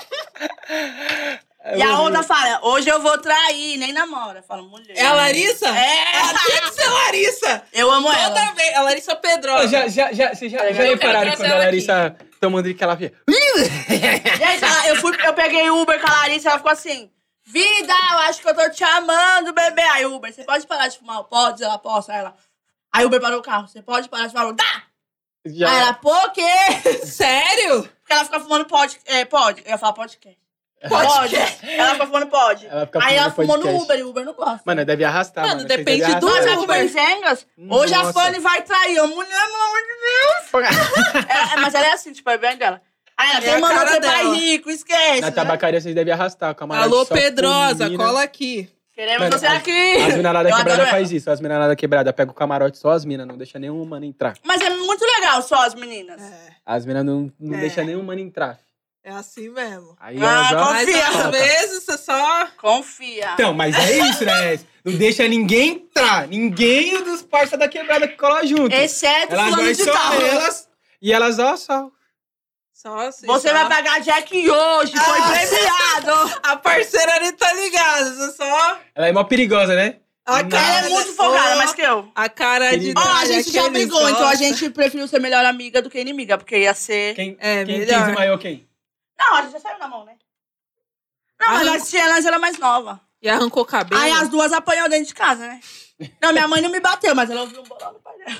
E a outra fala, hoje eu vou trair, nem namora. Fala, mulher. É a Larissa? É. Ela tinha que ser Larissa. Eu amo ela. Toda vez. A Larissa Pedrosa. Vocês já repararam quando a Larissa toma um drink que ela fica... Gente, eu peguei Uber com a Larissa, ela ficou assim, vida, eu acho que eu tô te amando, bebê. Aí Uber, você pode parar de fumar? Pode, ela posso. Aí Uber parou o carro, você pode parar de fumar? Tá! Já. Aí ela, por quê? Sério? Porque ela fica fumando pode. Eu ia falar podcast. Pode. Ela fica fumando pode. Ela fica Aí ela fumando fumou no podcast. Uber e o Uber não gosta. Mano, deve arrastar, Mano, Vocês depende devem do arrastar. Nossa, tipo, em Zengas, hoje a Nossa. Fanny vai trair. Eu, mulher, pelo amor de Deus. Mas ela é assim, tipo, é bem dela. Aí ela, É a quem mandou cara ser pai dela. rico, esquece. Na né? tabacaria vocês devem arrastar. Camarote Alô, só com Pedrosa, mina. cola aqui. Queremos Mano, você aqui. As minaradas Eu quebradas adoro faz isso. As minaradas quebradas pega o camarote só as minas, não deixa nenhum mano entrar. Mas é muito legal só as meninas. As minas não É. deixa nenhum mano entrar. É assim mesmo. Aí Ah, elas, ó, Mas Confia. às vezes você só... Confia. Então, mas é isso, né? Não deixa ninguém entrar. Ninguém dos parça da quebrada que cola junto. Exceto Elas fulano vai de só tal. elas. E elas, ó, só. Só assim. Você só... vai pagar Jack hoje, foi premiado. A parceira ali tá ligada. Você só... Ela é mó perigosa, né? A Ela cara é muito folgada, mais que eu. A cara de... Querida. Ó, a trás, gente já aquele brigou, só. então a gente preferiu ser melhor amiga do que inimiga, porque ia ser... Quem melhor. desmaiou quem? Não, a gente já saiu na mão, né? Não, mas nós era mais nova. E arrancou o cabelo. Aí as duas apanhou dentro de casa, né? Não, minha mãe não me bateu, mas ela ouviu um bolão no pai dela.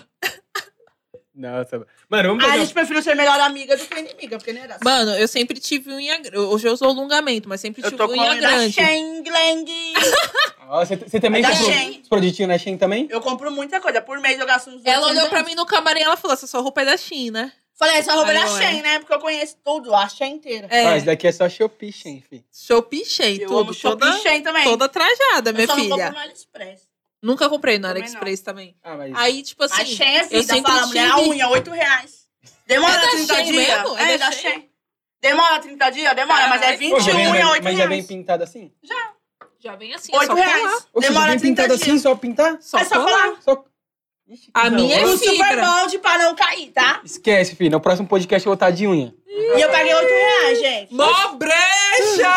Nossa. Mano, vamos Aí a fazer... gente preferiu ser melhor amiga do que inimiga, porque não era assim. Mano, eu sempre tive unha... Hoje eu uso alongamento, mas sempre Eu tive tô com a unha unha da grande. Shein Glang. Ó, você também É da comprou Shein. os produtinhos na Shein também? Eu compro muita coisa. Por mês eu gasto uns Ela 800 olhou pra mim no camarim e ela falou, essa sua roupa é da Shein, né? Falei, essa roupa é da Aí eu, Shein, né? Porque eu conheço tudo, a Shein inteira. É, Ó, isso daqui é só Shopee Shein, fi. Shopee Shein, Eu tudo. amo Shopee toda, Shein também. toda trajada, Eu minha só não filha. compro no AliExpress. Nunca comprei no Também AliExpress também. Ah, mas... Aí, tipo assim, A Shein é eu vida, sempre fala, mulher, a tive... unha, R$8. Demora É da 30 Shein dias. mesmo? É da da Shein? Shein. Demora 30 dias? Demora, mas é Caralho. 21 unha, R$8. Mas já vem pintado assim? Já vem assim, é só R$8. colar. Ou seja, Demora vem 30 pintado dias. assim, só pintar? Só É só colar. colar. Só... Ixi, A que minha não. é O super fibra. molde pra não cair, tá? Esquece, filho. No próximo podcast eu vou estar de unha. E eu paguei R$8, gente. Mó brecha!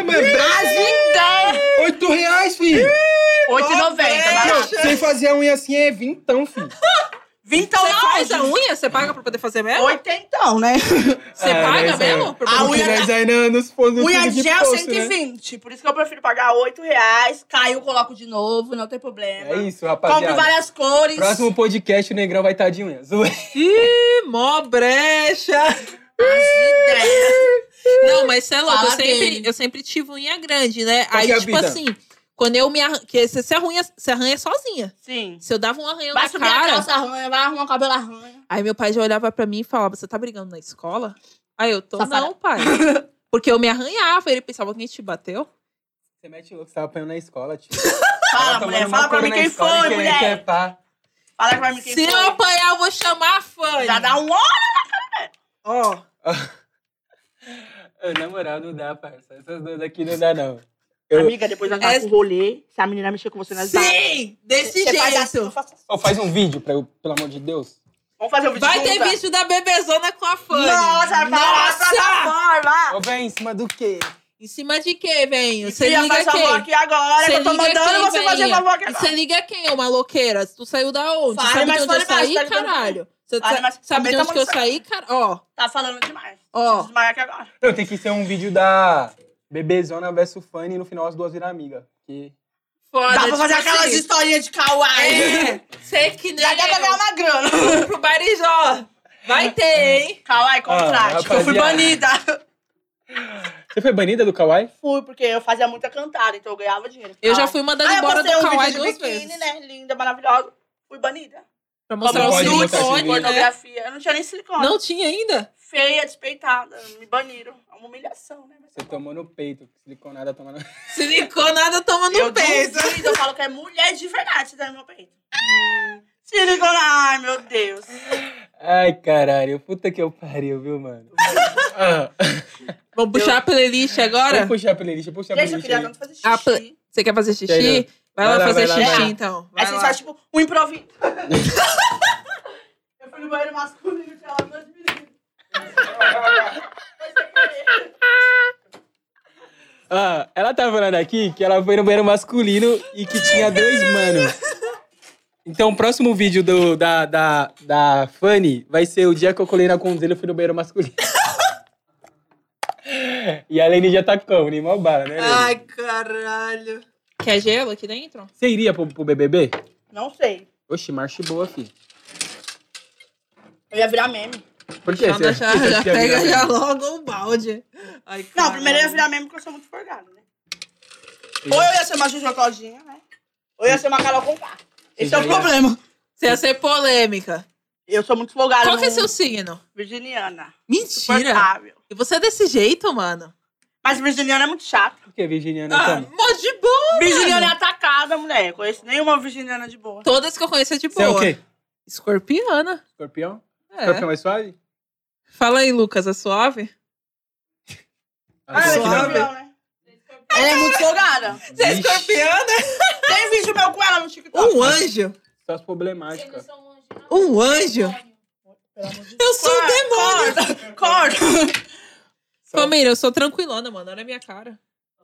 As ideias. R$8, filho. R$8,90, barato. Sem fazer a unha assim é vintão, filho. Vintão Você na faz onde? a unha? Você paga pra poder fazer mesmo? Oitentão, né? Você paga mesmo? Pra A poder- unha- Porque nós aí nos fundo Unha de gel poço, 120. Por isso que eu prefiro pagar R$8. Caiu, coloco de novo, não tem problema. É isso, Compro rapaziada. várias cores. Próximo podcast o Negrão vai estar de unha. Zoeira. Ih, mó brecha! As ideias. Não, mas você é louco, Fala dele. eu sempre tive unha grande, né? Qual Aí, que é a tipo vida? assim, quando eu me arranho... Porque você arranha sozinha. Sim. Se eu dava um arranhão Vai na subir a cara... calça arranha, vai arrumar o cabelo arranha. Aí meu pai já olhava pra mim e falava, você tá brigando na escola? Aí eu tô, Safada. não, pai. Porque eu me arranhava. Ele pensava, quem te bateu? Você mete louco, você tava apanhando na escola, tio. Fala, Tava mulher. tomando Fala uma pra mim coisa na quem escola e foi, querer mulher. quepar. Fala pra mim quem Se foi. eu apanhar, eu vou chamar a Fanny. Já dá um olho. Ó. Na moral, não dá, parça. Essas duas aqui não dá, não. Eu... Amiga, depois nós vamos pro rolê. Se a menina mexer com você, nós vamos. Sim! Desse Você faz assim, eu jeito. faço assim. Ô, faz um vídeo pra eu, pelo amor de Deus. Vamos fazer um vídeo Vai ter juntas? vídeo da bebezona com a Fanny. Nossa, vai pra plataforma. Ô, vem, em cima do quê? Em cima de quê, venho? Você Filha, liga faz favor quem? aqui agora, que eu tô liga mandando quem, você fazer venha? favor aqui E agora. você liga quem, ô maloqueira? Tu saiu da onde? Fale, Sabe mas de onde eu fale mais, saí, tá ligando caralho? Você Fale, mas sabe de também onde tá que eu muito saí, cara? Ó. Tá falando demais. Ó. Preciso desmaiar aqui agora. Não, tem que ser um vídeo da Bebezona versus Fanny e no final as duas viram amiga. Que... Foda, Dá pra fazer tipo aquelas assim. historinhas de kawaii. É, sei que nem Já dá pra ganhar uma grana. eu pro Barijó. Vai ter, hein? Kawaii, contrate. Eu fui banida. Você foi banida do Kawaii? Fui, porque eu fazia muita cantada, então eu ganhava dinheiro. Eu já fui mandada embora do Kawaii 2 biquíni, vezes. né? Linda, maravilhosa. Fui banida. Pra mostrar o silicone, né? Pornografia. Eu não tinha nem silicone. Não tinha ainda? Feia, despeitada. Me baniram. É uma humilhação, né? Você tomou no peito. Siliconada tomando... Siliconada toma no peito. Eu falo que é mulher de verdade se dá no meu peito. Silicone, ai, meu Deus. Ai, caralho. Puta que eu pariu, viu, mano? Vamos puxar a playlist agora? Vamos puxar a playlist. Puxa a Gente, eu playlist queria aí. tanto fazer xixi. Você quer fazer xixi? Quero. Vai lá fazer xixi, vai lá. então. Aí Vai você lá. faz, tipo, um improviso. Eu fui no banheiro masculino, tinha lá 2 meninos. Ela tá falando aqui que ela foi no banheiro masculino e que tinha 2 manos. Então, o próximo vídeo da Fanny vai ser o dia que eu colei na Conzelho e fui no banheiro masculino. E a Lene já tá como? Nem mal bala, né, Lene? Ai, caralho. Quer gelo aqui dentro? Você iria pro BBB? Não sei. Oxi, marcha boa, fi. Eu ia virar meme. Por quê? Já pega já logo o balde. Ai, Não, primeiro eu ia virar meme porque eu sou muito folgada, né? Ou eu ia ser uma Juju Claudinha, né? Ou eu ia ser uma Carol Conká. Esse é o problema. Você ia ser polêmica. Eu sou muito folgada. Qual que é seu signo? Virginiana. Mentira. Insuportável. E você é desse jeito, mano? Mas virginiana é muito chato. Por que virginiana como? Mó de boa. Virginiana é atacada, mulher. Eu conheço nenhuma virginiana de boa. Todas que eu conheço é de Você é boa. o quê? Escorpiana. Escorpião? É. Escorpião mais suave? Fala aí, Lucas, é suave? Ah, ela é suave. escorpião, né? Ela é muito folgada. Você é escorpiana? Tem vídeo meu com ela no TikTok. Um anjo. Só as problemáticas. Um anjo. Eu sou um demônio. Corta. Família, eu sou tranquilona, mano. Olha a minha cara.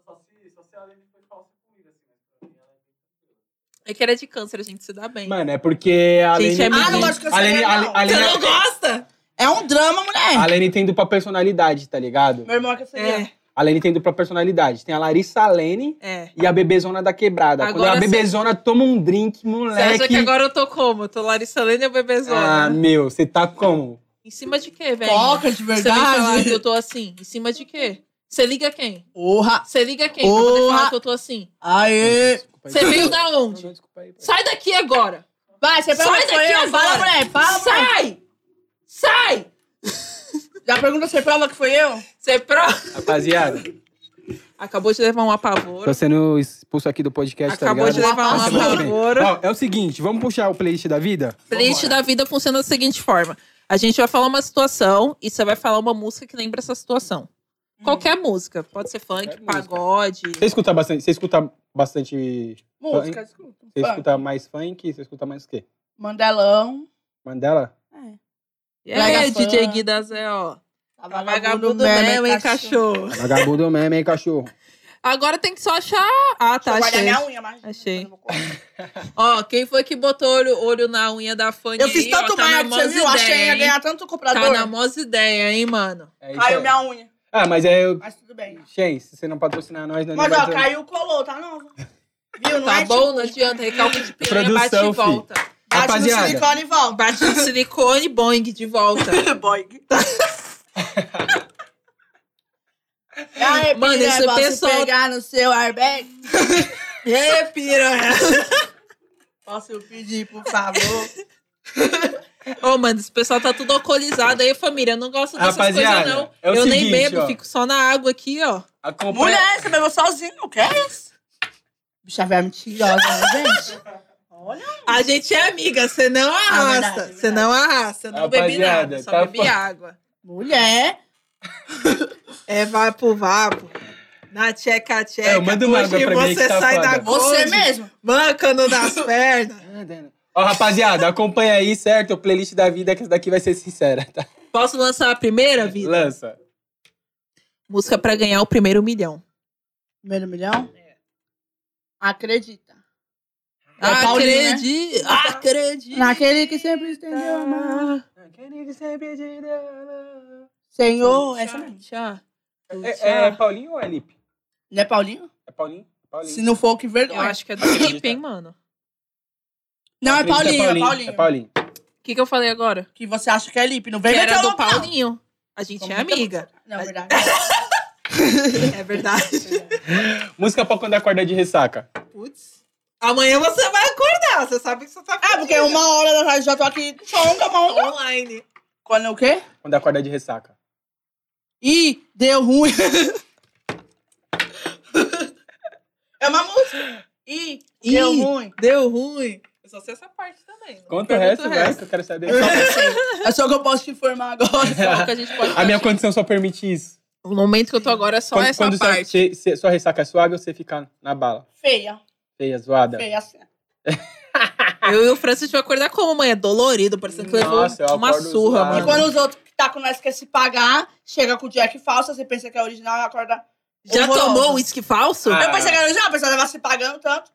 É que ela é de câncer, a gente se dá bem. Mano, é porque a Gente, Lene... é Ah, não gosto de a Lene, cancelamento, não. Você não gosta? É um drama, mulher. a Lene tem dupla personalidade, tá ligado? Meu irmão é canceriano. A Lene tem dupla personalidade. Tem a Larissa Lene É. e a bebezona da quebrada. Agora Quando a cê- bebezona toma um drink, Você moleque... acha que agora eu tô como? Eu tô Larissa Lene ou Bebezona? Ah, meu, você tá como? Em cima de quê, velho? Coca de Você vem verdade. falar que eu tô assim? Em cima de quê? Você liga quem? Porra. Você liga quem pra poder Porra. falar que eu tô assim? Aê. Desculpa aí. Você veio da onde? Não, desculpa aí, pai. Sai daqui agora! Vai, você pergunta Sai que foi daqui eu. agora! Fala, mulher. Fala, mulher. Sai! Sai! Já pergunta se prova que foi eu? Você prova? Rapaziada, Acabou de levar um apavoro. tô sendo expulso aqui do podcast, Acabou tá de ligado? levar um Nossa, muito bem. apavoro. Ó, é o seguinte, vamos puxar o playlist da vida? Playlist da vida funciona da seguinte forma. A gente vai falar uma situação e você vai falar uma música que lembra essa situação. Qualquer música. Pode ser funk, Qualquer música. pagode. Você escuta bastante... Música, escuta. Você escuta mais funk? Você escuta mais o quê? Mandelão. Mandela? E aí, Pega DJ fã. Gui da Zé, ó. Tá Vagabundo mesmo, hein, cachorro. Vagabundo mesmo, hein, cachorro? Agora tem que só achar... Ah, tá, Deixa eu guardar achei. minha unha, mas... Achei. eu não vou cortar. Ó, quem foi que botou olho na unha da Fanny Eu fiz aí, tanto ó, tá na marketing, você mós viu? Achei que ia ideia, hein? ganhar tanto comprador. Tá na mós ideia, hein, mano? É isso Caiu aí. minha unha. Ah, mas é... Mas tudo bem. Shen, se você não patrocinar nós... nós Mas não ó, vai ter- caiu, colou, tá nova. Viu? Não Tá é bom, tipo, não adianta. Recalque de piranha, bate Produção, e volta. Bate Rapaziada. no silicone e volta. Bate no silicone, boing, de volta. Boing. E aí, Mano, piranha, esse posso pessoal- pegar no seu airbag? E aí, piranha? Posso pedir, por favor? Ô, mano, esse pessoal tá tudo alcoolizado aí, família. Eu não gosto dessas Rapaziada, coisas, não. é o Eu nem seguinte, bebo, ó. fico só na água aqui, ó. Acompanha... Mulher, você bebeu sozinho, o que é isso? Bicha velha mentirosa, né, gente? Olha. A gente é amiga, você não arrasta. verdade, Você não arrasta. Eu não bebi Rapaziada, nada, só tá bebi água. Mulher. É vapo, vapo. Na tcheca-tcheca. É, manda uma água Hoje pra mim aí você que tá sai foda. da Você Conde, mesmo. mancando das pernas. Ó, rapaziada, acompanha aí, certo? O playlist da vida, que essa daqui vai ser sincera, tá? Posso lançar a primeira, vida? Lança. Música pra ganhar o primeiro milhão. Primeiro milhão? Acredita. É Paulinho, né? Acredito. Acredito. Naquele que sempre estendeu a mão. Senhor, essa mesmo. Tchau. É Paulinho ou é Lipe? Não é Paulinho? É Paulinho? Paulinho. Se não for, que Eu vergonha. acho que é do Felipe, hein, mano? Não, é Acredito, Paulinho, é Paulinho. É Paulinho. que eu falei agora? Que você acha que é Lipe. Não vem Que era meter o do louco, não. Paulinho. A gente Como é que eu- amiga. Não, é verdade. É verdade. Música pra quando acorda de ressaca. Putz. Amanhã você vai acordar. Você sabe que você tá Ah, porque 1h da tarde já tô aqui songa, monga. online. Quando o quê? Quando acorda de ressaca. Ih, deu ruim. É uma música. Ih, deu ruim. Deu ruim. Eu só sei essa parte também. Não Conta o pergunta resto, vai, que eu quero saber. É só que eu posso te informar agora. Só que a gente pode A minha fazer. condição só permite isso. O momento que eu tô agora é só Quando, essa quando parte. sua ressaca é suave ou você fica na bala? Feia. Feia, zoada? Feia assim. Eu e o Francis vai acordar como, mãe? É dolorido, parecendo que levou Nossa, eu uma acordo surra, zoado. E mano. quando os outros que tá com nós quer se pagar, chega com o Jack falso, você pensa que é original e acorda. Já horrorosa. tomou uísque falso? Ah. Eu pensei que era original, a pessoa tava se pagando tanto.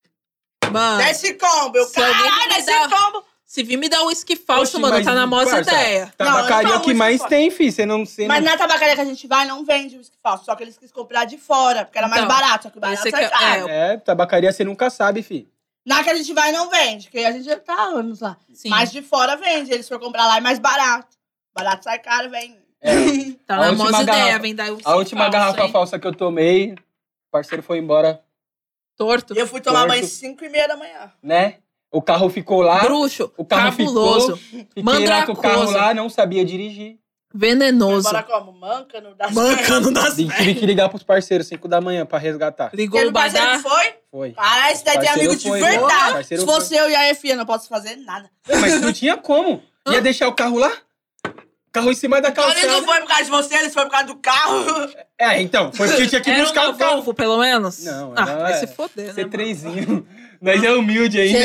Mano, Desce combo. Eu, Se alguém caralho, me desce dá- combo. se vir me dar uísque falso, Oxi, mano, mas, tá na maior parça, ideia. Tabacaria Não, eu é não o que tomo mais isso, tem, fi. Você não... Você Mas não... na tabacaria que a gente vai, não vende uísque falso. Só que eles quis comprar de fora, porque era mais Então, barato. Só que o barato esse sai que é- caro. É, tabacaria você nunca sabe, fi. Na que a gente vai, não vende. Porque a gente já tá há anos lá. Sim. Mas de fora vende. Eles foram comprar lá, é mais barato. Barato sai caro, vem. Tá A na última maior ideia, garrafa- vem dar uísque A última falso, garrafa hein? falsa que eu tomei, o parceiro foi embora, Torto. E eu fui tomar Torto. banho às 5h30 da manhã. né? O carro ficou lá, Bruxo. o carro Cabuloso. ficou, fiquei lá com o carro Mandracoso. lá, não sabia dirigir. Venenoso. Bora como? Mancano das Mancando das Tive que ligar pros parceiros 5 da manhã pra resgatar. Ligou Teve o parceiro badar. que foi? Foi. Ah, esse daí tem Parceiro amigo de foi, verdade. parceiro Se fosse eu e a Efia, não posso fazer nada. Mas não tinha como. Ia deixar o carro lá? Carro em cima da Então eles não calçada. foi por causa de você, eles foram por causa do carro. É, então, foi porque tinha que Era buscar uma o carro. Volvo, pelo menos? Não, Ah, não, vai é. se foder, né, mano? C3zinho. Nós é humilde ainda.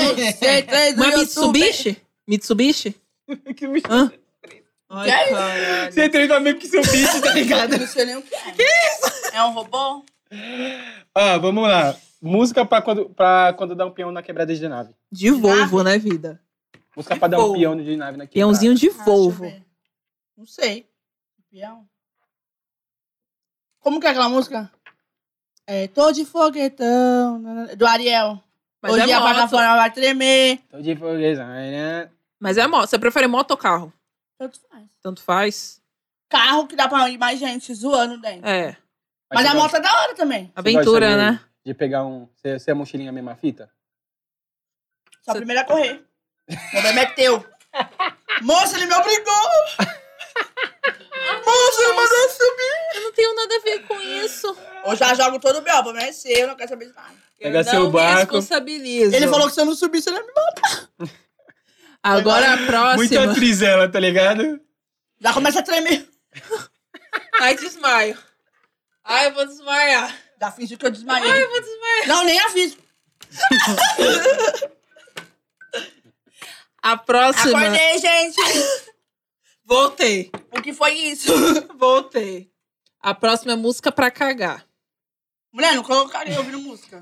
C3 do Mas YouTube. Mitsubishi? Mitsubishi? Que bicho. Hã? Ai, Que é isso? caralho. C3 é meio que seu bicho, tá ligado? Não sei nem o que é. Que isso? É um robô? Ah, vamos lá. Música pra quando dá um peão na quebrada de nave. De Volvo, né, vida? Música pra dar um Volvo. peão de nave na quebrada. Peãozinho de Ah, Volvo. deixa eu ver. Não sei. Peão. Como que é aquela música? É, tô de foguetão. Do Ariel. Mas Hoje é a moto. plataforma vai tremer. Tô de fogueira, né? Mas é moto. Você prefere moto ou carro? Tanto faz. Tanto faz. Carro que dá pra ir mais gente zoando dentro. É. Mas você a moto gosta- é da hora também. Aventura, você gosta né? De pegar um... Você é mochilinha mesma fita? Só a primeira a correr. O problema é teu. Moça, ele me obrigou. Moça, ele mandou subir. Eu não tenho nada a ver com isso. Eu já jogo todo o meu, o problema é seu, eu não quero saber de nada. Pega eu seu não me barco. responsabilizo. Ele falou que se eu não subir, você não ia me matar. Agora a Muito próxima. atriz ela, tá ligado? Já começa a tremer. Ai, desmaio. Ai, eu vou desmaiar. Já fingi que eu desmaiei. Ai, eu vou desmaiar. Não, nem aviso. A próxima. Acordei, gente. Voltei. O que foi isso? Voltei. A próxima é música pra cagar. Mulher, não colocaria ouvindo música.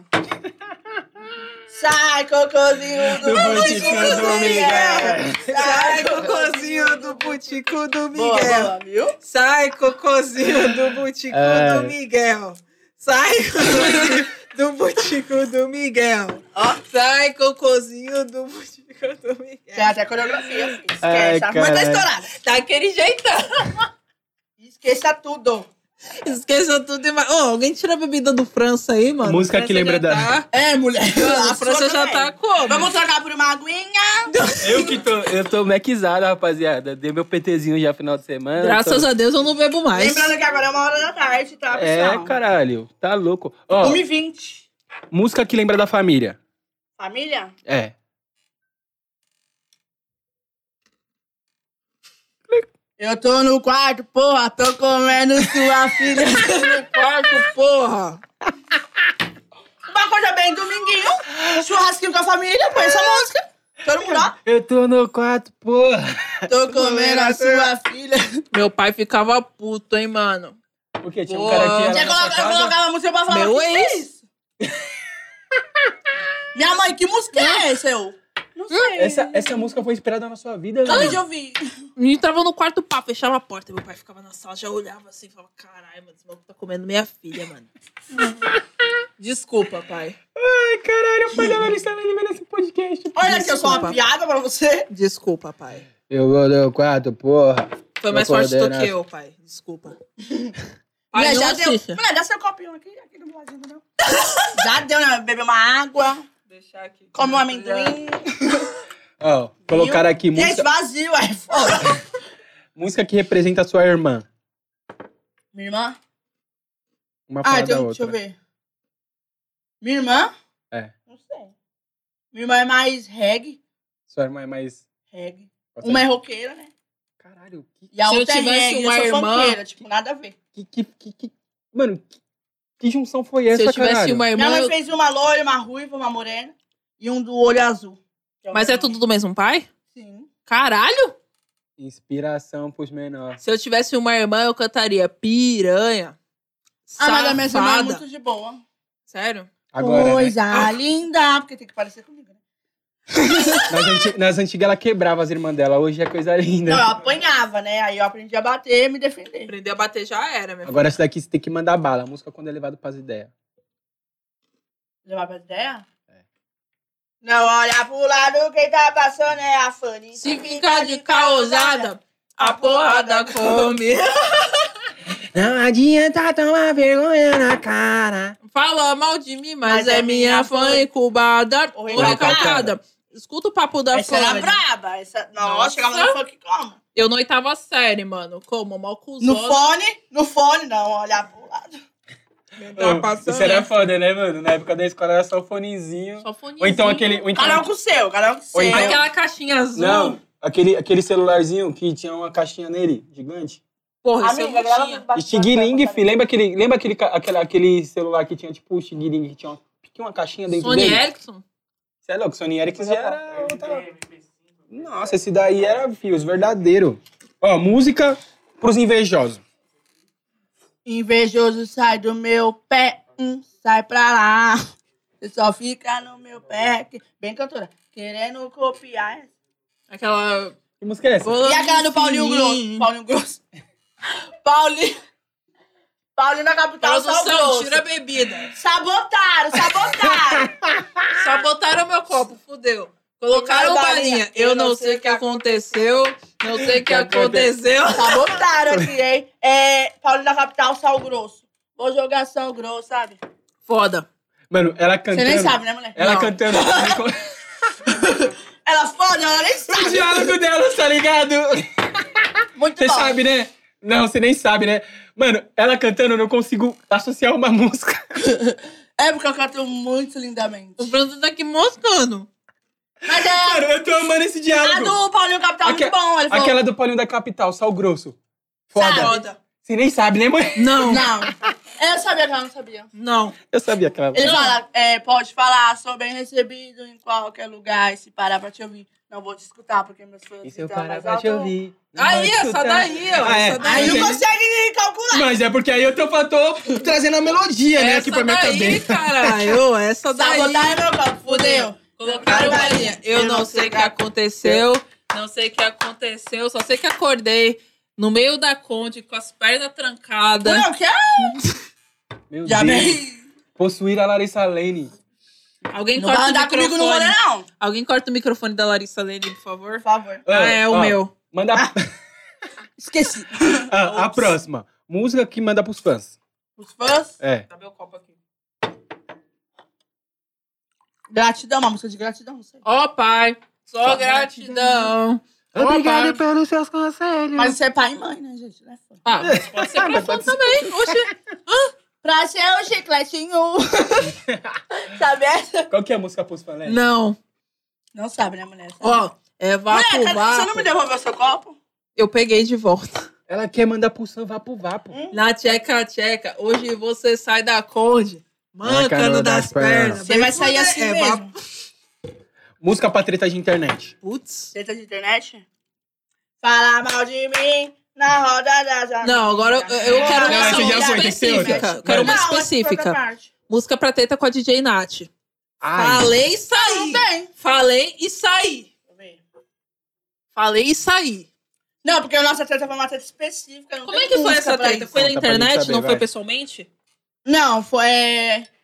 Sai, cocôzinho do Butico do Miguel. Sai, cocôzinho do butico do Boa, boa, viu? Sai, cocôzinho do butico É. do Miguel. Sai, cocôzinho do butico do Miguel. Ó, Sai, cocôzinho do butico do Miguel. tem até coreografia, filho. Ai, Esquece, a mãe tá caralho. estourada. Daquele jeitão. Esqueça tudo. Esqueça tudo e mais. Ô, alguém tira a bebida do França aí, mano. Música França que lembra já da- tá- É, mulher. Mano, a França já tá como? Vamos trocar por uma aguinha. Eu tô mequizado, rapaziada. Dei meu PTzinho já final de semana. Graças a Deus eu não bebo mais. Lembrando que agora é 1h da tarde, tá, pessoal? É, caralho. Tá louco. Ó, 1h20. música que lembra da família. Família? É. Eu tô no quarto, porra, tô comendo sua filha. No quarto, porra. Uma coisa bem, dominguinho, churrasquinho com a família, põe essa música. Todo mundo, ó. Eu tô no quarto, porra. Tô comendo a sua filha. Meu pai ficava puto, hein, mano. O quê? Tinha um Boa. cara que era Já na sua casa? colocava a música pra falar. Meu "Que é ex." isso? Minha mãe, que música é essa, eu? Não sei. Essa música foi inspirada na sua vida, Onde velho. eu vi? A gente entrava no quarto, pá, fechava a porta. Meu pai ficava na sala, já olhava assim, falava, caralho, mano, esse maluco tá comendo minha filha, mano. Desculpa, pai. Ai, caralho, o pai da Larissa Lene vendo esse podcast. Olha que eu sou uma piada pra você. Desculpa, pai. Eu vou dar 4, porra. Foi mais Pra forte poder, do né? que eu, pai. Desculpa. Mulher, Pai, já não deu. assiste. Mulher, dá seu copinho aqui do ladinho, não. Já deu, né? Beber uma água, Deixar aqui. come um amendoim. Ó, colocaram aqui Gente, música, vazio, é foda. música que representa a sua irmã. Minha irmã? Uma fala da Deixa outra. eu ver. Minha irmã? É. Não sei. Minha irmã é mais reggae. Sua irmã é mais... Reggae. Uma é roqueira, né? Caralho, E a Se eu outra é tivesse reggae, uma eu sou irmã- funkeira, tipo, nada a ver. Mano, que junção foi essa, Se eu tivesse caralho? uma Minha irmã. mãe eu- fez uma loira, uma ruiva, uma morena e um do olho azul. que o Mas meu é tudo irmão. do mesmo pai? Sim. Caralho! Inspiração pros menores. Se eu tivesse uma irmã, eu cantaria piranha. Ah, mas a minha irmã é Safada. muito de boa. Sério? Agora, né? Coisa linda, porque tem que parecer comigo, né? Nas antigas ela quebrava as irmãs dela, hoje é coisa linda. Não, eu apanhava, né? Aí eu aprendi a bater e me defender. Aprender a bater já era, minha Agora essa daqui você tem que mandar bala. A música quando é levado pras ideias. Levar pra ideia? Não olha pro lado, quem tá passando é a Fanny. Se ficar de causada, a porrada come. Não adianta tomar vergonha na cara. Fala mal de mim, mas é minha fã incubada Ou ou recalcada. Escuta o papo da Essa era fã. braba. Essa... Nossa, Nossa. chegava no funk como? Eu na oitava série, mano. Como? Mal No cuzona. fone, não, olhar pro lado. Tá passando, Isso era né? foda, né, mano? Na época da escola era só o fonezinho. Só fonezinho. Ou então aquele... Ou então... Cada um com o seu, cada um com o Ou seu. então- Aquela caixinha azul. Não, aquele celularzinho que tinha uma caixinha nele, gigante. Porra, isso eu Amiga, não grava tinha. no bate-papo, Xing-Ling, tá fi. Lembra aquele celular que tinha, tipo, o Xing-Ling, que tinha uma caixinha dentro Sony dele? Ericsson? Você é louco, Sony Ericsson já era outra... Nossa, esse daí era, fios, verdadeiro. Ó, música pros invejosos. Invejoso sai do meu pé, sai pra lá. Você só fica no meu pé. Bem cantora. Querendo copiar. Aquela... Que música é essa? E aquela do Paulinho Grosso. Paulinho Grosso. Paulinho da capital, Sal Produção, Grosso. tira a bebida. Sabotaram. Sabotaram meu copo, fudeu. Colocaram Colocaram balinha. balinha. Eu não sei o que aconteceu. Não sei o que aconteceu. Sabotaram aqui, hein? Paulinho da capital, Sal Grosso. Vou jogar Sal Grosso, sabe? Foda. Mano, ela cantando... Você nem sabe, né, mulher? Ela Não. cantando... Ela foda, ela nem O sabe. diálogo dela, tá ligado? Muito Você bom. sabe, né? Não, você nem sabe, né? Mano, ela cantando, eu não consigo associar uma música. É porque eu canto muito lindamente. O Bruno tá aqui moscando. Mas é Mano, eu tô amando esse a diálogo. do Paulinho Capital, Aque- muito bom. Ele falou, Aquela do Paulinho da Capital, Sal Grosso. Foda. Sabe? Você nem sabe, né, mãe? Não. Não. Eu sabia que ela não sabia. Não. Eu sabia que ela... Ele fala, pode falar, sou bem recebido em qualquer lugar. E se parar pra te ouvir, não vou te escutar, porque meus fãs E se eu gritam parar mais pra alto. te ouvir? não Aí, vai essa escutar. daí, ó. Ah, é. Essa daí. Aí não Mas consegue calcular. Mas é porque aí eu tô trazendo a melodia, né, aqui Essa pra minha daí, cabeça. caralho. Essa daí. Sabotar meu copo, fudeu. Colocaram balinha. Eu não sei o que aconteceu. Não sei o que aconteceu. Só sei que acordei no meio da Conde com as pernas trancadas. Não, que é? Meu Já Deus. bem. Possuir a Larissa Lene. Alguém Não vai corta o andar comigo no rolê, microfone. não. Alguém corta o microfone da Larissa Lene, por favor. Por favor. Ah, é o meu. Manda Esqueci. a próxima. Música que manda pros fãs. Os fãs, É. Tá meu copo aqui. gratidão, uma música de gratidão, não sei. Ó, pai. Só gratidão. Obrigado Opa. pelos seus conselhos. Mas você é pai e mãe, né, gente? Não é fã. Ah, mas pode ser pra fã também. Oxi. Pra ser o chicletinho. Sabe essa? Qual que é a música pros fãs, né? Não. Não sabe, né, mulher? Sabe? Ó, é vapo, Mulher, você não vapo. me devolveu seu copo? Eu peguei de volta. Ela quer mandar pro Sam vapo vapo. Na tcheca, hoje você sai da Conde, mancando das pernas. Você vai sair assim É mesmo. vapo. Música pra treta de internet. Putz. Treta de internet? Fala mal de mim na roda das amigas. Não, agora eu quero Não, uma essa já foi, tem que ser outra. específica. Eu quero uma Não, essa foi outra específica. parte. Música pra treta com a DJ Nath. Ai. Falei e Não saí. tem. Falei e saí. Deixa eu ver. Falei e saí. Não, porque a nossa treta foi uma treta específica. Não Como tem é que foi música essa pra treta? isso. Foi na Conta pra gente internet, saber, não vai. foi pessoalmente? Não, foi...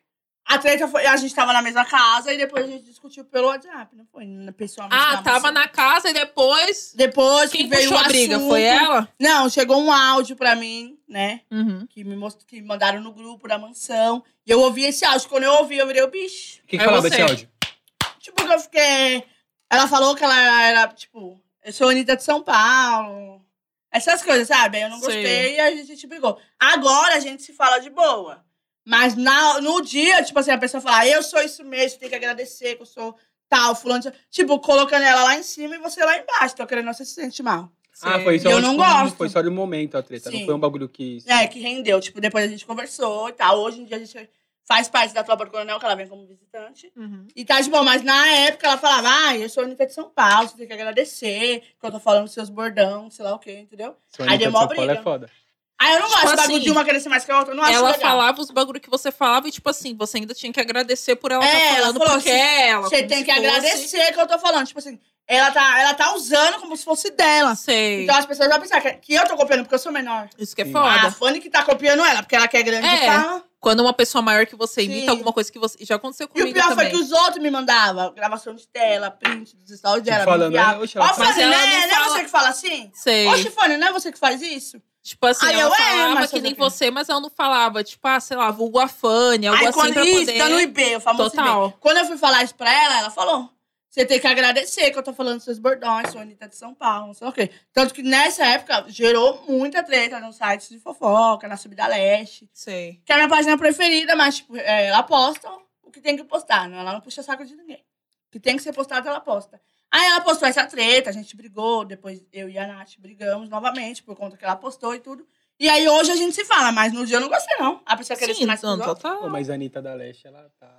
A treta foi... A gente tava na mesma casa e depois a gente discutiu pelo WhatsApp, não foi? Pessoalmente. Ah, tava na casa e depois... Depois Quem que veio puxou o a briga? assunto- Foi ela? Não, chegou um áudio pra mim, né? Uhum. Que mandaram no grupo da mansão. E eu ouvi esse áudio. Quando eu ouvi, eu virei o bicho. O que É falava você. esse áudio? Tipo, que eu fiquei... Ela falou que ela era, tipo... Eu sou Anitta de São Paulo. Essas coisas, sabe? Aí eu não Sim. gostei e a gente brigou. Agora a gente se fala de boa. Mas no dia, tipo assim, a pessoa fala, eu sou isso mesmo, tem que agradecer que eu sou tal, fulano. Tipo, colocando ela lá em cima e você lá embaixo. Tô querendo você se sente mal. Ah, foi só, Eu não tipo, gosto. Foi só de um momento a treta. Sim. Não foi um bagulho que... É, que rendeu. Tipo, depois a gente conversou e tal. Hoje em dia a gente faz parte da Tropa do Coronel, que ela vem como visitante. Uhum. E tá de boa, mas na época ela falava, eu sou Anitta de São Paulo, você tem que agradecer, que eu tô falando seus bordão, sei lá o quê, entendeu? Sua Aí Anitta deu de mó São Paulo briga. é foda. Aí eu não Tipo gosto de bagulho assim, de uma querer ser mais que a outra, eu não acho Ela legal. falava os bagulho que você falava e, tipo assim, você ainda tinha que agradecer por ela É, estar ela falando falou porque assim, é ela. Você como tem se que fosse- agradecer que eu tô falando. Tipo assim, ela tá usando como se fosse dela. Sei. Então as pessoas vão pensar que eu tô copiando porque eu sou menor. Isso que é Sim. A foda. Fanny que tá copiando ela, porque ela quer grande É. e fala. Quando uma pessoa maior que você imita Sim. alguma coisa que você... Já aconteceu E comigo o pior também. foi que os outros me mandavam gravação de tela, print dos stories dela. Tipo, falando, me enviava. oxe, ela Ó, faz- Fanny, Mas ela né? não Não é fala- você que fala assim? Sei. Oxe, Fanny, não é você que faz isso? Tipo assim, Aí ela eu, falava mas que fazer nem o quê? você, mas ela não falava. Tipo, sei lá, vulgo a Fanny, algo Aí assim quando pra isso, poder... dando IB, o famoso Total. IB. Quando eu fui falar isso pra ela, ela falou. Você tem que agradecer que eu tô falando seus bordões, sou Anitta de São Paulo, não sei o quê. Tanto que nessa época gerou muita treta nos sites de fofoca, na Subida Leste. Sei. Que é a minha página preferida, mas tipo, ela posta o que tem que postar, não? Ela não puxa saco de ninguém. O que tem que ser postado, ela posta. Aí ela postou essa treta, a gente brigou, depois eu e a Nath brigamos novamente, por conta que ela postou e tudo. E aí hoje a gente se fala, mas no dia eu não gostei, não. A pessoa queria ser Sim, mais não, pros outros. total. Pô, mas a Anitta da Leste, ela tá...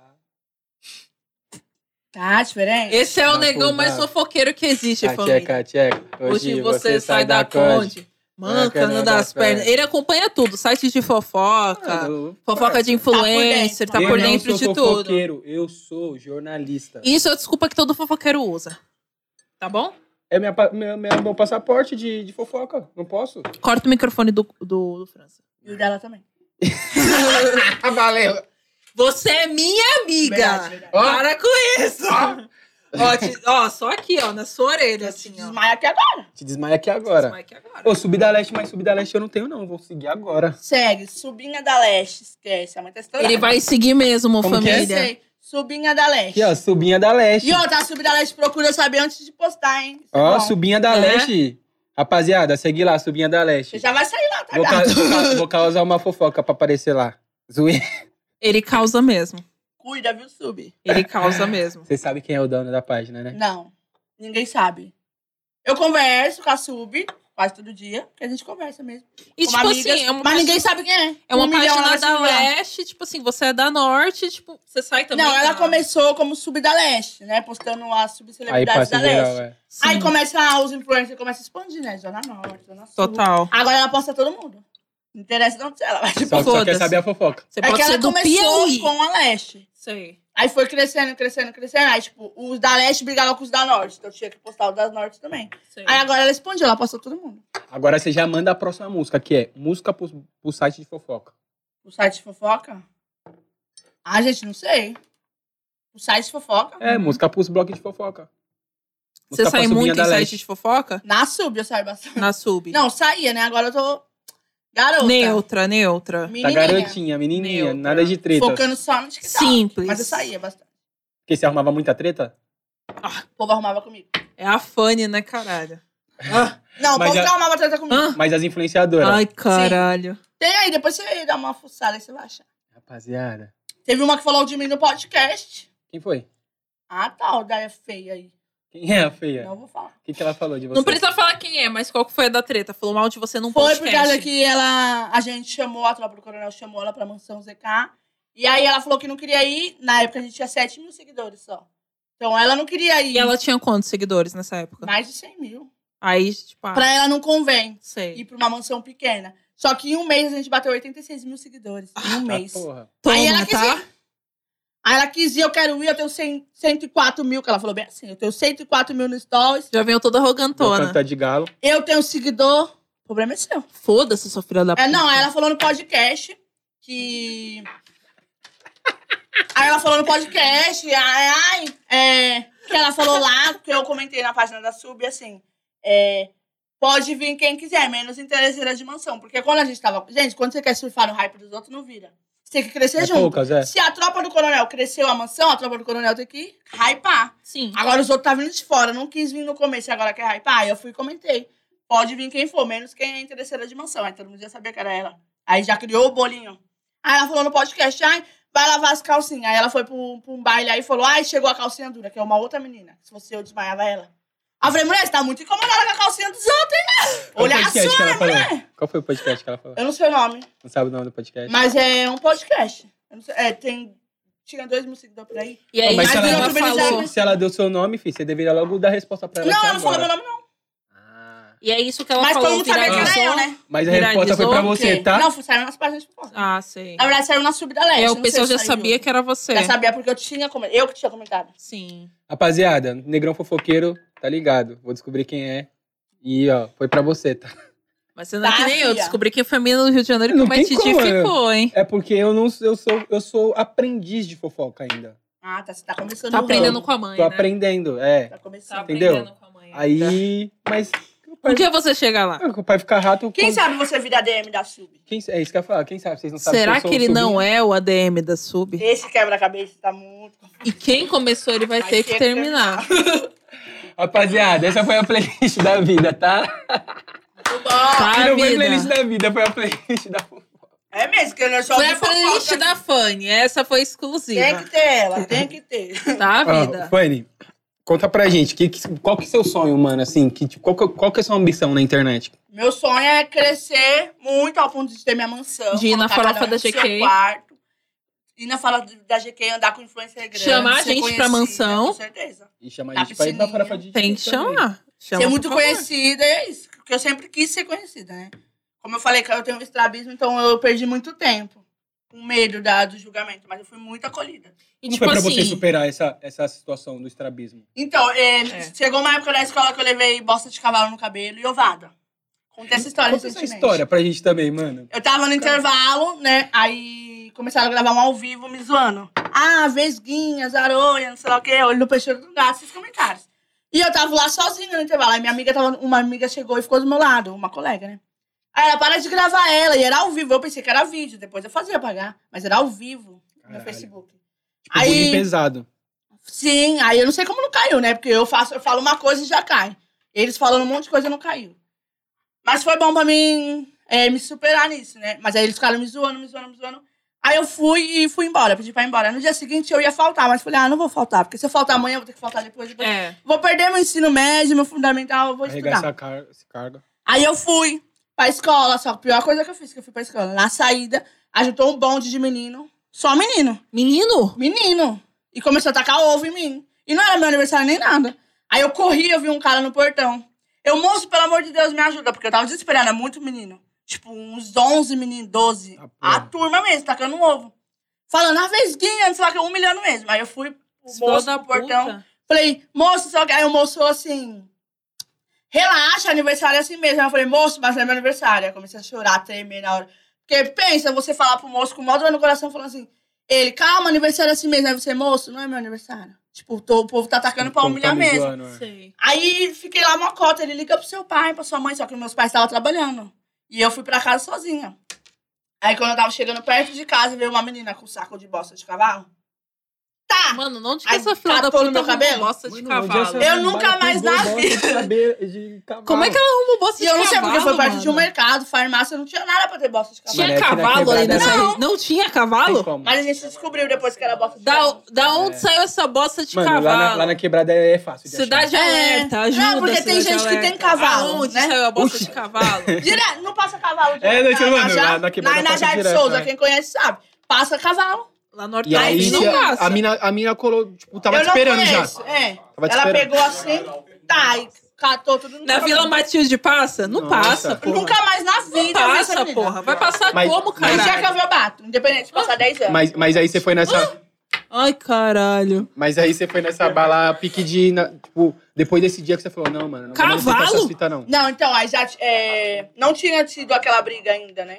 Tá diferente? Esse é o Tá negão por mais baixo. fofoqueiro que existe, família. Tcheca. Hoje você sai da Conde. Mancando das pernas. Ele acompanha tudo, sites de fofoca, fofoca de influencer, tá por dentro de tudo. Fofoqueiro, eu sou jornalista. Isso é a desculpa que todo fofoqueiro usa. Tá bom? É meu passaporte de fofoca. Não posso? Corta o microfone do França. E o dela também. Valeu. Você é minha amiga. Verdade. Para com isso. Ó, só aqui, ó, na sua orelha, assim, ó. Desmaia aqui agora. Te desmaia aqui agora. Desmaia aqui agora. Ô, Subida Leste, mas Subida Leste eu não tenho, não. Vou seguir agora. Segue, Subinha da Leste. Esquece, a mãe tá estourada. Ele vai seguir mesmo, Como que é? família. Sei, Subinha da Leste. Aqui, ó, Subinha da Leste. E outra, a Subida da Leste procura saber antes de postar, hein? Isso é Ó, bom. Subinha da É. Leste. Rapaziada, segue lá, Subinha da Você Leste. já vai sair lá, tá Vou, ligado? vou causar uma fofoca pra aparecer lá. Zoeira. Ele causa mesmo. Cuida, viu, Sub? Ele causa mesmo. Você sabe quem é o dono da página, né? Não, ninguém sabe. Eu converso com a Sub quase todo dia, porque a gente conversa mesmo. E, Como tipo amigas, assim, é uma mas ninguém página- sabe quem é. É uma 1 milhão página lá da seguindo ela. Leste, tipo assim, você é da Norte, tipo, você sai também. Não, ela da- começou como Sub da Leste, né? Postando as Aí subcelebridades passa da geral, Leste. é. Sim, Aí começa, os influencers começam a expandir, né? Zona Norte, Zona Sul. total. Agora ela posta todo mundo. Não interessa de onde ela vai. Tipo, Só quer foda-se. saber a fofoca. Você é pode que ela ser do começou Piauí. com a Leste. Sei. Aí foi crescendo. Aí, tipo, os da Leste brigavam com os da Norte. Então tinha que postar os das Norte também. Sei. Aí agora ela expandiu, ela postou todo mundo. Agora você já manda a próxima música, que é música pro site de fofoca. O site de fofoca? Ah, gente, não sei. O site de fofoca? É, música pros blogs de fofoca. Você Música sai pra Subinha muito da em Leste. site de fofoca? Na Sub eu saio bastante. Na Sub. Não, saía, né? Agora eu tô garota. Neutra. Tá Menininha. garotinha, menininha, Neutra. nada de treta. Focando só no TikTok. Simples. Mas eu saía bastante. Porque você arrumava muita treta? O povo arrumava comigo. É a Fanny, né, caralho? Não, o Mas povo já- que arrumava treta comigo. Hã? Mas as influenciadoras. Ai, caralho. Tem aí, depois você dá uma fuçada aí, você vai achar. Rapaziada. Teve uma que falou de mim no podcast. Quem foi? Ah, tá, o Daia feia aí. Quem é a feia? Não vou falar. O que ela falou de você? Não precisa falar quem é, mas qual que foi a da treta? Falou mal de você num Foi podcast. por causa que a gente chamou, a Tropa do Coronel chamou ela pra Mansão ZK. E aí ela falou que não queria ir. Na época a gente tinha 7 mil seguidores só. Então ela não queria ir. E ela tinha quantos seguidores nessa época? Mais de 100 mil. Aí, tipo, Pra ela não convém sei. ir pra uma mansão pequena. Só que em um mês a gente bateu 86 mil seguidores. Em um mês. Porra. Toma, Aí ela quis tá? ir. Aí ela quis ir, eu quero ir, eu tenho 104 mil, que ela falou bem assim, eu tenho 104 mil no Stories, Já veio toda Meu arrogantona. canto é de galo. eu tenho seguidor, o problema é seu. Foda-se, sua filha da puta. Não, aí ela falou no podcast que Aí ela falou no podcast, que ela falou lá, que eu comentei na página da Sub, assim, pode vir quem quiser, menos interesseira de mansão. Porque quando a gente tava... Gente, quando você quer surfar no hype dos outros, não vira. Você tem que crescer junto. Poucas, Se a tropa do coronel cresceu a mansão, a tropa do coronel tem que hypar. Sim. Agora os outros tá vindo de fora, não quis vir no começo e agora quer hypar. Aí eu fui e comentei. Pode vir quem for, menos quem é interesseira de mansão. Aí todo mundo já sabia que era ela. Aí já criou o bolinho. Aí ela falou no podcast, vai lavar as calcinhas. Aí ela foi pra um baile aí e falou, chegou a calcinha dura, que é uma outra menina. Se fosse eu, desmaiava ela. Aí eu falei, mulher, você tá muito incomodada com a calcinha dos outros, hein? Olha a sua, né, mulher? Qual foi o podcast que ela falou? Eu não sei o nome. Não sabe o nome do podcast? Mas é um podcast. Eu não sei, tinha 2 mil seguidores por aí. E aí, Mas se ela falou... Se ela deu seu nome, filho, você deveria logo dar a resposta pra ela. Não, ela não falou meu nome, não. E é isso que ela mas falou. Mas todo mundo sabia que era eu, né? Mas a resposta foi pra você, tá? Não, saiu nas páginas de fofoca. Ah, sei. Na verdade, saiu na Sub da Leste. O pessoal já sabia que era você. Já sabia, porque eu que tinha comentado. Sim. Rapaziada, Negrão Fofoqueiro, tá ligado? Vou descobrir quem é. E, ó, foi pra você, tá? Mas você não é que nem eu. Descobri que foi a menina do Rio de Janeiro que mais te ficou, hein? É porque eu sou aprendiz de fofoca ainda. Ah, tá. Você tá começando. Tá aprendendo com a mãe, Tô aprendendo, Tá começando. Entendeu? Aprendendo com a mãe. Aí, mas... Um dia você chega lá. O pai fica rato... Quem sabe você vira ADM da Sub? É isso que eu ia falar. Quem sabe? Vocês não sabem. Será que ele não é o ADM da Sub? Esse quebra-cabeça tá muito... E quem começou, ele vai ter que terminar. Rapaziada, essa foi a playlist da vida, tá? Muito bom. Tá, não foi a playlist da vida, foi a playlist da fofoca. É mesmo, que eu não sou Foi a playlist da Fanny. Essa foi exclusiva. Tem que ter ela, tem que ter. Tá, vida? Fanny, conta pra gente, qual que é o seu sonho, mano, assim? Qual que é a sua ambição na internet? Meu sonho é crescer muito ao ponto de ter minha mansão. De ir na farofa da GK. Quarto, ir na farofa da GK, andar com influencer grande. Chamar a gente pra mansão. Com certeza. E chamar a gente pra ir na farofa de... Tem que chamar. Ser muito conhecida, e é isso. Porque eu sempre quis ser conhecida, né? Como eu falei, eu tenho um estrabismo, então eu perdi muito tempo. Com medo do julgamento. Mas eu fui muito acolhida. E, Como tipo foi pra assim, você superar essa situação do estrabismo? Então, chegou uma época da escola que eu levei bosta de cavalo no cabelo e ovada. Contei essa história Conta essa recentemente. história pra gente também, mano. Eu tava no intervalo, né? Aí começaram a gravar um ao vivo me zoando. Vesguinhas, aranha, não sei lá o quê, olho no peixe do gato, esses comentários. E eu tava lá sozinha no intervalo. Aí uma amiga chegou e ficou do meu lado, uma colega, né? Aí ela, para de gravar ela, e era ao vivo. Eu pensei que era vídeo, depois eu fazia pagar. Mas era ao vivo no Facebook. Tipo, bullying pesado. Sim, aí eu não sei como não caiu, né? Porque eu falo uma coisa e já cai. Eles falando um monte de coisa e não caiu. Mas foi bom pra mim me superar nisso, né? Mas aí eles ficaram me zoando. Aí eu fui embora, pedi pra ir embora. No dia seguinte eu ia faltar, mas falei, não vou faltar. Porque se eu faltar amanhã, eu vou ter que faltar depois. Vou perder meu ensino médio, meu fundamental, eu vou estudar. Esse cargo. Aí eu fui pra escola, só que a pior coisa que eu fiz, que eu fui pra escola. Na saída, ajuntou um bonde de menino. Só menino. Menino? Menino. E começou a tacar ovo em mim. E não era meu aniversário nem nada. Aí eu corri, eu vi um cara no portão. Moço, pelo amor de Deus, me ajuda. Porque eu tava desesperada, é muito menino. Tipo, uns 11 meninos, 12. A turma mesmo, tacando um ovo. Falando, vesguinha, não sei lá, humilhando mesmo. Aí eu fui pro moço no portão. Falei, moço, só que... Aí o moço falou assim... Relaxa, aniversário é assim mesmo. Aí eu falei, moço, mas não é meu aniversário. Aí eu comecei a chorar, tremer na hora. Porque pensa, você falar pro moço com o maior dor no coração, falando assim... Ele, calma, aniversário é assim mesmo. Aí você, moço, não é meu aniversário. Tipo, o povo tá atacando pra humilhar mesmo. Zoando, sei. Aí fiquei lá uma cota. Ele liga pro seu pai, pra sua mãe. Só que meus pais estavam trabalhando. E eu fui pra casa sozinha. Aí quando eu tava chegando perto de casa, veio uma menina com um saco de bosta de cavalo. Tá! Mano, não tinha essa filha da puta no meu cabelo? Bosta de cavalo. Eu nunca mais na vida. Como é que ela arrumou bosta de cavalo? E eu não sei, porque foi perto de um mercado, farmácia, não tinha nada pra ter bosta de cavalo. Tinha cavalo ali nessa... Não tinha cavalo? Mas a gente descobriu depois que era bosta de cavalo. Da onde saiu essa bosta de cavalo? Lá na quebrada é fácil de Cidade Alerta, ajuda. Não, porque tem gente que tem cavalo. Aonde saiu a bosta de cavalo? Direto, não passa cavalo direto. Na quebrada na Jair de Souza, quem conhece sabe. Passa cavalo. Lá no E aí, a mina colou, tipo, tava te esperando já. Ela pegou assim, e catou tudo. Na Vila Matilde passa? Não passa, porra. Nunca mais na vida. Não passa, porra. Vai passar como, caralho? Mas já que eu bato, independente de passar 10 anos. Mas aí você foi nessa... Ai, caralho. Mas aí você foi nessa bala pique de... Tipo, depois desse dia que você falou, não, mano. Não cavalo? essas fitas, não. Não, então, aí já... não tinha tido aquela briga ainda, né?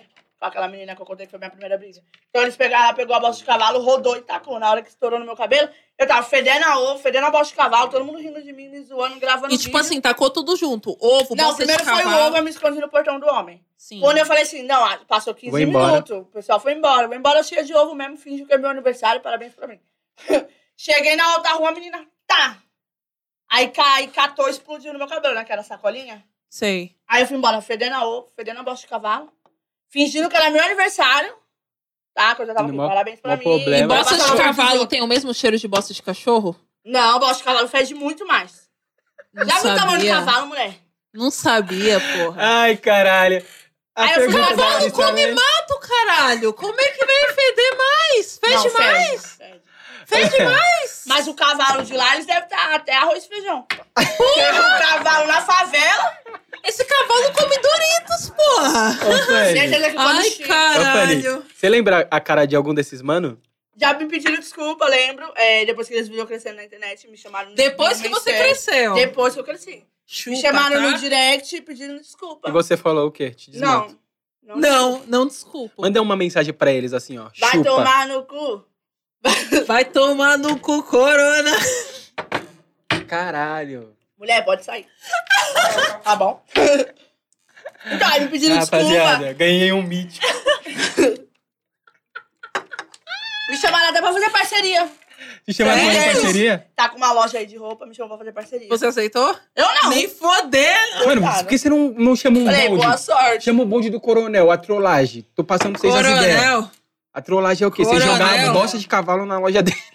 com aquela menina que eu contei que foi minha primeira briga. Então eles pegaram, ela pegou a bosta de cavalo, rodou e tacou. Na hora que estourou no meu cabelo, eu tava fedendo a ovo, fedendo a bosta de cavalo, todo mundo rindo de mim, me zoando, gravando E tipo vídeo. assim, tacou tudo junto. Ovo, Não, bosta de primeiro foi cavalo. o ovo, eu me escondi no portão do homem. Sim. Quando eu falei assim, não, passou 15 Vou embora. minutos, o pessoal foi embora. Vou embora cheia de ovo mesmo, fingi que é meu aniversário, parabéns pra mim. Cheguei na outra rua, a menina, tá. Aí catou, explodiu no meu cabelo, né, que era sacolinha. Sei. Aí eu fui embora, fedendo a ovo, fedendo a bosta de cavalo, fingindo que era meu aniversário, tá, que eu já tava aqui, Mó- parabéns pra mó mim. problema. E bosta de Passava cavalo junto. tem o mesmo cheiro de bosta de cachorro? Não, bosta de cavalo fede muito mais. Não Já viu o tamanho do sabia. cavalo, mulher? Não sabia, porra. Ai, caralho. A Aí eu fui pergunta lá, da Cavalo Larissa come é- mato, caralho. Como é que vai feder mais? Fede Não, mais? fede. Fede mais? Mas o cavalo de lá, eles devem estar até arroz e feijão. Porque o cavalo na favela, Esse cavalo come Doritos, porra. Ô, Fanny, certeza que come Ai, chique. ô, Fanny, caralho. você lembra a cara de algum desses, mano? Já me pediram desculpa, lembro. Depois que eles viram eu crescendo na internet, me chamaram no Depois no que você Instagram. cresceu. Depois que eu cresci. Chupa, Me chamaram tá? no direct pedindo desculpa. E você falou o quê? Te desmonto. Não. Não, desculpa. Manda uma mensagem pra eles assim, ó. Vai Chupa. tomar no cu. Vai tomar no cu, corona. Caralho. Mulher, pode sair. Tá bom? Então, aí me pediram desculpa. Rapaziada, ganhei um mítico. Me chamaram até pra fazer parceria. Te chamaram pra fazer Sério? parceria? Tá com uma loja aí de roupa, me chamou pra fazer parceria. Você aceitou? Eu não. Nem fodendo. Mano, Coitado. por que você não chama um Falei, bonde? boa sorte. Chama o bonde do coronel, a trollagem. Tô passando pra vocês as ideias. Coronel. A trollagem é o quê? Você Coronel. jogar bosta de cavalo na loja dele.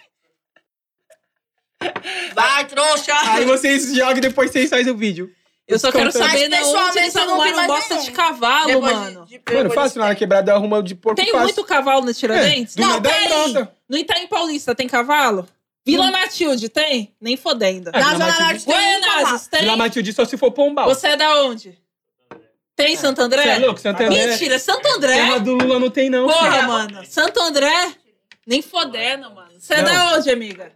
Vai, trouxa. Aí vocês jogam e depois vocês fazem o vídeo. Eu só quero Contando. saber Mas, de onde pessoalmente, eles eu não vi arrumaram mais bosta nenhum. de cavalo, Depois mano. Mano, depois fácil, na de- quebrada arruma de porco Tem fácil. muito cavalo no Tiradentes? Do Não, nada é tem. pronta. No Itaim Paulista tem cavalo? Vila Matilde tem? Nem fodendo. Ah, Na Vila Zona Matilde. Norte tem um cavalo. Goianazes tem? Vila Matilde só se for pombal. Você é da onde? Tem Santo André? Você é louco? Santo André? Mentira, Santo André? Terra do Lula não tem, não. Porra, filho. mano. Santo André? Nem fodendo, mano. Você é Não. da onde, amiga?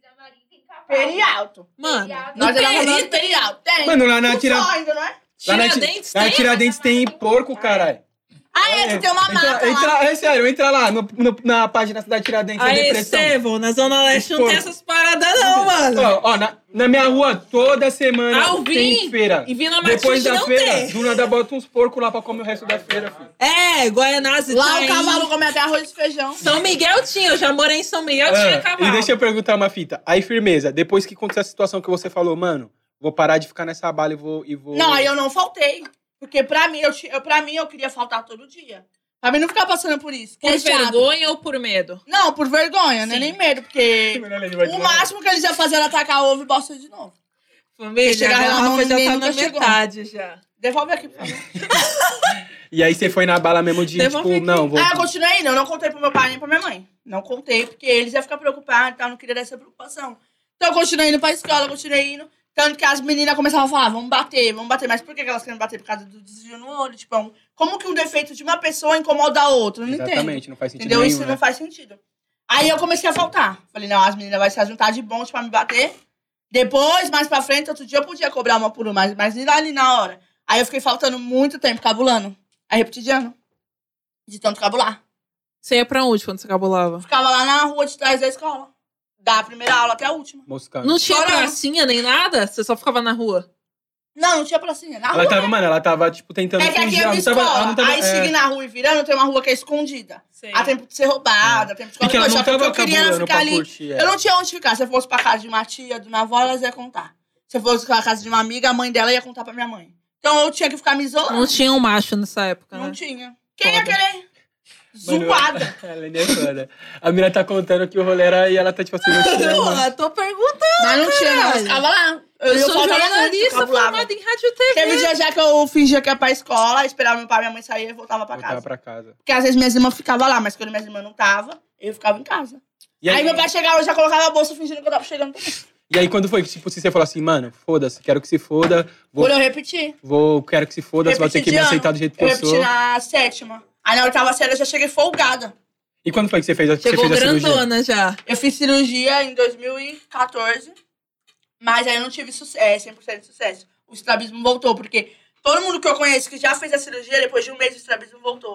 Perialto. Mano, no Nós é da Zona Peri, Perialto. Tem. Mano, lá na Não Tira- só ainda, não é? Lá na Tiradentes Lá na tem? Tiradentes tem porco, caralho. Ah, que tem uma mata lá. É sério, entra lá na página da Tiradentes, é Aí, depressão. Estevão, na Zona Leste não tem Porco. essas paradas não, mano. Ó, na minha rua, toda semana Alvim tem feira. e Vila Depois Matilde da não feira, tem. do nada bota uns porcos lá pra comer o resto da feira, filho. É, Goianazes Lá tá o aí. cavalo come até arroz e feijão. São Miguel tinha, eu já morei em São Miguel, tinha cavalo. E deixa eu perguntar uma fita. Aí, firmeza, depois que aconteceu a situação que você falou, mano, vou parar de ficar nessa bala e vou... Não, aí eu não faltei. Porque pra mim, eu queria faltar todo dia. Pra mim não ficar passando por isso. que Por é chato. vergonha ou por medo? Não, por vergonha, né? Sim. Nem medo, porque o máximo que eles iam fazer era atacar ovo e bosta de novo. Família, a chegar na mão, garrafa já ninguém tá nunca na chegou. metade já. Devolve aqui, por favor. E aí você foi na bala mesmo de, Devolve tipo, aqui. não, vou... Ah, eu continuei indo. Eu não contei pro meu pai nem pra minha mãe. Não contei, porque eles iam ficar preocupados e tal. Não queria dar essa preocupação. Então eu continuei indo pra escola, eu continuei indo. Tanto que as meninas começavam a falar, vamos bater. Mas por que elas querem bater? Por causa do desvio no olho. Tipo, como que um defeito de uma pessoa incomoda a outra? Eu não entendo. Exatamente, não faz sentido Entendeu? nenhum, Isso né? não faz sentido. Aí eu comecei a faltar. Falei, não, as meninas vão se juntar de bons pra me bater. Depois, mais pra frente, outro dia eu podia cobrar uma por uma, mas nem ali na hora. Aí eu fiquei faltando muito tempo cabulando. Aí repeti de ano. De tanto cabular. Você ia pra onde quando você cabulava? Ficava lá na rua de trás da escola. Da primeira aula até a última. Moscando. Não tinha Chorando. pracinha nem nada? Você só ficava na rua? Não tinha pracinha. Na Ela rua. tava, mano, ela tava, tipo, tentando É que aqui fingir. é Ela minha não tava, escola. ela não tava, Aí seguir na rua e virando, tem uma rua que é escondida. Sei. Há tempo de ser roubada, tempo de Porque qualquer ela coisa. não Só que o que tava eu queria era cabulando ficar pra ali. curtir, é. Eu não tinha onde ficar. Se eu fosse pra casa de uma tia, de uma avó, elas iam contar. Se eu fosse pra casa de uma amiga, a mãe dela ia contar pra minha mãe. Então eu tinha que ficar me isolando. Não tinha um macho nessa época, Não né? tinha. Quem ia Foda. querer? Mano, Zoada. Ela é foda. A mina tá contando que o rolê era e ela tá, tipo assim, não tinha, mano. Porra, tô perguntando. Mas não tinha, não. caralho. Eu ficava lá. Eu ia sou faltar muito, jornalista cabulava. formada em rádio e TV. Teve dia já que eu fingia que ia pra escola, esperava meu pai e minha mãe sair e voltava pra Voltava casa. pra casa. Porque às vezes minhas irmãs ficavam lá, mas quando minhas irmãs não estavam, eu ficava em casa. E Aí meu pai chegava, eu já colocava a bolsa fingindo que eu tava chegando também. E aí, quando foi que, tipo, se você falou assim, mano, foda-se, quero que se foda, Quando eu repeti. quero que se foda, você vai ter que me aceitar do jeito que eu eu repeti sou. na 7ª. Aí na 8ª série eu já cheguei folgada. E quando foi que você fez, Chegou a cirurgia? grandona já. Eu fiz cirurgia em 2014, mas aí eu não tive 100% de sucesso. O estrabismo voltou, porque todo mundo que eu conheço que já fez a cirurgia, depois de um mês o estrabismo voltou.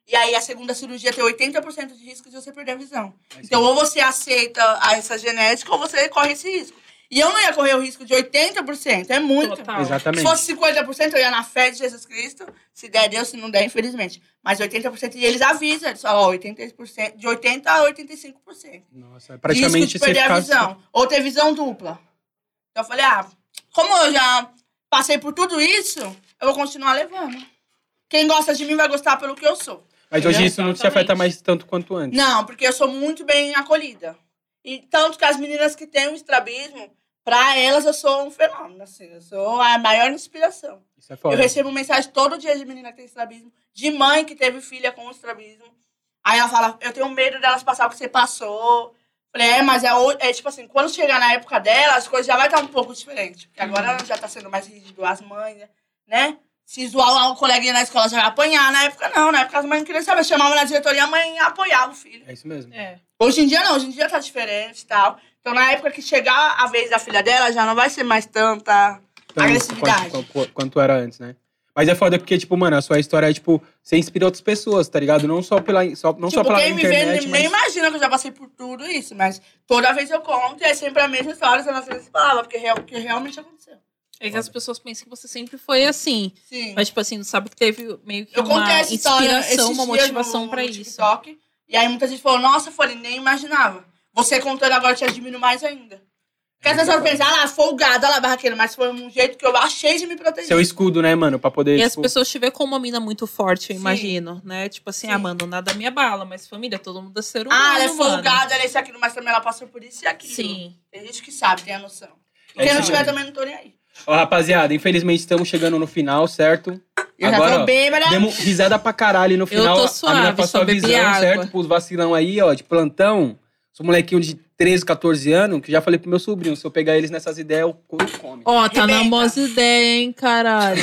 E aí a segunda cirurgia tem 80% de risco de você perder a visão. Então, ou você aceita essa genética, ou você corre esse risco. E eu não ia correr o risco de 80%, é muito. Total. Exatamente. Se fosse 50%, eu ia na fé de Jesus Cristo. Se der, Deus, se não der, infelizmente. Mas 80%, e eles avisam, eles falam, 80%, de 80% a 85%. Nossa, é praticamente Risco de perder a visão. Ou ter visão dupla. Então eu falei, como eu já passei por tudo isso, eu vou continuar levando. Quem gosta de mim vai gostar pelo que eu sou. Mas hoje isso não te afeta mais tanto quanto antes. Não, porque eu sou muito bem acolhida. E tanto que as meninas que têm o estrabismo, pra elas eu sou um fenômeno, assim. Eu sou a maior inspiração. Isso é foda. Eu recebo mensagem todo dia de menina que tem estrabismo, de mãe que teve filha com estrabismo. Aí ela fala, eu tenho medo delas passar o que você passou. Falei, mas é tipo assim, quando chegar na época dela, as coisas já vai estar um pouco diferentes. Porque agora já tá sendo mais rígido as mães, né? Se zoar um coleguinha na escola, já vai apanhar. Na época, não. Na época, as mães não queriam saber. Chamavam na diretoria, a mãe apoiava o filho. É isso mesmo. Hoje em dia, não. Hoje em dia tá diferente e tal. Então, na época que chegar a vez da filha dela, já não vai ser mais tanta agressividade. Quanto era antes, né? Mas é foda porque, tipo, mano, a sua história é, tipo, você inspira outras pessoas, tá ligado? Não só pela, só pela quem me internet, vê mas... nem imagina que eu já passei por tudo isso. Mas toda vez eu conto, e é sempre a mesma história, são as mesmas palavras, porque realmente aconteceu. É que as pessoas pensam que você sempre foi assim. Sim. Mas, tipo assim, não sabe que teve meio que Eu uma contei essa história inspiração, uma esses dias motivação pra no isso. TikTok, e aí muita gente falou, nossa, Fanny, nem imaginava. Você contando agora te admiro mais ainda. Porque as pessoas pensam, folgada, barraqueira, mas foi um jeito que eu achei de me proteger. Seu escudo, né, mano? Pra poder, E as tipo... pessoas te vê como uma mina muito forte, eu Sim. imagino, né? Tipo assim, Sim. mano, nada me abala, mas família, todo mundo é ser humano, ela é mano. folgada, ela é isso e aquilo, mas também ela passou por isso e aquilo. Sim. Tem gente que sabe, tem a noção. E É quem não isso tiver mesmo. também não tô nem aí. Ó, rapaziada, infelizmente estamos chegando no final, certo? Eu já Agora, tô bêbada. demos risada pra caralho no final. tô A suave, mina passou só a bebi visão, água. certo? Pros vacilão aí, ó, de plantão. Sou molequinho de 13, 14 anos, que já falei pro meu sobrinho, se eu pegar eles nessas ideias, eu come. Ó, tá na Rebenta. mós ideia, hein, caralho.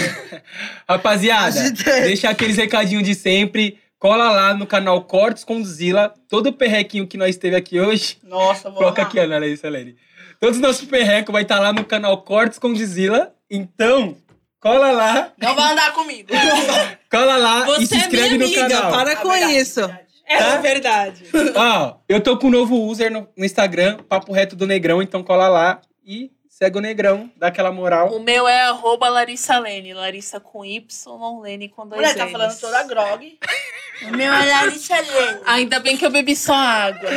Rapaziada, deixa aqueles recadinhos de sempre. Cola lá no canal Cortes com Zila. Todo o perrequinho que nós teve aqui hoje. Nossa, vou Coloca amar. aqui, Ana Larissa Lene. Todos os nossos perrecos vai estar lá no canal Cortes com Zila. Então, cola lá. Não vai andar comigo. Cola lá e se Você é minha inscreve no amiga, canal. para com Verdade, isso. verdade. É verdade. Ó, eu tô com um novo user no Instagram, Papo Reto do Negrão, então cola lá e segue o Negrão, dá aquela moral. O meu é @LarissaLene, Larissa com Y, Lene com 2 Mulher, tá N's. falando toda grog. O meu é Larissa Lene. Ainda bem que eu bebi só água.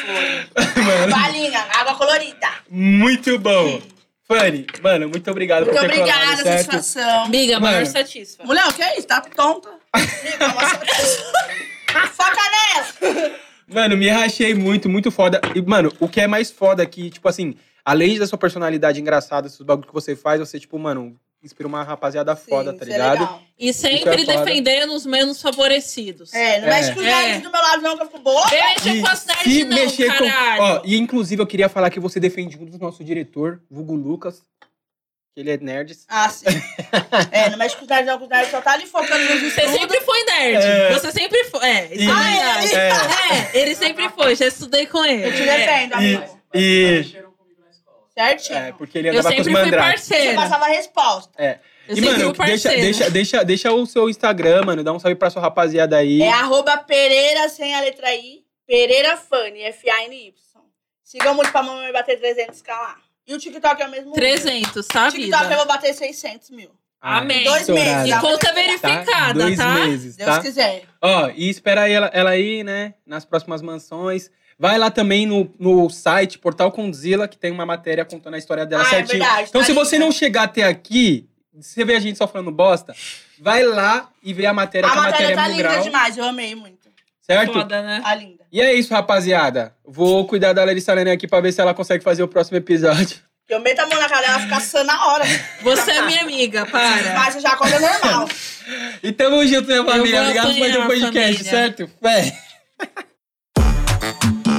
Mano, Balinha, água colorida. muito bom. Fanny, mano, muito obrigado Muito por ter obrigada, colado, certo? satisfação. Amiga, maior Mano. satisfa. Mulher, o que é isso? Tá tonta. Amiga, foca nela. Mano, me rachei muito foda. E, mano, o que é mais foda aqui, tipo assim, além da sua personalidade engraçada, esses bagulho que você faz, você, tipo, mano, inspira uma rapaziada foda, Sim, tá isso é ligado? legal. E Isso é sempre foda. defendendo os menos favorecidos. É, não mexe com os nerds do meu lado não, que eu fico boa. Vem mexer com as se nerds não, mexer caralho. com... Ó, e inclusive eu queria falar que você defende um dos nossos diretor, vulgo Lucas, que ele é nerd. Ah, sim. Não mexe com os nerds não, que os nerds só tá ali focando nos Você estudos. sempre foi nerd. É. Você sempre foi. Isso é verdade. Ele sempre foi. Já estudei com ele. Eu te defendo, amigo. Certinho. Porque ele Eu andava com os sempre fui mandrakes. Você parceira. passava a resposta. Eu E, sempre mano, fui parceira. deixa o seu Instagram, mano. Dá um salve pra sua rapaziada aí. É @Pereira, sem a letra I, Pereira Fanny, F-A-N-Y. Sigam muito pra mamãe bater 300k lá. E o TikTok é o mesmo. 300, tá, O TikTok eu vida? vou bater 600 mil. Amém. 2 meses. estourado. E dá pra conta esperar. verificada, 2 tá? meses, Deus tá? quiser. Ó, e espera aí ela aí, né? Nas próximas mansões. Vai lá também no site, Portal Condzilla, que tem uma matéria contando a história dela É certinho. verdade. Então, tá se você linda. não chegar até aqui, se você vê a gente só falando bosta, vai lá e vê a matéria, A que a matéria matéria é tá mil linda grau, demais, eu amei muito. certo? Foda, né? Tá linda. E é isso, rapaziada. Vou cuidar da Larissa Lene aqui pra ver se ela consegue fazer o próximo episódio. Eu meto a mão na cara dela, ela fica assando na hora. Você é minha amiga, para. Mas eu já acordo normal. E tamo junto, minha família. vou Obrigado por mais um apanhar, podcast, família. certo? Fé.